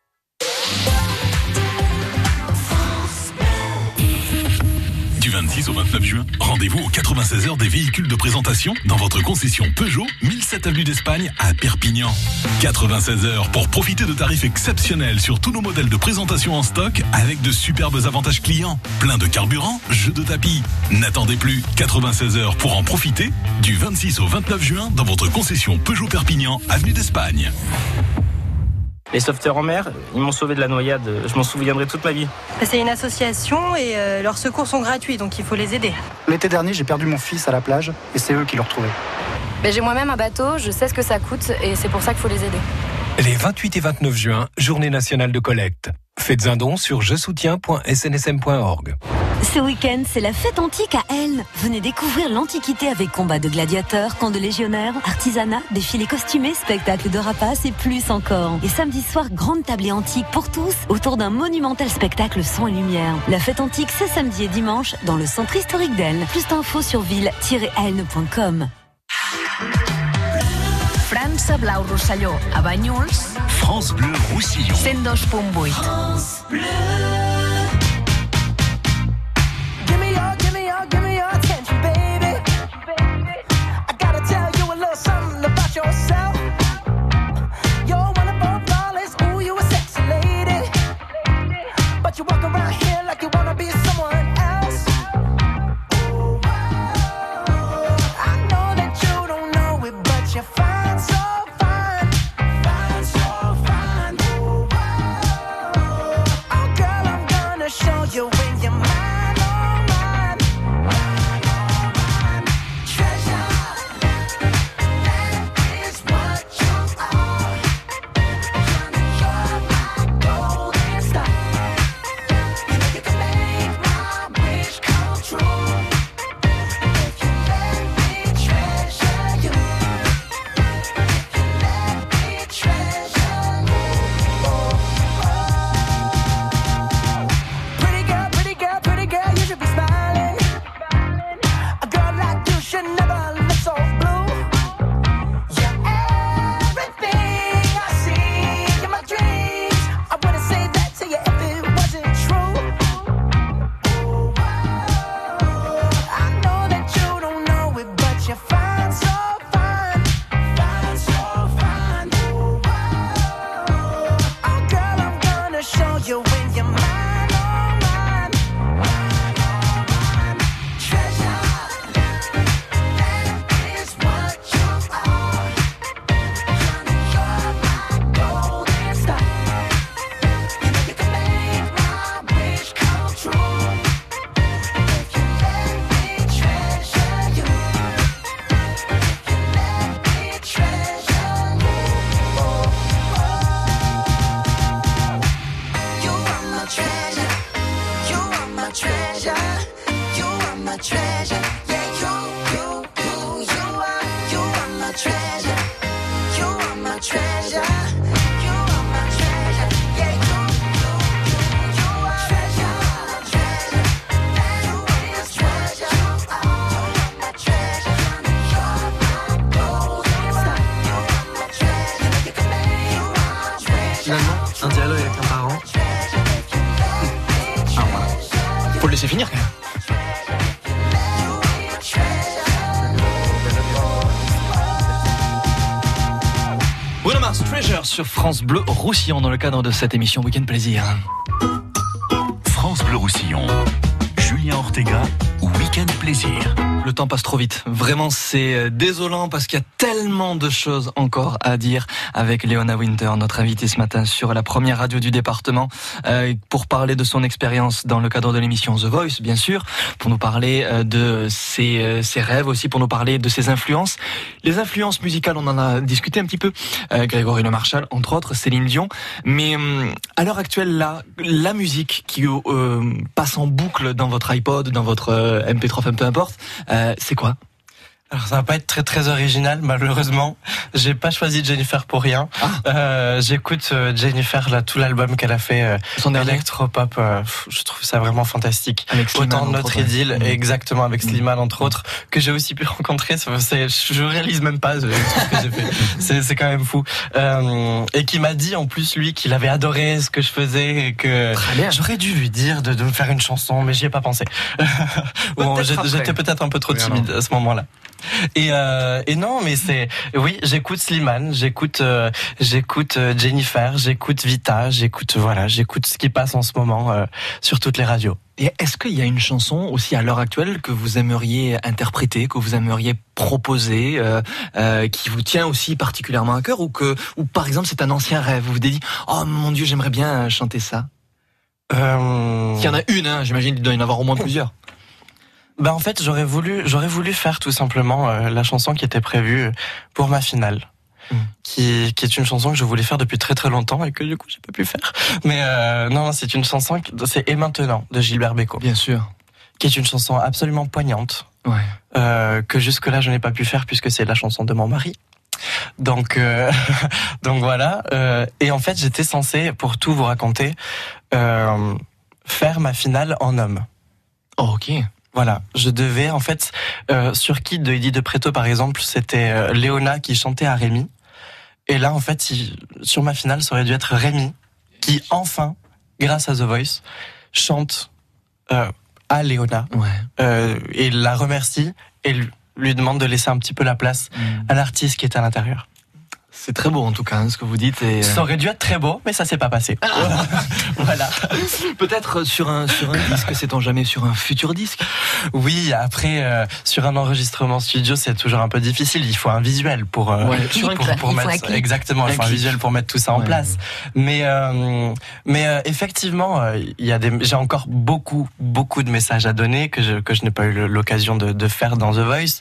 [SPEAKER 1] Du 26 au 29 juin, rendez-vous aux 96 heures des véhicules de présentation dans votre concession Peugeot, 1007 avenue d'Espagne à Perpignan. 96 heures pour profiter de tarifs exceptionnels sur tous nos modèles de présentation en stock avec de superbes avantages clients. Plein de carburant, jeux de tapis. N'attendez plus, 96 heures pour en profiter du 26 au 29 juin dans votre concession Peugeot Perpignan, avenue d'Espagne.
[SPEAKER 18] Les sauveteurs en mer, ils m'ont sauvé de la noyade. Je m'en souviendrai toute ma vie.
[SPEAKER 19] C'est une association et leurs secours sont gratuits, donc il faut les aider.
[SPEAKER 20] L'été dernier, j'ai perdu mon fils à la plage et c'est eux qui l'ont retrouvé.
[SPEAKER 21] J'ai moi-même un bateau, je sais ce que ça coûte et c'est pour ça qu'il faut les aider.
[SPEAKER 22] Les 28 et 29 juin, journée nationale de collecte. Faites un don sur jesoutiens.snsm.org.
[SPEAKER 23] Ce week-end, c'est la fête antique à Elne. Venez découvrir l'Antiquité avec combat de gladiateurs, camps de légionnaires, artisanat, défilés costumés, spectacles de rapaces et plus encore. Et samedi soir, grande tablée antique pour tous autour d'un monumental spectacle son et lumière. La fête antique, c'est samedi et dimanche dans le centre historique d'Elne. Plus d'infos sur ville-elne.com.
[SPEAKER 15] França Blau Rosselló a Banyuls.
[SPEAKER 6] France Bleu Roussillon.
[SPEAKER 15] 102.8.
[SPEAKER 5] France Bleu.
[SPEAKER 17] Give me your attention, baby. I gotta tell you a little something about yourself. You're one of our flawless, ooh, you a sexy lady. But you walk around here like you wanna be someone else. I know that you don't know it, but you're fine, so fine. Fine, so fine. Oh, girl, I'm
[SPEAKER 4] avec un parent.
[SPEAKER 2] Ah, voilà. Faut le laisser finir quand même. Bruno Mars, Treasure sur France Bleu Roussillon dans le cadre de cette émission Week-end Plaisir.
[SPEAKER 6] France Bleu Roussillon. Julien Ortega, Week-end Plaisir.
[SPEAKER 2] Le temps passe trop vite. Vraiment, c'est désolant parce qu'il y a tellement de choses encore à dire avec Léona Winter, notre invitée ce matin sur la première radio du département, pour parler de son expérience dans le cadre de l'émission The Voice, bien sûr, pour nous parler de ses rêves aussi, pour nous parler de ses influences. Les influences musicales, on en a discuté un petit peu. Grégory Le Marchal, entre autres, Céline Dion. Mais à l'heure actuelle, là, la musique qui passe en boucle dans votre iPod, dans votre MP3, peu importe, c'est quoi ?
[SPEAKER 4] Alors ça va pas être très très original, malheureusement. J'ai pas choisi Jennifer pour rien. J'écoute Jennifer, là, tout l'album qu'elle a fait, Electropop. Je trouve ça vraiment fantastique.
[SPEAKER 2] Avec Slimane,
[SPEAKER 4] autant Notre Idylle, exactement, avec Slimane entre autres, que j'ai aussi pu rencontrer. Je réalise même pas tout ce que j'ai fait. C'est quand même fou. Et qui m'a dit en plus lui qu'il avait adoré ce que je faisais et que j'aurais dû lui dire de me faire une chanson, mais j'y ai pas pensé. Bon, j'étais peut-être un peu trop timide à ce moment-là. Et non, mais oui, j'écoute Slimane, j'écoute Jennifer, j'écoute Vita, j'écoute ce qui passe en ce moment sur toutes les radios.
[SPEAKER 2] Et est-ce qu'il y a une chanson aussi à l'heure actuelle que vous aimeriez interpréter, que vous aimeriez proposer, qui vous tient aussi particulièrement à cœur, ou par exemple c'est un ancien rêve, vous vous dites oh mon Dieu, j'aimerais bien chanter ça. S'il y en a une, j'imagine qu'il doit y en avoir au moins plusieurs.
[SPEAKER 4] Ben en fait, j'aurais voulu faire tout simplement la chanson qui était prévue pour ma finale, qui est une chanson que je voulais faire depuis très très longtemps et que du coup j'ai pas pu faire. Mais non, c'est une chanson, c'est Et maintenant de Gilbert Bécaud.
[SPEAKER 2] Bien sûr.
[SPEAKER 4] Qui est une chanson absolument poignante, que jusque là je n'ai pas pu faire puisque c'est la chanson de mon mari. Donc voilà. Et en fait, j'étais censé, pour tout vous raconter, faire ma finale en homme.
[SPEAKER 2] Oh, ok.
[SPEAKER 4] Voilà, je devais en fait sur Kid de Eddie de Preto par exemple, c'était Léona qui chantait à Rémi. Et là en fait, sur ma finale, ça aurait dû être Rémi qui enfin, grâce à The Voice, chante à Léona et la remercie et lui demande de laisser un petit peu la place à l'artiste qui est à l'intérieur.
[SPEAKER 2] C'est très beau en tout cas, ce que vous dites. Et...
[SPEAKER 4] Ça aurait dû être très beau, mais ça s'est pas passé. Voilà.
[SPEAKER 2] Peut-être sur un disque, sait-on jamais, sur un futur disque.
[SPEAKER 4] Oui, après, sur un enregistrement studio, c'est toujours un peu difficile. Il faut un visuel pour mettre, exactement, il faut un visuel pour mettre tout ça en place. Mais effectivement, j'ai encore beaucoup de messages à donner que je n'ai pas eu l'occasion de faire dans The Voice.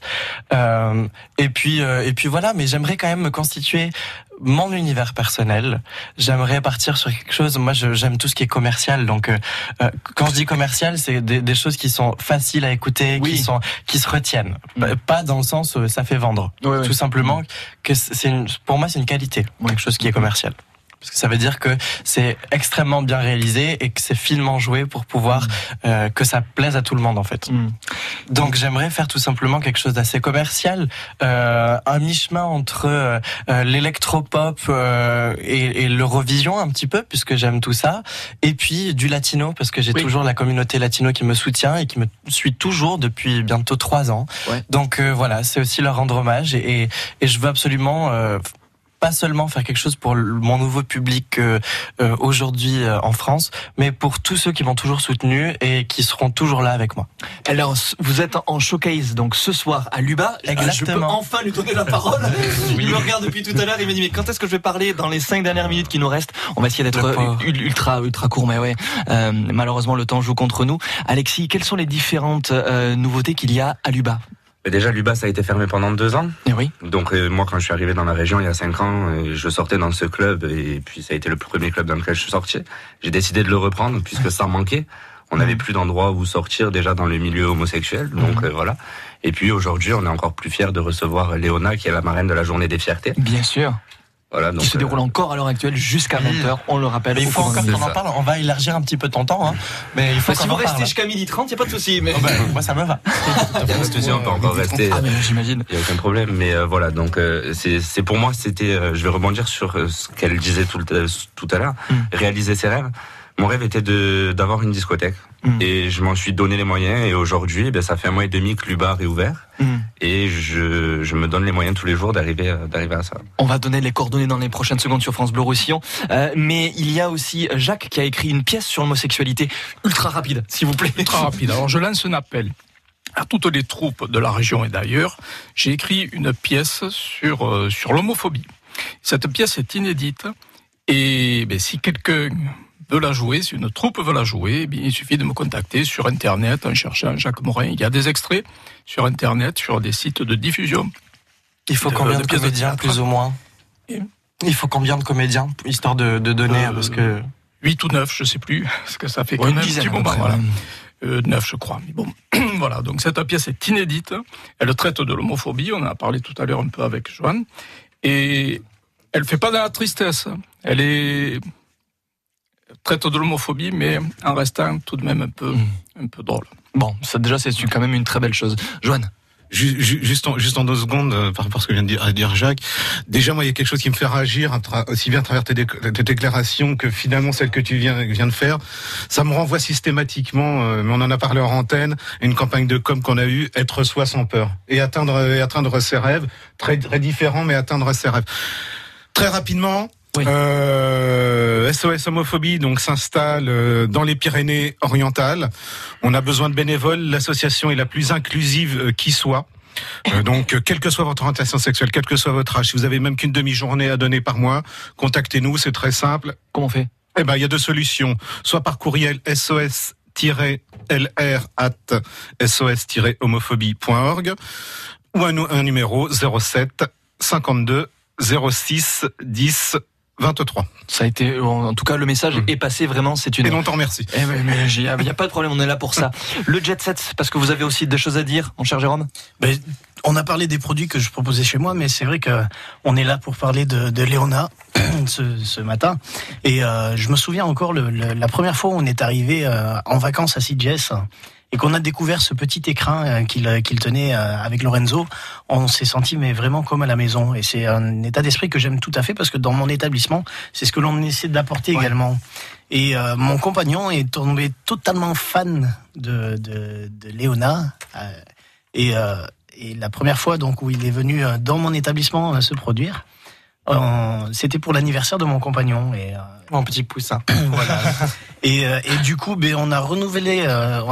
[SPEAKER 4] Et puis voilà, mais j'aimerais quand même me constituer mon univers personnel. J'aimerais partir sur quelque chose. Moi, j'aime tout ce qui est commercial. Donc, quand je dis commercial, c'est des choses qui sont faciles à écouter, qui se retiennent. Pas dans le sens où ça fait vendre. Tout simplement que pour moi, c'est une qualité, quelque chose qui est commercial. Parce que ça veut dire que c'est extrêmement bien réalisé et que c'est finement joué pour pouvoir que ça plaise à tout le monde en fait. Donc j'aimerais faire tout simplement quelque chose d'assez commercial, un mi-chemin entre l'électropop et l'Eurovision un petit peu, puisque j'aime tout ça, et puis du latino, parce que j'ai toujours la communauté latino qui me soutient et qui me suit toujours depuis bientôt 3 ans. Donc voilà, c'est aussi leur rendre hommage et je veux absolument... pas seulement faire quelque chose pour mon nouveau public aujourd'hui en France, mais pour tous ceux qui m'ont toujours soutenu et qui seront toujours là avec moi.
[SPEAKER 2] Alors, vous êtes en showcase donc ce soir à Luba.
[SPEAKER 4] Exactement.
[SPEAKER 2] Je peux enfin lui donner la parole. Il me regarde depuis tout à l'heure, il me dit mais quand est-ce que je vais parler dans les 5 dernières minutes qui nous restent? On va essayer d'être ultra court, mais malheureusement le temps joue contre nous. Alexis, quelles sont les différentes nouveautés qu'il y a à Luba?
[SPEAKER 3] Déjà, Luba, ça a été fermé pendant 2 ans.
[SPEAKER 2] Et oui.
[SPEAKER 3] Donc, moi, quand je suis arrivé dans la région il y a 5 ans, je sortais dans ce club et puis ça a été le premier club dans lequel je suis sorti. J'ai décidé de le reprendre puisque ça manquait. On n'avait plus d'endroit où sortir déjà dans le milieu homosexuel. Donc, voilà. Et puis, aujourd'hui, on est encore plus fiers de recevoir Léona, qui est la marraine de la Journée des Fiertés.
[SPEAKER 2] Bien sûr.
[SPEAKER 3] Voilà, donc,
[SPEAKER 2] qui se déroule encore à l'heure actuelle jusqu'à 20h, on le rappelle.
[SPEAKER 4] Mais il faut encore qu'on en parle, on va élargir un petit peu ton temps, hein. Mais il faut
[SPEAKER 2] si vous restez jusqu'à 12h30, il n'y a pas de souci. Mais...
[SPEAKER 4] moi ça me va.
[SPEAKER 3] On peut encore rester.
[SPEAKER 2] Ah, mais j'imagine.
[SPEAKER 3] Il n'y a aucun problème. Mais voilà, donc c'est pour moi, c'était. Je vais rebondir sur ce qu'elle disait tout à l'heure. Réaliser ses rêves. Mon rêve était d'avoir une discothèque. Et je m'en suis donné les moyens. Et aujourd'hui, ça fait 1 mois et demi que l'UBA est ouvert. Et je me donne les moyens tous les jours d'arriver à ça.
[SPEAKER 2] On va donner les coordonnées dans les prochaines secondes sur France Bleu Roussillon. Mais il y a aussi Jacques qui a écrit une pièce sur l'homosexualité. Ultra rapide, s'il vous plaît.
[SPEAKER 10] Ultra rapide. Alors je lance un appel à toutes les troupes de la région et d'ailleurs. J'ai écrit une pièce sur l'homophobie. Cette pièce est inédite. Et si quelqu'un veut la jouer, si une troupe veut la jouer, il suffit de me contacter sur Internet en cherchant Jacques Morin. Il y a des extraits sur Internet, sur des sites de diffusion.
[SPEAKER 4] Il faut combien de comédiens, plus ou moins ? Il faut combien de comédiens, histoire de donner, parce que...
[SPEAKER 10] 8 ou 9, je sais plus, parce que ça fait quand même un petit moment. Voilà. 9, je crois. Mais bon, voilà. Donc cette pièce est inédite. Elle traite de l'homophobie. On en a parlé tout à l'heure un peu avec Joanne. Et elle fait pas de la tristesse. Elle traite de l'homophobie, mais en restant tout de même un peu drôle.
[SPEAKER 2] Bon, ça déjà c'est quand même une très belle chose. Joanne.
[SPEAKER 11] Juste en 2 secondes, par rapport à ce que vient de dire Jacques. Déjà, moi, il y a quelque chose qui me fait réagir, aussi bien à travers tes déclarations que finalement celles que tu viens de faire. Ça me renvoie systématiquement, mais on en a parlé en antenne, une campagne de com qu'on a eue, être soi sans peur. Et atteindre ses rêves, très, très différents, mais atteindre ses rêves. Très rapidement, oui. SOS Homophobie donc s'installe dans les Pyrénées-Orientales. On a besoin de bénévoles. L'association est la plus inclusive qui soit. Donc, quelle que soit votre orientation sexuelle, quel que soit votre âge, si vous avez même qu'une demi-journée à donner par mois, contactez-nous, c'est très simple.
[SPEAKER 2] Comment on fait ?
[SPEAKER 11] Il y a 2 solutions. Soit par courriel sos-lr@sos-homophobie.org ou un numéro 07 52 06 10 23.
[SPEAKER 2] Ça a été, en tout cas, le message est passé vraiment, c'est une...
[SPEAKER 11] Et on t'en remercie.
[SPEAKER 2] Mais il n'y a pas de problème, on est là pour ça. Le jet set, parce que vous avez aussi des choses à dire, mon cher Jérôme.
[SPEAKER 7] On a parlé des produits que je proposais chez moi, mais c'est vrai que on est là pour parler de Léona ce matin. Et je me souviens encore la première fois où on est arrivé en vacances à Sitges et qu'on a découvert ce petit écrin qu'il tenait avec Lorenzo, on s'est senti vraiment comme à la maison. Et c'est un état d'esprit que j'aime tout à fait parce que dans mon établissement, c'est ce que l'on essaie d'apporter également. Et mon compagnon est tombé totalement fan de Léona. Et la première fois donc où il est venu dans mon établissement se produire, c'était pour l'anniversaire de mon compagnon et
[SPEAKER 4] mon petit poussin.
[SPEAKER 7] Voilà. Et du coup, on a renouvelé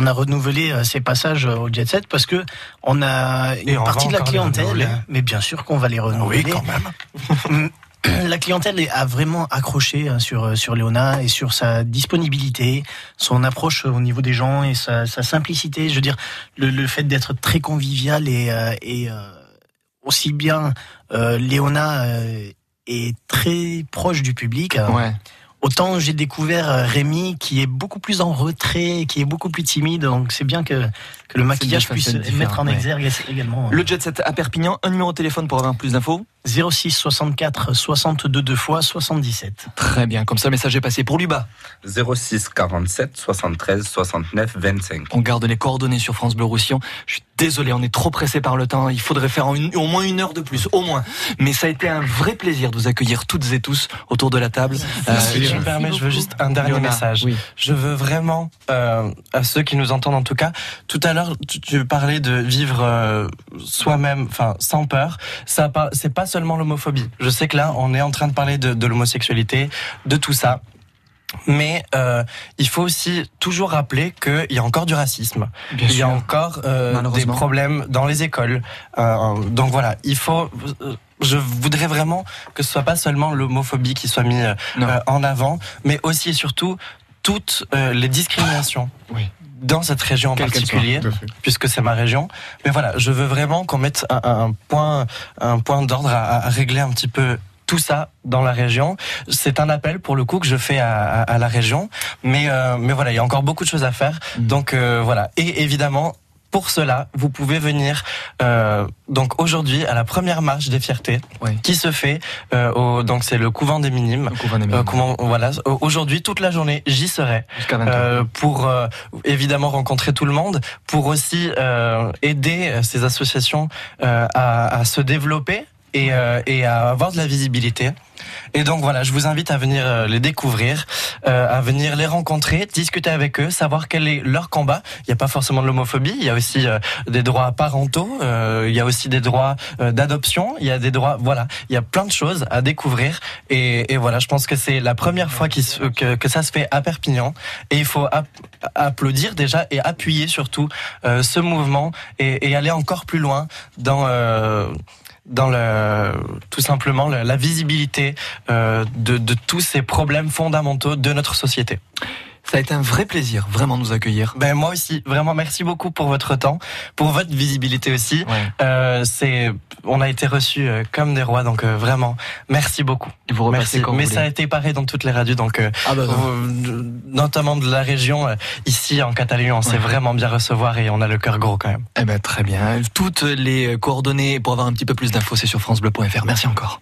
[SPEAKER 7] ces passages au jet set parce que on a une partie de la clientèle, mais bien sûr qu'on va les renouveler.
[SPEAKER 11] Oui, quand même.
[SPEAKER 7] La clientèle a vraiment accroché sur Léona et sur sa disponibilité, son approche au niveau des gens et sa simplicité. Je veux dire, le fait d'être très convivial et aussi bien Léona est très proche du public.
[SPEAKER 2] Ouais.
[SPEAKER 7] Autant j'ai découvert Rémi qui est beaucoup plus en retrait, qui est beaucoup plus timide, donc c'est bien que le maquillage puisse mettre en exergue également.
[SPEAKER 2] Le jet set à Perpignan, un numéro de téléphone pour avoir plus d'infos ?
[SPEAKER 7] 06 64 62 2 fois 77.
[SPEAKER 2] Très bien, comme ça le message est passé pour l'UBA.
[SPEAKER 3] 06 47 73 69 25.
[SPEAKER 2] On garde les coordonnées sur France Bleu Roussillon. Je suis désolé, on est trop pressé par le temps. Il faudrait faire au moins 1 heure de plus, au moins. Mais ça a été un vrai plaisir de vous accueillir toutes et tous autour de la table.
[SPEAKER 4] Si je me permets, je veux juste un dernier message. Oui. Je veux vraiment, à ceux qui nous entendent en tout cas, tout à l'heure, tu parlais de vivre soi-même, sans peur. C'est pas seulement l'homophobie. Je sais que là, on est en train de parler de l'homosexualité, de tout ça. Mais il faut aussi toujours rappeler qu'il y a encore du racisme.
[SPEAKER 2] Bien
[SPEAKER 4] il y a encore des problèmes dans les écoles. Donc voilà, je voudrais vraiment que ce soit pas seulement l'homophobie qui soit mise en avant, mais aussi et surtout toutes les discriminations.
[SPEAKER 2] Oui.
[SPEAKER 4] Dans cette région en particulier, puisque c'est ma région. Mais voilà, je veux vraiment qu'on mette un point d'ordre à régler un petit peu tout ça dans la région. C'est un appel pour le coup que je fais à la région, mais voilà, il y a encore beaucoup de choses à faire. Donc voilà, et évidemment pour cela, vous pouvez venir donc aujourd'hui à la première marche des fiertés qui se fait donc c'est le couvent des Minimes. Voilà, aujourd'hui toute la journée, j'y serai pour évidemment rencontrer tout le monde, pour aussi aider ces associations à se développer et à avoir de la visibilité. Et donc voilà, je vous invite à venir les découvrir, à venir les rencontrer, discuter avec eux, savoir quel est leur combat. Il n'y a pas forcément de l'homophobie, il y a aussi des droits parentaux, il y a aussi des droits d'adoption, il y a des droits, voilà, il y a plein de choses à découvrir. Et voilà, je pense que c'est la première fois que ça se fait à Perpignan. Et il faut applaudir déjà et appuyer surtout ce mouvement et aller encore plus loin dans tout simplement la visibilité de tous ces problèmes fondamentaux de notre société.
[SPEAKER 2] Ça a été un vrai plaisir, vraiment, de nous accueillir.
[SPEAKER 4] Ben moi aussi, vraiment, merci beaucoup pour votre temps, pour votre visibilité aussi. On a été reçus comme des rois, donc vraiment, merci beaucoup.
[SPEAKER 2] Et vous remerciez quand vous voulez.
[SPEAKER 4] Ça a été pareil dans toutes les radios, donc notamment de la région, ici en Catalogne, on sait vraiment bien recevoir et on a le cœur gros quand même.
[SPEAKER 2] Eh ben très bien. Toutes les coordonnées pour avoir un petit peu plus d'infos, c'est sur francebleu.fr. Merci encore.